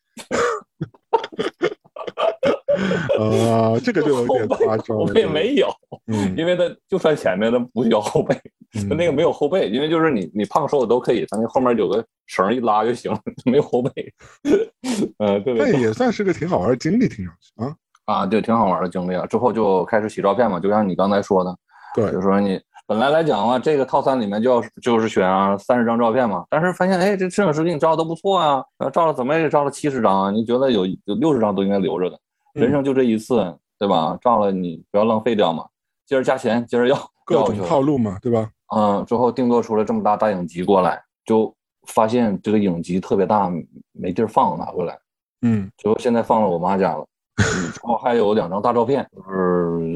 呃，这个就有点夸张了， 后背没有， 嗯， 因为它就穿前面的不需要后背， 嗯、 那个没有后背，因为就是你你胖瘦的都可以，它那后面有个绳一拉就行了，没有后背，呃，对对， 那也算是个挺好玩的经历，听上去啊啊，对，挺好玩的经历啊，之后就开始洗照片嘛，就像你刚才说的， 对， 就是说你。本来来讲的话，这个套餐里面就要就是选啊三十张照片嘛，但是发现哎，这摄影师给你照的都不错啊，照了怎么也照了七十张啊，你觉得有有六十张都应该留着的，人生就这一次，嗯、对吧？照了你不要浪费掉嘛，接着加钱，接着要各种套路嘛，对吧？ 嗯，之后定做出了这么大大影集过来，就发现这个影集特别大，没地儿放，拿回来， 嗯， 最后现在放了我妈家了，之后还有两张大照片，就是。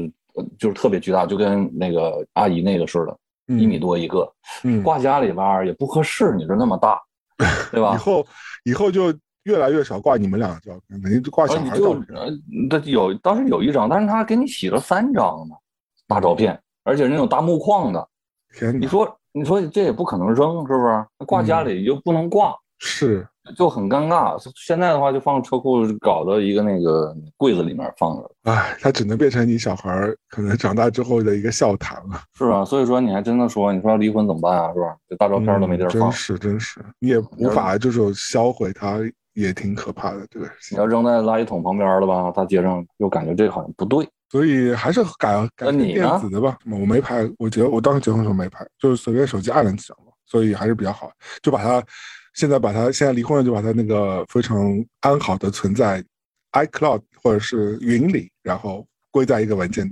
就是特别巨大，就跟那个阿姨那个似的， 嗯、 一米多一个， 嗯， 挂家里边也不合适，你说那么大，对吧？ 以后以后就越来越少挂你们俩的照片，肯定就挂小孩照片。 呃，这有当时有一张，但是他给你洗了三张呢，大照片，而且那种大木框的， 天， 你说你说这也不可能扔，是不是？挂家里又不能挂， 嗯、是。 就很尴尬，现在的话就放车库，搞到一个那个柜子里面放着。 哎，它只能变成你小孩可能长大之后的一个笑谈了。 是啊，所以说你还真的说，你说要离婚怎么办啊？是吧？这大照片都没地儿放。 嗯、真是真是，你也无法就是销毁它，也挺可怕的这个事情。 你要扔在垃圾桶旁边了吧，大街上又感觉这好像不对。 所以还是改改成电子的吧。我没拍，我结我当时结婚的时候没拍，就是随便手机按了几张嘛，所以还是比较好，就把它。现在把它现在离婚了，就把它那个非常安好的存在 iCloud 或者是云里，然后归在一个文件档里。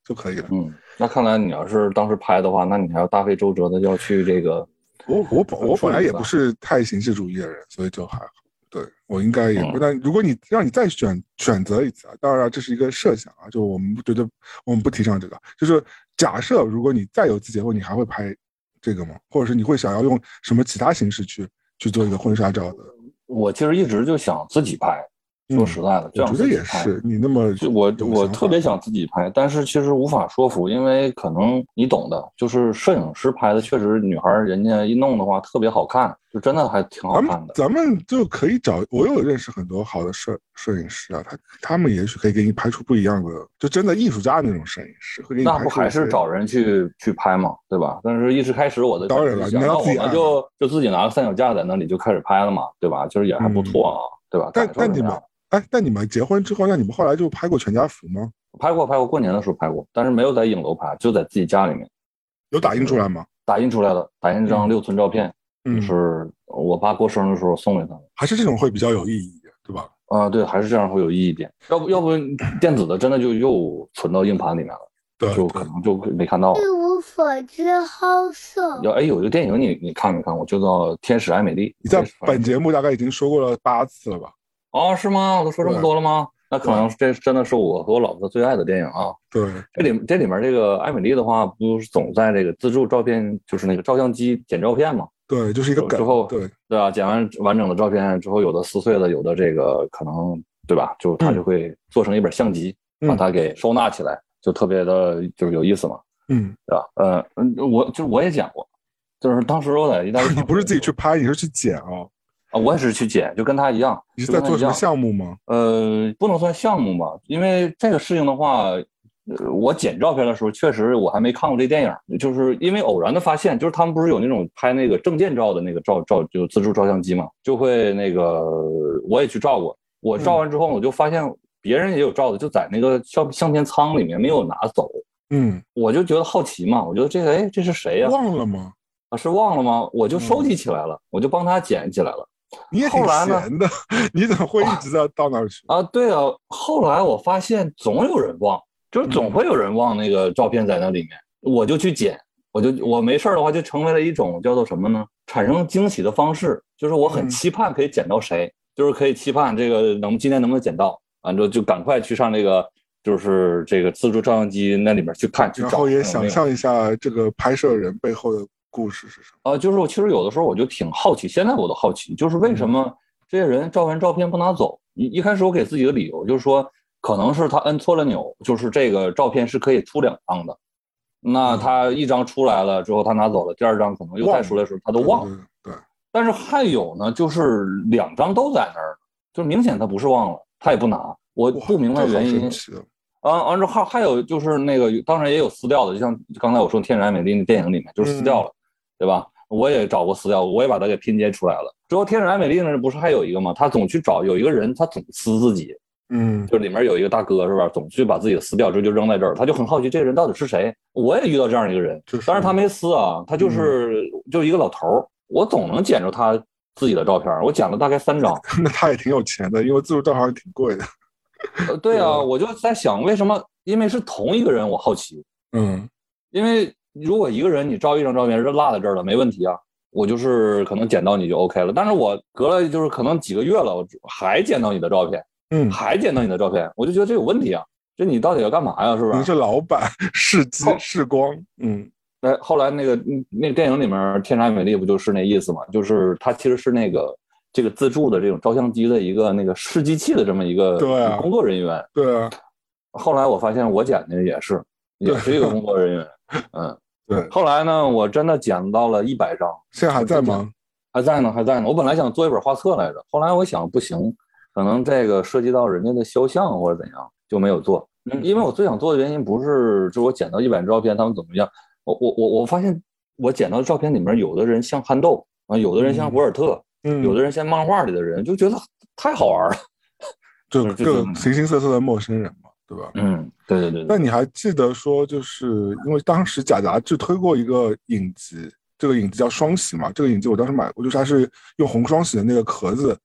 就可以了。 嗯，那看来你要是当时拍的话，那你还要大费周折的要去这个。 我我本我本来也不是太形式主义的人，所以就还好。对，我应该也不。但如果你让你再选选择一次啊，当然这是一个设想啊，就我们觉得我们不提倡这个。就是假设如果你再有次结婚，你还会拍这个吗？或者是你会想要用什么其他形式去去做一个婚纱照的？ 我其实一直就想自己拍。说实在的，这样我觉得也是。你那么我我特别想自己拍，但是其实无法说服，因为可能你懂的，就是摄影师拍的，确实女孩人家一弄的话特别好看，就真的还挺好看的。 咱们咱们就可以找，我有认识很多好的摄摄影师啊，他他们也许可以给你拍出不一样的，就真的艺术家那种摄影师会给你拍出。 那不还是找人去去拍嘛，对吧？但是一时开始我的当然了， 那我们就就自己拿个三脚架在那里就开始拍了嘛，对吧？就是也还不错啊，嗯、对吧？ 但但你们。哎，但你们结婚之后，那你们后来就拍过全家福吗？ 拍过，拍过，过年的时候拍过，但是没有在影楼拍，就在自己家里面。 有打印出来吗？ 打印出来了，打印一张六寸照片， 嗯、 就是我爸过生日的时候送给他的。 还是这种会比较有意义一点，对吧？ 啊、呃，对，还是这样会有意义一点。要不，要不电子的真的就又存到硬盘里面了， 对， 就可能就没看到了。 一无所知，好色。 有哎，有一个电影你你看没看过？就叫《天使艾美丽》。 你在本节目大概已经说过了八次了吧？ 哦，是吗？我都说这么多了吗？那可能这真的是我和我老婆最爱的电影啊。 对， 这里这里面这个艾美丽的话，不是总在这个自助照片，就是那个照相机剪照片嘛？ 对，就是一个梗。 之后， 对对啊，剪完完整的照片之后，有的撕碎了，有的这个可能对吧？就他就会做成一本相机， 嗯、 把它给收纳起来，就特别的就是有意思嘛。 嗯， 对吧？呃，我就我也剪过，就是当时我在意大利， 你不是自己去拍，你是去剪啊？ 啊，我也是去剪，就跟他一样。 你是在做什么项目吗？ 呃，不能算项目吧，因为这个事情的话，呃，我剪照片的时候，确实我还没看过这电影，就是因为偶然的发现，就是他们不是有那种拍那个证件照的那个照照，就自助照相机嘛，就会那个我也去照过。我照完之后，我就发现别人也有照的，就在那个相相片仓里面没有拿走。 嗯， 我就觉得好奇嘛，我觉得这个，哎，这是谁呀？ 忘了吗？ 啊，是忘了吗？我就收集起来了，嗯、我就帮他捡起来了。 你也挺闲的，你怎么会一直在到那儿去啊？对啊，后来我发现总有人忘，就是总会有人忘那个照片在那里面，嗯、我就去捡，我就我没事的话就成为了一种叫做什么呢？产生惊喜的方式，就是我很期盼可以捡到谁，嗯、就是可以期盼这个能今天能不能捡到，完之后就赶快去上这个就是这个自助照相机那里面去看，去找， 然后也想象一下这个拍摄人背后的故事是什么？ 呃，就是我其实有的时候我就挺好奇，现在我都好奇，就是为什么这些人照完照片不拿走？一一开始我给自己的理由就是说，可能是他摁错了钮，就是这个照片是可以出两张的，那他一张出来了之后他拿走了，第二张可能又再出来的时候他都忘了。 对。对。 但是还有呢，就是两张都在那儿，就明显他不是忘了，他也不拿，我不明白原因。啊，完之后还还有就是那个，当然也有撕掉的，就像刚才我说《天然美丽》那电影里面就是撕掉了。嗯，对吧？我也找过撕掉，我也把它给拼接出来了。之后天使爱美丽呢，不是还有一个吗？他总去找有一个人，他总撕自己， 嗯， 就里面有一个大哥是吧？总去把自己的撕掉，之后就扔在这儿，他就很好奇这个人到底是谁。我也遇到这样一个人，但是他没撕啊，他就是、嗯、就一个老头，我总能捡着他自己的照片，我捡了大概三张。 那他也挺有钱的，因为自助照好像挺贵的。 呃，对啊，我就在想为什么？因为是同一个人，我好奇。 嗯， 因为。如果一个人你照一张照片是落在这儿了，没问题啊，我就是可能捡到你就 OK 了。但是我隔了就是可能几个月了，我还捡到你的照片， 嗯， 还捡到你的照片，我就觉得这有问题啊，这你到底要干嘛呀？是不是？ 你是老板试机试光，嗯， 哎，后来那个那个电影里面《天山美丽》不就是那意思嘛？就是它其实是那个这个自助的这种照相机的一个那个试机器的这么一个工作人员。 对啊。 后来我发现我捡的也是也是一个工作人员，嗯。 对， 后来呢，我真的捡到了一百张， 现在还在吗？ 还在呢，还在呢。我本来想做一本画册来着，后来我想不行，可能这个涉及到人家的肖像或者怎样，就没有做。嗯，因为我最想做的原因不是，就是我捡到一百张照片，他们怎么样？我我我我发现我捡到的照片里面，有的人像憨豆啊，有的人像博尔特，嗯，有的人像漫画里的人，就觉得太好玩了， 就各形形色色的陌生人嘛。对吧？ 嗯，对对 对, 对。 那你还记得说，就是因为当时假杂志推过一个影集，这个影集叫双喜嘛。这个影集我当时买过，就是它是用红双喜的那个壳子，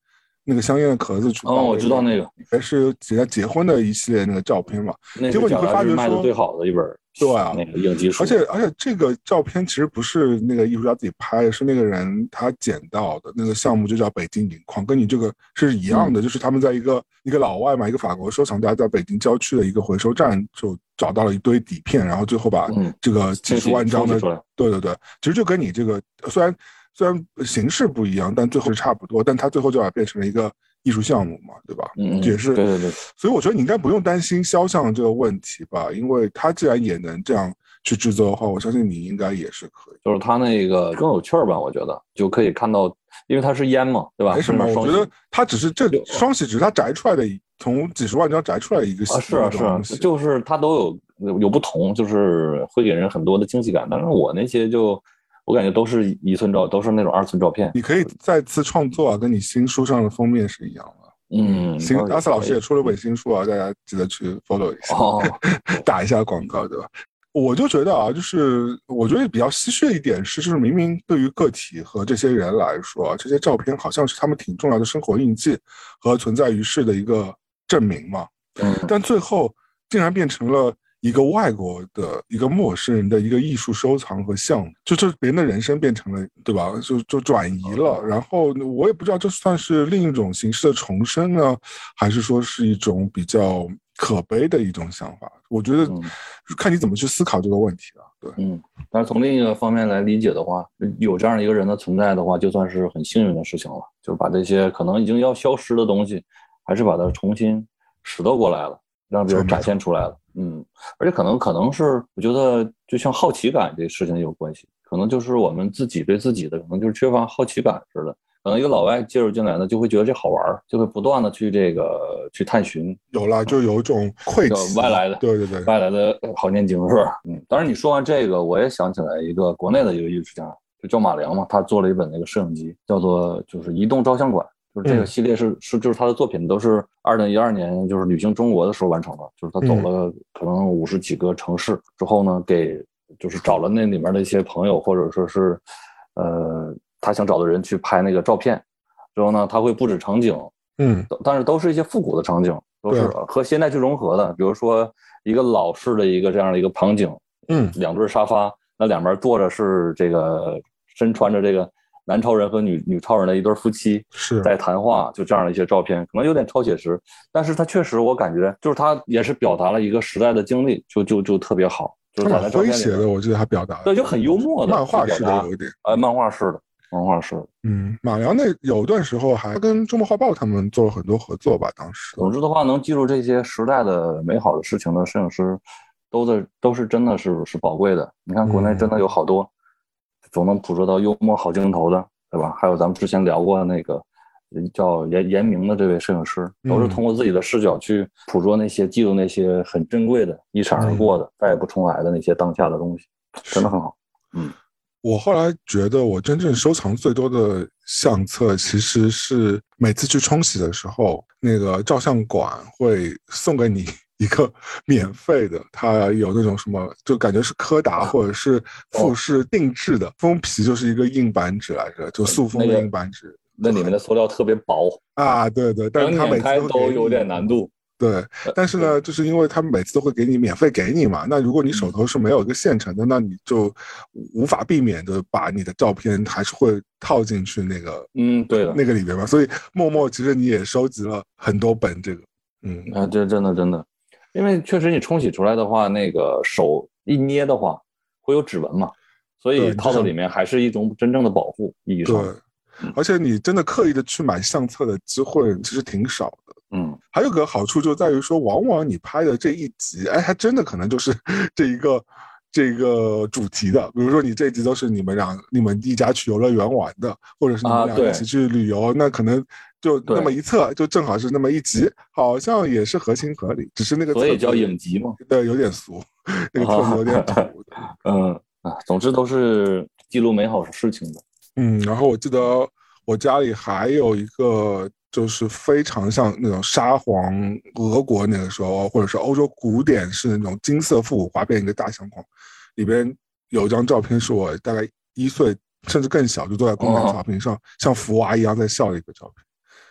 那个香烟的壳子去哦，我知道那个， 还是人家结婚的一系列那个照片嘛。结果你会发觉说， 卖的最好的一本， 对啊， 那个影集书。 而且而且这个照片其实不是那个艺术家自己拍的，是那个人他捡到的。那个项目就叫北京银矿，跟你这个是一样的，嗯、就是他们在一个一个老外嘛，一个法国收藏家在北京郊区的一个回收站就找到了一堆底片，然后最后把这个几十万张的，嗯、对对对，其实就跟你这个虽然。虽然形式不一样，但最后是差不多，但它最后就要变成了一个艺术项目嘛，对吧？ 嗯， 也是， 对对对。 所以我觉得你应该不用担心肖像这个问题吧，因为他既然也能这样去制作的话，我相信你应该也是可以。 就是他那个更有趣儿吧，我觉得就可以看到，因为它是烟嘛，对吧？ 没什么，我觉得它只是这双喜，只是它摘出来的，从几十万张摘出来的一个啊，是啊是啊，就是它都有有不同，就是会给人很多的惊喜感。但是我那些就。我感觉都是一寸照，都是那种二寸照片。 你可以再次创作啊，跟你新书上的封面是一样的。 嗯， 新阿瑟老师也出了本新书啊，大家记得去 follow 一下，哦、打一下广告，对吧？我就觉得啊，就是我觉得比较唏嘘的一点是，就是明明对于个体和这些人来说，这些照片好像是他们挺重要的生活印记和存在于世的一个证明嘛。 嗯， 但最后竟然变成了。一个外国的一个陌生人的一个艺术收藏和项目，就这别人的人生变成了，对吧？就就转移了。然后我也不知道这算是另一种形式的重生呢，还是说是一种比较可悲的一种想法。我觉得看你怎么去思考这个问题了。对， 嗯。但是从另一个方面来理解的话，有这样一个人的存在的话，就算是很幸运的事情了。就把这些可能已经要消失的东西，还是把它重新拾掇过来了，让别人展现出来了。嗯，而且可能可能是我觉得就像好奇感这个事情有关系，可能就是我们自己对自己的可能就是缺乏好奇感似的。可能一个老外介入进来呢，就会觉得这好玩，就会不断的去这个去探寻。 有了，就有一种晦气， 外来的， 对对对， 外来的好念经是吧？嗯，当然你说完这个，我也想起来一个国内的一个艺术家，就叫马良嘛，他做了一本那个摄影集，叫做就是移动照相馆。就是这个系列是、嗯、是就是他的作品都是二零一二年就是旅行中国的时候完成的，就是他走了可能五十几个城市之后呢，给就是找了那里面的一些朋友或者说是呃他想找的人去拍那个照片，之后呢他会布置场景， 嗯， 但是都是一些复古的场景，都是和现代去融合的，比如说一个老式的一个这样的一个场景， 嗯， 两对沙发，那两边坐着是这个身穿着这个。男超人和女女超人的一对夫妻是在谈话，就这样的一些照片，可能有点超写实，但是他确实我感觉就是他也是表达了一个时代的经历，就就就特别好，就是他蛮诙谐的，我觉得他表达的对，就很幽默的漫画式的有一点， 呃，漫画式的，漫画式的。 嗯，马良那有段时候还跟周末画报他们做了很多合作吧，当时。 总之的话，能记住这些时代的美好的事情的摄影师，都的都是真的是是宝贵的。你看国内真的有好多，嗯、总能捕捉到幽默好镜头的。对吧？还有咱们之前聊过的那个叫严严明的这位摄影师，都是通过自己的视角去捕捉那些记录那些很珍贵的、一闪而过的、嗯、再也不重来的那些当下的东西，真的很好。嗯， 我后来觉得我真正收藏最多的相册，其实是每次去冲洗的时候，那个照相馆会送给你一个免费的，它有那种什么，就感觉是柯达或者是富士定制的、哦、封皮，就是一个硬板纸来着，就塑封的硬板纸、 那個，那里面的塑料特别薄啊，对对，但是它每次都, 都有点难度。 对，但是呢，就是因为他们每次都会给你免费给你嘛，那如果你手头是没有一个现成的，那你就无法避免的把你的照片还是会套进去那个， 嗯，对的， 那个里面嘛。所以默默其实你也收集了很多本这个，嗯， 啊，这真的真的。因为确实你冲洗出来的话，那个手一捏的话会有指纹嘛，所以套到里面还是一种真正的保护意义上。 对，而且你真的刻意的去买相册的机会其实挺少的。 嗯， 还有个好处就在于说，往往你拍的这一集，哎，还真的可能就是这一个这个主题的。比如说你这一集都是你们俩你们一家去游乐园玩的，或者是你们俩一起去旅游，啊、那可能就那么一册，就正好是那么一集，好像也是合情合理。只是那个所以叫影集嘛， 对，有点俗，那个册子有点土的。 嗯啊，总之都是记录美好事情的。 嗯，然后我记得我家里还有一个。就是非常像那种沙皇俄国那个时候，或者是欧洲古典式那种金色复古滑变一个大相框，里边有一张照片是我大概一岁甚至更小就坐在公园草坪上、哦、像福娃一样在笑的一个照片，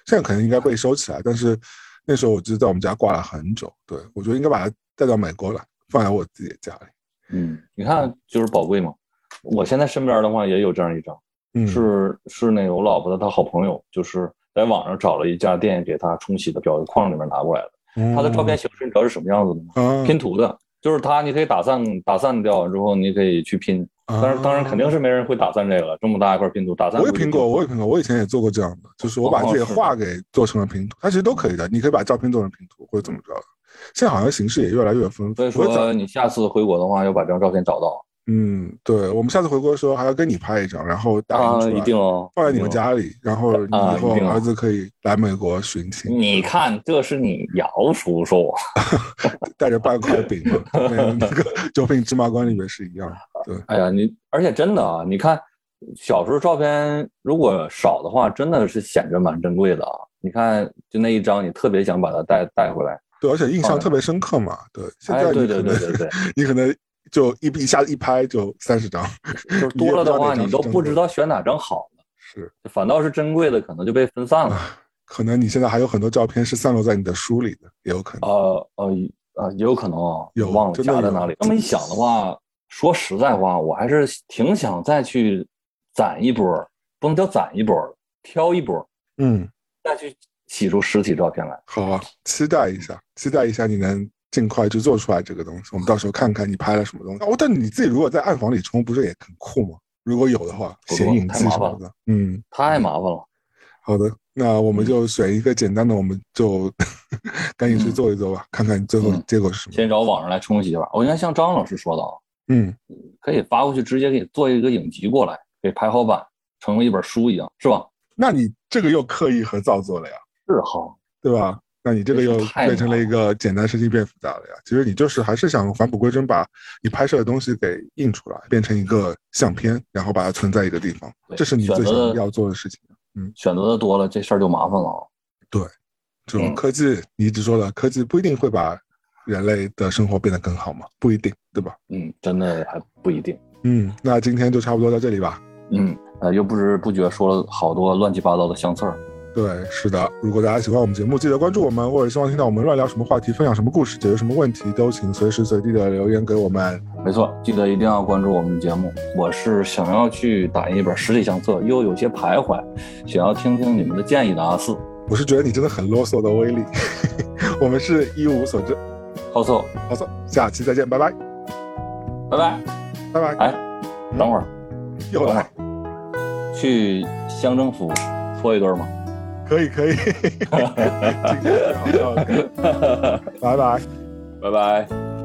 现在可能应该被收起来，但是那时候我记得在我们家挂了很久。对，我觉得应该把它带到美国来，放在我自己的家里。 嗯，你看就是宝贵嘛。我现在身边的话也有这样一张， 嗯， 是是那个我老婆的她好朋友，就是在网上找了一家店给她冲洗的表框里面拿过来的。 嗯、 它的照片形式你知道是什么样子的吗？ 嗯、 拼图的，就是它你可以打散打散掉之后你可以去拼，但是当然肯定是没人会打散这个这么大一块拼图打散。 我也拼过，我也拼过，我以前也做过这样的，就是我把自己的画给做成了拼图，它其实都可以的，你可以把照片做成拼图或者怎么着的。现在好像形式也越来越丰富， 所以说你下次回国的话要把这张照片找到。 嗯，对，我们下次回国的时候还要跟你拍一张，然后打印出来， 啊，一定哦， 放在你们家里，然后你以后儿子可以来美国寻亲。 你看，这是你姚叔叔带着半块饼嘛，跟那个九品芝麻官里面是一样的。对， 哎呀，你而且真的啊，你看小时候照片如果少的话，真的是显着蛮珍贵的啊。你看，就那一张，你特别想把它带带回来。 对，而且印象特别深刻嘛。对，现在你可能、 哎、对对对对对， 你可能。就一一下一拍就三十张， 就是多了的话，你都不知道选哪张好了。 是， 反倒是珍贵的可能就被分散了。啊、 可能你现在还有很多照片是散落在你的书里的，也有可能。 呃呃呃，也有可能啊， 有忘了夹在哪里。这么一想的话，说实在话，我还是挺想再去攒一波，不能叫攒一波了，挑一波， 嗯， 再去洗出实体照片来。 好啊，期待一下，期待一下你能。尽快就做出来这个东西，我们到时候看看你拍了什么东西。哦，但你自己如果在暗房里冲，不是也很酷吗？如果有的话，显影剂什么的，嗯， 太麻烦了。 好的，那我们就选一个简单的，我们就赶紧去做一做吧，嗯、看看最后结果是什么。 先找网上来冲洗吧。我应该像张老师说的啊， 嗯， 可以发过去，直接给做一个影集过来，给排好版，成为一本书一样，是吧？ 那你这个又刻意和造作了呀？ 是哈， 对吧？那你这个又变成了一个简单事情变复杂了呀。其实你就是还是想返璞归真，把你拍摄的东西给印出来，变成一个相片，然后把它存在一个地方，这是你最想要做的事情。嗯， 选择的多了，这事儿就麻烦了。 对，这种科技，嗯、你一直说了，科技不一定会把人类的生活变得更好嘛，不一定，对吧？ 嗯，真的还不一定。 嗯，那今天就差不多到这里吧。 嗯，呃，又不知不觉说了好多乱七八糟的相册。 对，是的。如果大家喜欢我们节目，记得关注我们，或者希望听到我们乱聊什么话题，分享什么故事，解决什么问题，都请随时随地的留言给我们。 没错，记得一定要关注我们的节目。我是想要去打印一本实体相册，又有些徘徊，想要听听你们的建议的阿四。 我是觉得你真的很啰嗦的威力。我们是一无所知， 好错好错，下期再见，拜拜， 拜拜， 拜拜。 哎，等会儿， 又来， 去乡政府搓一顿吗？ 可以可以，今天最好笑的，拜拜， 拜拜。